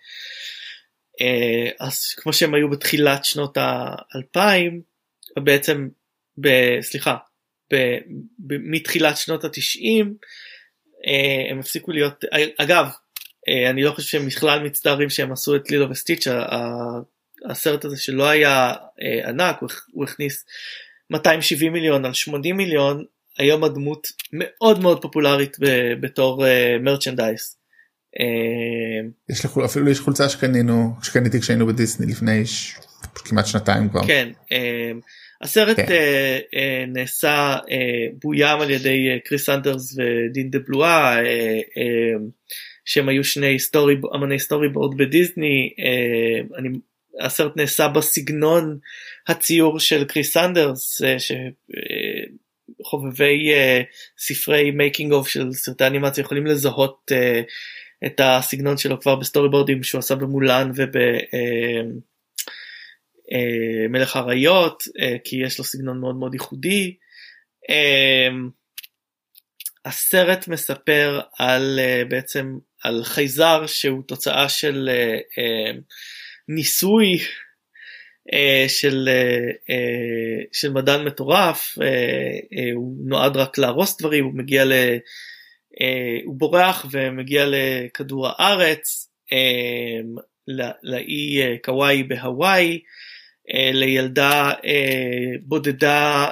כמו שהם היו בתחילת שנות האלפיים, בעצם סליחה מתחילת שנות התשעים, הם הפסיקו להיות, אגב, אני לא חושב שהם בכלל מצטערים שהם עשו את לילו וסטיץ'. הסרט הזה שלא היה ענק, הוא הכניס מאתיים ושבעים מיליון על שמונים מיליון, היום הדמות מאוד מאוד פופולרית בתור מרצ'נדייז.
יש לך, אפילו יש חולצה שקנינו, שקניתי כשהיינו בדיסני לפני כמעט שנתיים כבר.
כן, הסרט כן. אה, אה, נעשה אה, בוים על ידי קריס סנדרס ודין דה בלואה, אה, אה, שהם היו שני סטורי, אמני סטורי בורד בדיסני. אה, אני, הסרט נעשה בסגנון הציור של קריס סנדרס, אה, שחובבי אה, ספרי מייקינג אוף של סרטי אנימציה יכולים לזהות אה, את הסגנון שלו כבר בסטורי בורדים שהוא עשה במולן וב... אה, מלך הריות, כי יש לו סגנון מאוד מאוד ייחודי. הסרט מספר על בעצם על חייזר שהוא תוצאה של ניסוי של של מדען מטורף. הוא נועד רק להרוס דברים, הוא מגיע ל הוא בורח ומגיע לכדור הארץ, לאי קוואי בהוואי, לילדה בודדה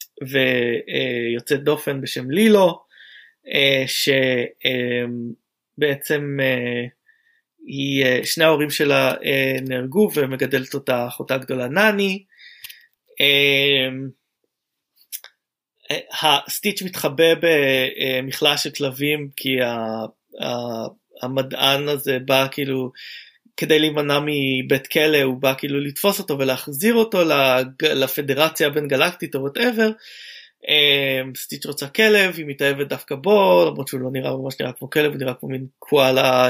ויוצאת דופן בשם לילו, בעצם היא, שני ההורים שלה נהרגו ומגדלת אותה אחותה גדולה נני. הסטיץ' מתחבא במכלאה של כלבים כי המדען הזה בא כאילו כדי להימנע מבית כלא, הוא בא כאילו לתפוס אותו ולהחזיר אותו לפדרציה הבין גלקטית או whatever. סטיץ' רוצה כלב, היא מתאהבת דווקא בו, למרות שהוא לא נראה ממש נראה כמו כלב, הוא נראה כמו מין קואלה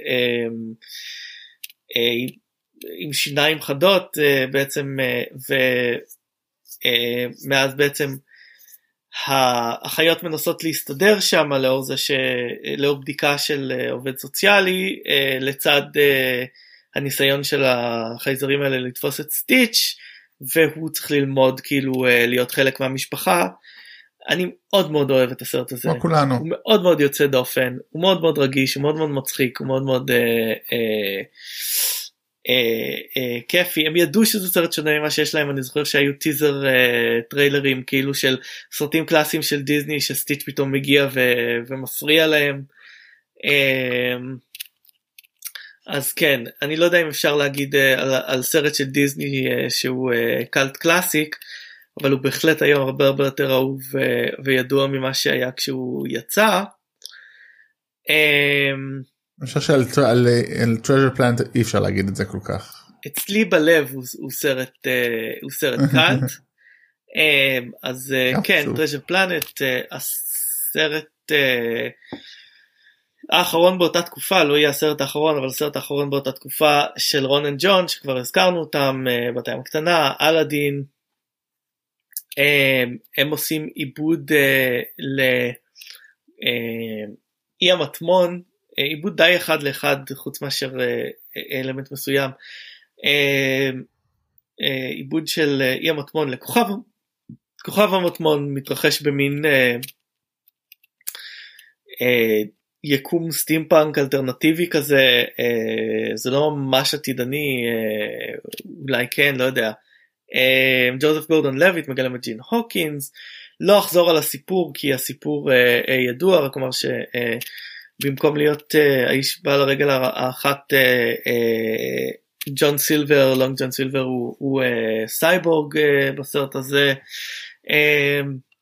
עם שיניים חדות בעצם, ומאז בעצם האחיות מנסות להסתדר שם לאור זה לאור בדיקה של עובד סוציאלי, לצד הניסיון של החייזרים האלה לתפוס את סטיץ', והוא צריך ללמוד כאילו להיות חלק מהמשפחה. אני מאוד מאוד אוהב את הסרט הזה,
כולנו.
הוא מאוד מאוד יוצא דופן, הוא מאוד מאוד רגיש, הוא מאוד מאוד מצחיק, הוא מאוד מאוד אה, אה, אה, אה, כיפי. הם ידעו שזה סרט שונה ממה שיש להם, אני זוכר שהיו טיזר אה, טריילרים כאילו של סרטים קלאסיים של דיזני, שסטיץ' פתאום מגיע ו- ומפריע להם. אה, אז כן, אני לא יודע אם אפשר להגיד uh, על, על סרט של דיזני uh, שהוא uh, קלט קלאסיק, אבל הוא בהחלט היום הרבה הרבה יותר אהוב uh, וידוע ממה שהיה כשהוא יצא. Um,
אני חושב שעל על, על Treasure Planet אי אפשר להגיד את זה כל כך.
אצלי בלב הוא, הוא סרט, uh, הוא סרט קלט. um, אז uh, כן, Treasure Planet, uh, הסרט... Uh, האחרון באותה תקופה, לא יהיה הסרט האחרון, אבל הסרט האחרון באותה תקופה של רון אנד ג'ון, שכבר הזכרנו אותם, בת הים הקטנה, אלאדין, הם עושים עיבוד לאי המטמון, עיבוד די אחד לאחד, חוץ מאשר אלמנט מסוים, עיבוד של אי המטמון לכוכב, כוכב המטמון מתרחש במין יקום סטימפאנק אלטרנטיבי כזה, אה, זה לא ממש עתידני, אה, אולי כן, לא יודע. אה, ג'וזף גורדון לויט מגלם את ג'ין הוקינס, לא אחזור על הסיפור, כי הסיפור אה, אה, ידוע, רק אומר שבמקום אה, להיות אה, האיש בעל הרגל האחת, אה, אה, ג'ון סילבר, לונג ג'ון סילבר, הוא, הוא אה, סייבורג אה, בסרט הזה. אה,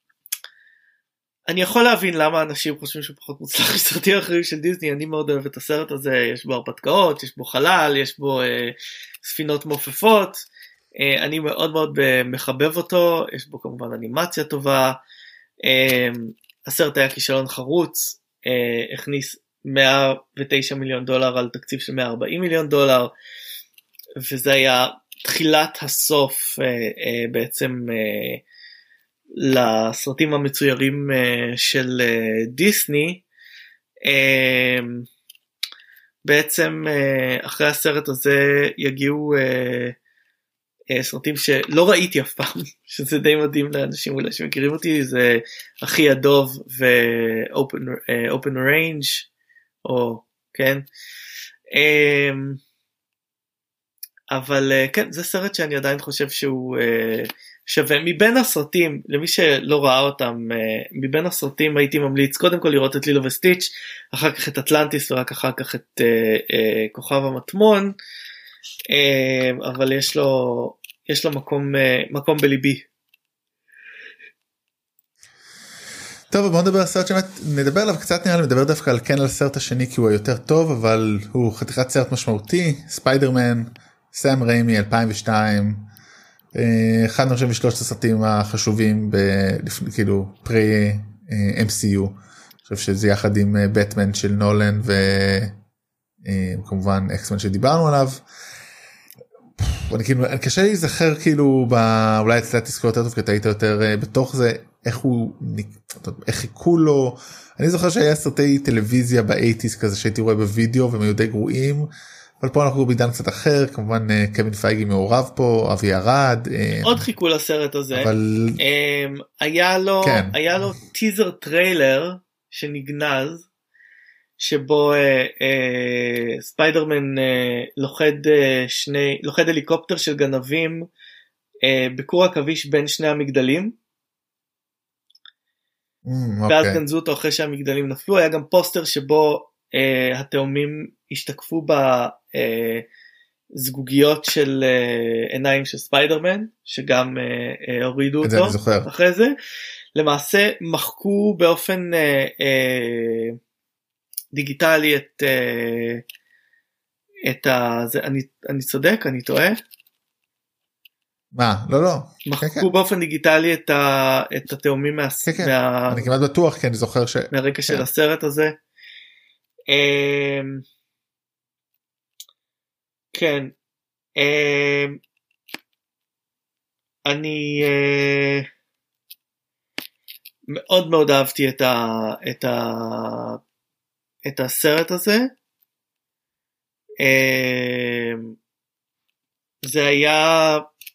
אני יכול להבין למה אנשים חושבים שהוא פחות מוצלח מסרטים אחרים של דיזני, אני מאוד אוהב את הסרט הזה, יש בו הרפתקאות, יש בו חלל, יש בו אה, ספינות מופפות, אה, אני מאוד מאוד מחבב אותו, יש בו כמובן אנימציה טובה, אה, הסרט היה כישלון חרוץ, אה, הכניס מאה ותשעה מיליון דולר על תקציב של מאה וארבעים מיליון דולר, וזה היה תחילת הסוף אה, אה, בעצם אה, לסרטים המצוירים של דיסני. בעצם אחרי הסרט הזה יגיעו סרטים שלא ראיתי אף פעם, שזה די מדהים לאנשים אולי שמכירים אותי, זה אחי הדוב ו-Open Range, או כן, אבל כן, זה סרט שאני עדיין חושב שהוא שווה. מבין הסרטים, למי שלא ראה אותם, מבין הסרטים הייתי ממליץ קודם כל לראות את לילו וסטיץ', אחר כך את אטלנטיס ורק אחר כך את uh, uh, כוכב המטמון, uh, אבל יש לו, יש לו מקום, uh, מקום בליבי.
טוב, בואו נדבר על הסרט שבאמת נדבר עליו קצת, נראה לי מדבר דווקא על כן על הסרט השני כי הוא היותר טוב, אבל הוא חתיכת סרט משמעותי, ספיידרמן, סאם ריימי אלפיים ושתיים, אחד אני חושב משלושת הסרטים החשובים כאילו פרי אם סי יו, אני חושב שזה יחד עם בטמן של נולן וכמובן אקסמן שדיברנו עליו. אני כאילו קשה להיזכר כאילו אולי אתה תזכור יותר טוב כי אתה היית יותר בתוך זה, איך הוא איך חיכו לו. אני זוכר שהיה סרטי טלוויזיה ב-שמונים כזה שהייתי רואה בווידאו והם היו די גרועים, אבל פה אנחנו בעידן קצת אחר, כמובן קווין פייגי מעורב פה, אבי ארד.
עוד חיכו לסרט הזה,
אבל...
היה לו, כן. היה לו טיזר טריילר שנגנז, שבו אה, אה, ספיידרמן אה, לוחד, אה, שני, לוחד הליקופטר של גנבים אה, בקור עכביש בין שני המגדלים, mm, ואז okay. גנזו אותו אחרי שהמגדלים נפלו. היה גם פוסטר שבו אה, התאומים השתקפו בזגוגיות של אה, עיניים של ספיידרמן, שגם אה, אה, הורידו אותו אחרי זה. למעשה מחקו באופן אה, אה, דיגיטלי את אה, את ה... זה, אני, אני צודק, אני טועה?
מה? לא, לא.
מחקו
כן, כן.
באופן דיגיטלי את, ה, את התאומים מה...
כן, כן.
מה...
אני כמעט בטוח, כי אני זוכר ש...
מהרקע כן. של הסרט הזה. כן. אני מאוד מאוד אהבתי את, ה, את, ה, את הסרט הזה. זה היה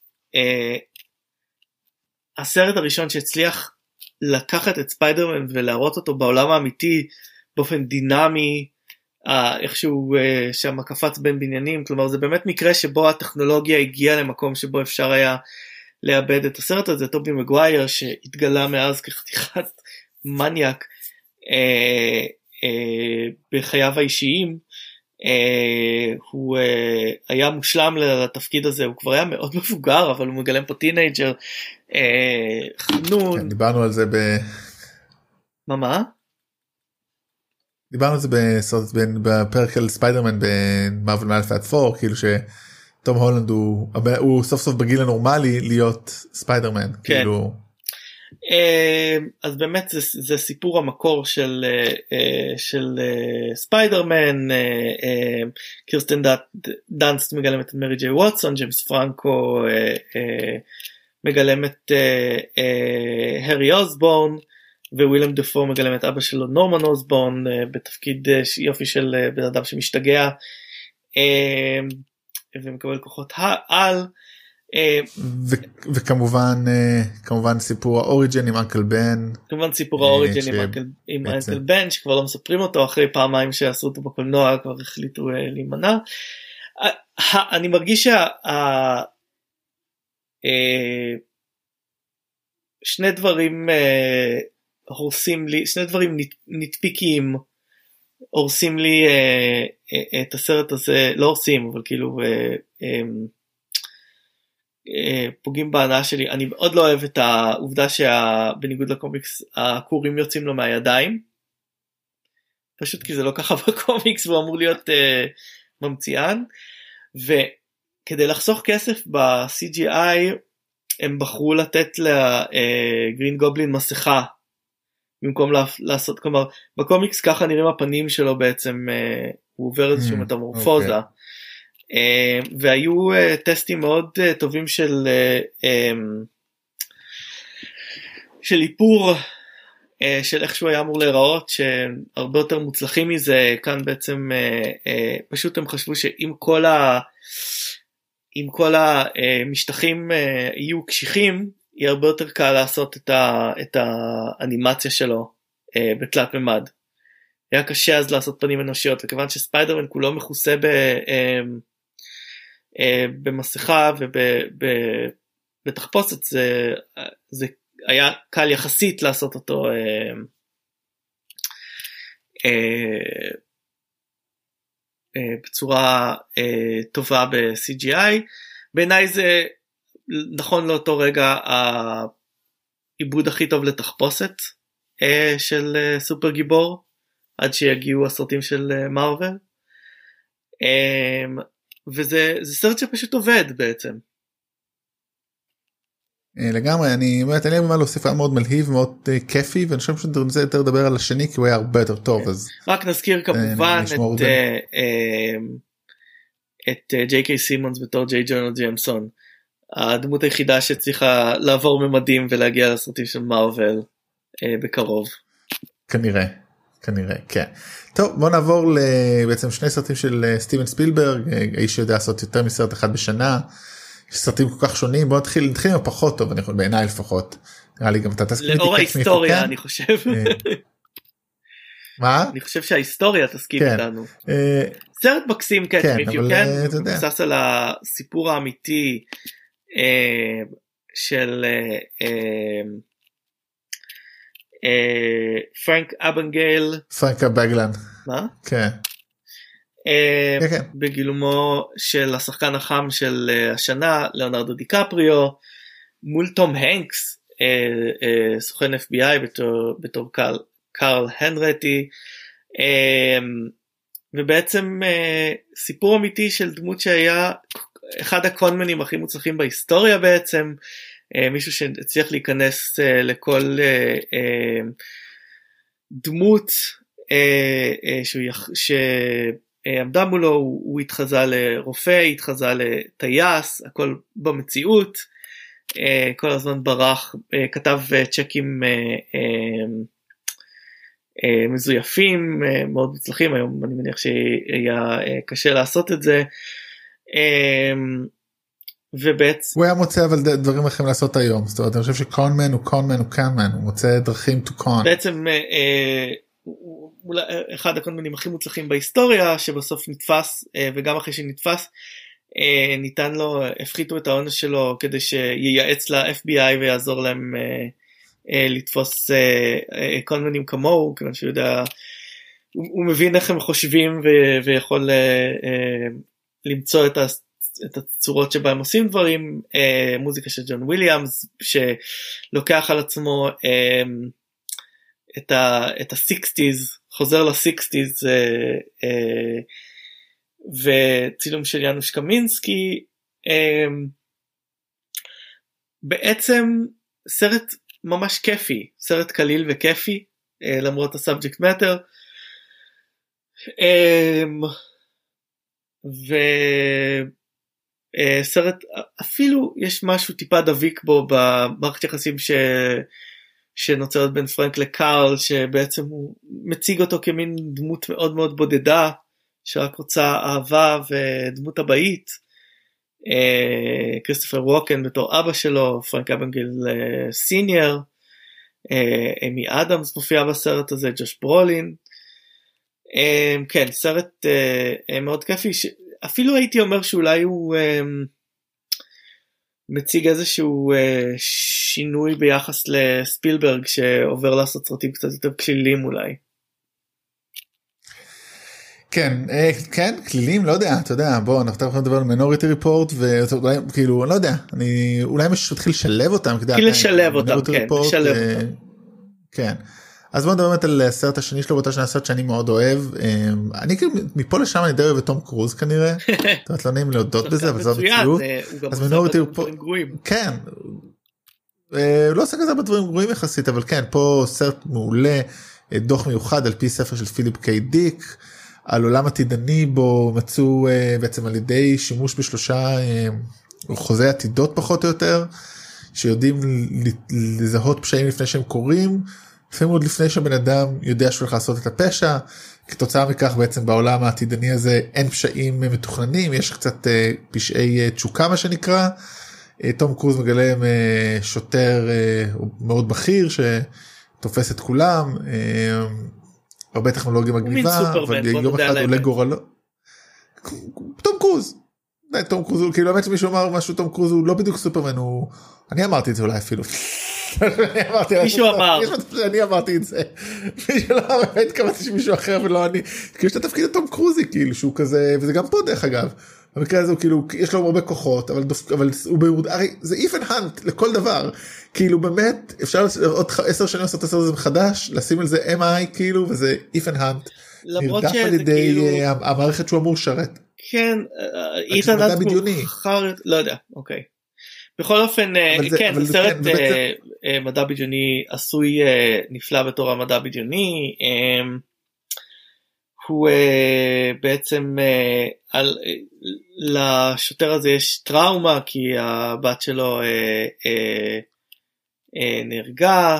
הסרט הראשון שהצליח לקחת את ספיידרמן ולהראות אותו בעולם האמיתי באופן דינמי, איכשהו שם קפץ בין בניינים. כלומר זה באמת מקרה שבו הטכנולוגיה הגיעה למקום שבו אפשר היה לאבד את הסרט הזה. טובי מגווייר שהתגלה מאז כחתיכת מניאק אה, אה, בחייו האישיים, אה, הוא אה, היה מושלם לתפקיד הזה. הוא כבר היה מאוד מבוגר, אבל הוא מגלם פה טינאג'ר אה, חנון.
כן, דיברנו על זה ב...
מה מה?
דיברנו על זה בסרט, בפרק על ספיידרמן במרוויל מאלף ועד פור, כאילו שטום הולנד הוא, הוא סוף סוף בגיל הנורמלי להיות ספיידרמן. כן. כאילו...
אז באמת זה, זה סיפור המקור של, של ספיידרמן. קירסטן דאנסט מגלמת את מרי ג'יי ווטסון, ג'יימס פרנקו מגלם את הרי אוסבורן, ווילם דפו מגלם את אבא שלו נורמן אוסבורן בתפקיד יופי של בן אדם שמשתגע ומקבל כוחות על.
וכמובן כמובן סיפור האוריג'ן עם אנקל בן,
כמובן סיפור האוריג'ן עם אנקל בן שכבר לא מספרים אותו, אחרי פעמיים שעשו אותו בקולנוע כבר החליטו להימנע. אני מרגיש שה שני דברים הורסים לי, שני דברים נטפיקיים הורסים לי את הסרט הזה, לא הורסים אבל כאילו פוגעים בהנאה שלי. אני מאוד לא אוהב את העובדה שבניגוד לקומיקס הקורים יוצאים לו מהידיים, פשוט כי זה לא ככה בקומיקס והוא אמור להיות uh, ממציאן. וכדי לחסוך כסף ב-סי ג'י איי הם בחרו לתת לגרין גובלין מסכה במקום לעשות, כלומר בקומיקס ככה נראים הפנים שלו בעצם, uh, הוא עובר איזושהי מטמורפוזה. okay. Uh, והיו uh, טסטים מאוד uh, טובים של uh, um, של איפור uh, של איך שהוא היה אמור להיראות, שהרבה יותר מוצלחים מזה. כאן בעצם uh, uh, פשוט הם חשבו שאם כל ה אם כל המשטחים uh, יהיו קשיחים, יהיה הרבה יותר קל לעשות את, ה, את האנימציה שלו uh, בתלת ממד. היה קשה אז לעשות פנים אנושיות, וכיוון שספיידרמן כולו מכוסה ב uh, במסכה ובתחפושת, זה, זה היה קל יחסית לעשות אותו אה, אה, אה, בצורה אה, טובה ב-סי ג'י איי. בעיניי זה נכון לאותו רגע העיבוד הכי טוב לתחפושת אה, של אה, סופר גיבור, עד שיגיעו הסרטים של אה, מארוול. אה, וזה זה סרט שפשוט עובד בעצם.
לגמרי, אני אומרת, אין לי מה להוסיף, היה מאוד מלהיב, מאוד כיפי, ואני חושב שאני רוצה יותר לדבר על השני, כי הוא היה הרבה יותר טוב. אז
רק נזכיר כמובן את את ג'יי קיי סימונס בתור ג'יי ג'ונר ג'יימסון, הדמות היחידה שצריכה לעבור ממדים ולהגיע לסרטים של מארוול בקרוב. כנראה.
כנראה, כן. טוב, בוא נעבור לבעצם שני סרטים של סטיבן ספילברג, האיש שיודע לעשות יותר מסרט אחד בשנה, סרטים כל כך שונים. בוא נתחיל, נתחיל עם הפחות טוב, אני יכול, בעיניי לפחות. נראה לי גם אתה תסכים איתי.
לאור ההיסטוריה, אני חושב.
מה?
אני חושב שההיסטוריה תסכים איתנו. סרט מקסים, Catch Me If You Can, מבוסס על הסיפור האמיתי של פרנק אבנגייל.
פרנק אבגלן.
מה?
כן.
כן, כן. בגילומו של השחקן החם של השנה, ליאונרדו דיקפריו, מול תום הנקס, סוכן אף בי איי בתור, בתור קרל, קרל הנרטי, ובעצם סיפור אמיתי של דמות שהיה אחד הקונמנים הכי מוצלחים בהיסטוריה בעצם, מישהו שהצליח להיכנס לכל דמות שעמדה מולו, הוא התחזה לרופא, התחזה לטייס, הכל במציאות, כל הזמן ברח, כתב צ'קים מזויפים, מאוד מוצלחים, היום אני מניח שהיה קשה לעשות את זה, ובעצם...
הוא היה מוצא אבל דברים אחרים לעשות היום, זאת אומרת, אני חושב שקונמן הוא קונמן הוא קונמן, הוא מוצא דרכים to con.
בעצם הוא אחד הקונמנים הכי מוצלחים בהיסטוריה, שבסוף נתפס, וגם אחרי שנתפס, ניתן לו, הפחיתו את העונש שלו, כדי שייעץ ל-אף בי איי ויעזור להם לתפוס קונמנים כמוהו, כיוון שהוא יודע, הוא מבין איך הם חושבים, ויכול למצוא את ה... את הצורות שבה הם עושים דברים, אה, מוזיקה של ג'ון וויליאמס, שלוקח על עצמו אה, את ה, את ה-סיקסטיז, חוזר ל-סיקסטיז, אה, אה, וצילום של יאנוש קמינסקי, אה, בעצם סרט ממש כיפי, סרט קליל וכיפי, אה, למרות הסאבג'קט מאטר, אה, ו... סרט, אפילו יש משהו טיפה דביק בו במערכת יחסים ש... שנוצרת בין פרנק לקארל, שבעצם הוא מציג אותו כמין דמות מאוד מאוד בודדה, שרק רוצה אהבה ודמות הבאית, כריסטופר ווקן בתור אבא שלו, פרנק אבנגל סיניור, אמי אדמס מופיעה בסרט הזה, ג'וש ברולין, כן, סרט מאוד כיפי, אפילו הייתי אומר שאולי הוא um, מציג איזשהו uh, שינוי ביחס לספילברג, שעובר לעשות סרטים קצת יותר כלילים אולי.
כן, כן, כלילים, לא יודע, אתה יודע, בוא, אנחנו יכולים לדבר על מינוריטי ריפורט, ואולי, כאילו, אני לא יודע, אני, אולי משהו תתחיל לשלב אותם,
תתחיל לשלב אותם, כן, לשלב אותם.
כן. אז בוא נדבר באמת על הסרט השני שלו, באותה שנה סרט שאני מאוד אוהב, אני כאילו מפה לשם אני די אוהב את תום קרוז כנראה, זאת אומרת לא נעים להודות בזה, אבל זו המציאות. אז מינוריטי ריפורט, כן, לא עושה כזה בדברים גרועים יחסית, אבל כן, פה סרט מעולה, דוח מיוחד על פי ספר של פיליפ קיי דיק, על עולם עתידני בו מצאו בעצם על ידי שימוש בשלושה חוזי עתידות פחות או יותר, שיודעים לזהות פשעים לפני שהם קורים, לפעמים עוד לפני שבן אדם יודע שהוא הולך לעשות את הפשע, כתוצאה מכך בעצם בעולם העתידני הזה אין פשעים מתוכננים, יש קצת פשעי תשוקה מה שנקרא, תום קרוז מגלה שוטר מאוד בכיר שתופס את כולם, הרבה טכנולוגיה מגניבה, אבל יום אחד עולה גורלו. תום קרוז, תום קרוז, כאילו באמת שמישהו אמר משהו, תום קרוז הוא לא בדיוק סופרמן, אני אמרתי את זה אולי אפילו.
מישהו אמר.
אני אמרתי את זה. מישהו לא באמת קראתי שמישהו אחר ולא אני. כאילו יש את התפקיד התום קרוזי כאילו שהוא כזה, וזה גם פה דרך אגב. במקרה הזה הוא כאילו, יש לו הרבה כוחות, אבל הוא ביורד, הרי זה איף אנד האנט לכל דבר. כאילו באמת אפשר עוד עשר שנים לעשות את הסרט הזה מחדש, לשים על זה אם איי כאילו, וזה איף אנד האנט.
למרות שזה כאילו.
המערכת שהוא אמור לשרת.
כן, איתן האנט מאוחר, לא יודע, אוקיי. בכל אופן, כן, זה סרט מדע בדיוני עשוי נפלא בתור המדע בדיוני, הוא בעצם, לשוטר הזה יש טראומה, כי הבת שלו נהרגה,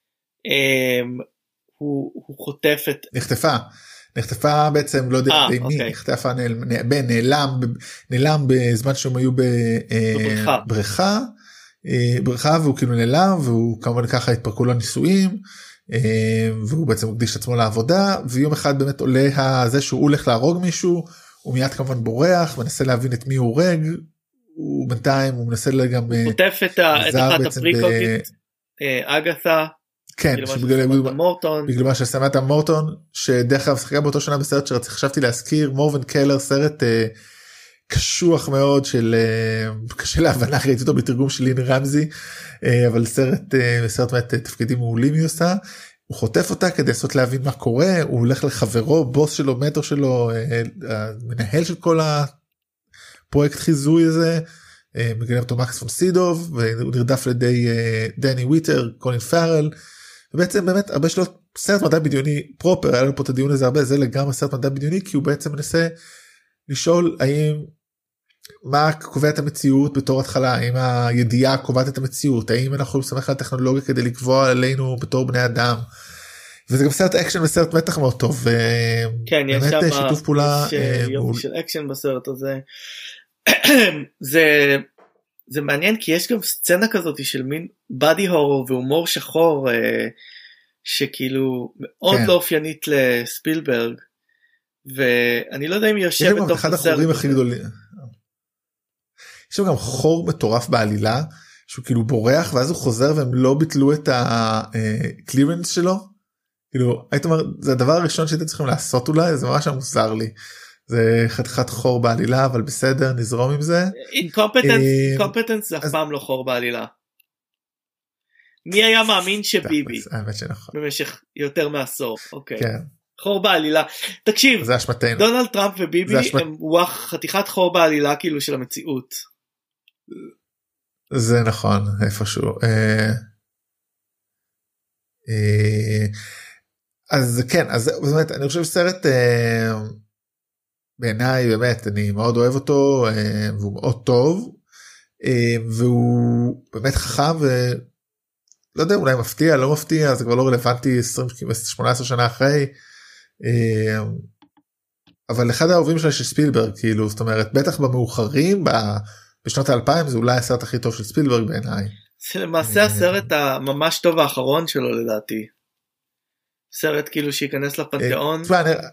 הוא חוטף את...
נחטפה. נחטפה בעצם, לא יודע די מי, נחטפה, נעלם, נעלם בזמן שהם היו בבריכה, בריכה, והוא כאילו נעלם, והוא כמובן ככה התפרקו לו ניסויים, והוא בעצם מקדיש את עצמו לעבודה, ויום אחד באמת עולה זה שהוא הולך להרוג מישהו, הוא מיד כמובן בורח, מנסה להבין את מי הוא הורג, הוא בינתיים, הוא מנסה גם...
הוא חוטף את אחת הפריקוקית, אגתה,
כן,
מורטון.
בגלל מה שסמטה מורטון, שדרך אגב שחקה באותו שנה בסרט שחשבתי להזכיר, מורבן קלר, סרט אה, קשוח מאוד של, אה, קשה להבנה, ראיתי אותו בתרגום של לין רמזי, אה, אבל סרט, אה, סרט באמת תפקידים מעולים היא עושה, הוא חוטף אותה כדי לעשות להבין מה קורה, הוא הולך לחברו, בוס שלו, מטר שלו, אה, המנהל של כל הפרויקט חיזוי הזה, מגלם אותו מקס פון סידוב, והוא נרדף על ידי דני וויטר, קולין פארל, ובעצם באמת הרבה שלו סרט מדע בדיוני פרופר, היה לנו פה את הדיון הזה הרבה, זה לגמרי סרט מדע בדיוני, כי הוא בעצם מנסה לשאול האם, מה קובע את המציאות בתור התחלה, האם הידיעה קובעת את המציאות, האם אנחנו יכולים לסמך על הטכנולוגיה כדי לקבוע עלינו בתור בני אדם, וזה גם סרט אקשן וסרט מתח מאוד טוב,
כן, יש
באמת
שם
שיתוף פעולה,
יופי של אקשן בסרט הזה, זה זה מעניין כי יש גם סצנה כזאת של מין בדי הורור והומור שחור שכאילו מאוד לא אופיינית לספילברג, ואני לא יודע אם יושב בתוך
אחד החורים הכי גדולים, יש לו גם חור מטורף בעלילה שהוא כאילו בורח ואז הוא חוזר והם לא ביטלו את הקלירנס שלו, כאילו היית אומר זה הדבר הראשון שאתם צריכים לעשות, אולי זה ממש מוזר לי, זה חתיכת חור בעלילה, אבל בסדר, נזרום עם זה.
אינקומפטנס זה אף פעם לא חור בעלילה. מי היה מאמין שביבי?
האמת שנכון.
במשך יותר מעשור, אוקיי.
כן.
חור בעלילה. תקשיב,
זה אשמתנו.
דונלד טראמפ וביבי הם חתיכת חור בעלילה כאילו של המציאות.
זה נכון, איפשהו. אז כן, אז באמת, אני חושב סרט... בעיניי באמת אני מאוד אוהב אותו, והוא מאוד טוב, והוא באמת חכם ולא יודע, אולי מפתיע, לא מפתיע, זה כבר לא רלוונטי עשרים שמונה עשרה שנה אחרי, אבל אחד האהובים שלה של ספילברג, כאילו, זאת אומרת, בטח במאוחרים, בשנות האלפיים, זה אולי הסרט הכי טוב של ספילברג בעיניי. זה
למעשה הסרט הממש טוב האחרון שלו לדעתי. סרט כאילו שיכנס לפנתיאון.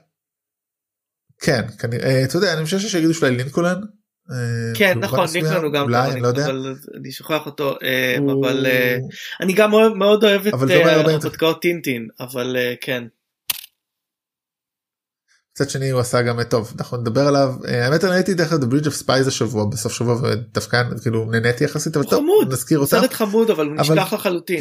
כן, אתה יודע, אני חושב שיגידו שאולי לינקולן.
כן, נכון, לינקולן הוא גם טוב, אבל אני שוכח אותו, אבל אני גם מאוד אוהב את הרפתקאות טינטין, אבל כן.
קצת שני הוא עשה גם טוב, אנחנו נדבר עליו, האמת אני הייתי דרך כלל The Bridge of Spies השבוע, בסוף שבוע, ודווקא כאילו נהניתי יחסית, אבל טוב, נזכיר אותם.
סרט חמוד, אבל הוא נשכח לחלוטין.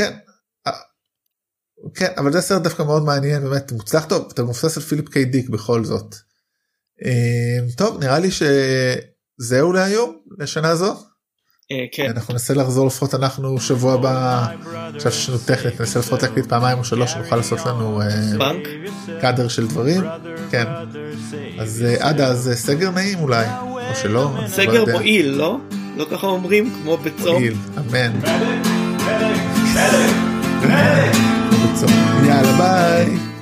כן, אבל זה סרט דווקא מאוד מעניין, באמת מוצלח טוב, אתה מופסס על פיליפ קיי דיק בכל זאת. טוב, נראה לי שזהו להיום, לשנה הזו.
כן.
אנחנו ננסה לחזור לפחות אנחנו שבוע הבא, עכשיו שיש לנו טכנית, ננסה לפחות להקליט פעמיים או שלוש, שנוכל לעשות לנו קאדר של דברים. כן. אז עד אז סגר נעים אולי, או שלא.
סגר מועיל, לא? לא ככה אומרים, כמו בצום.
מועיל, אמן. בצום. יאללה ביי.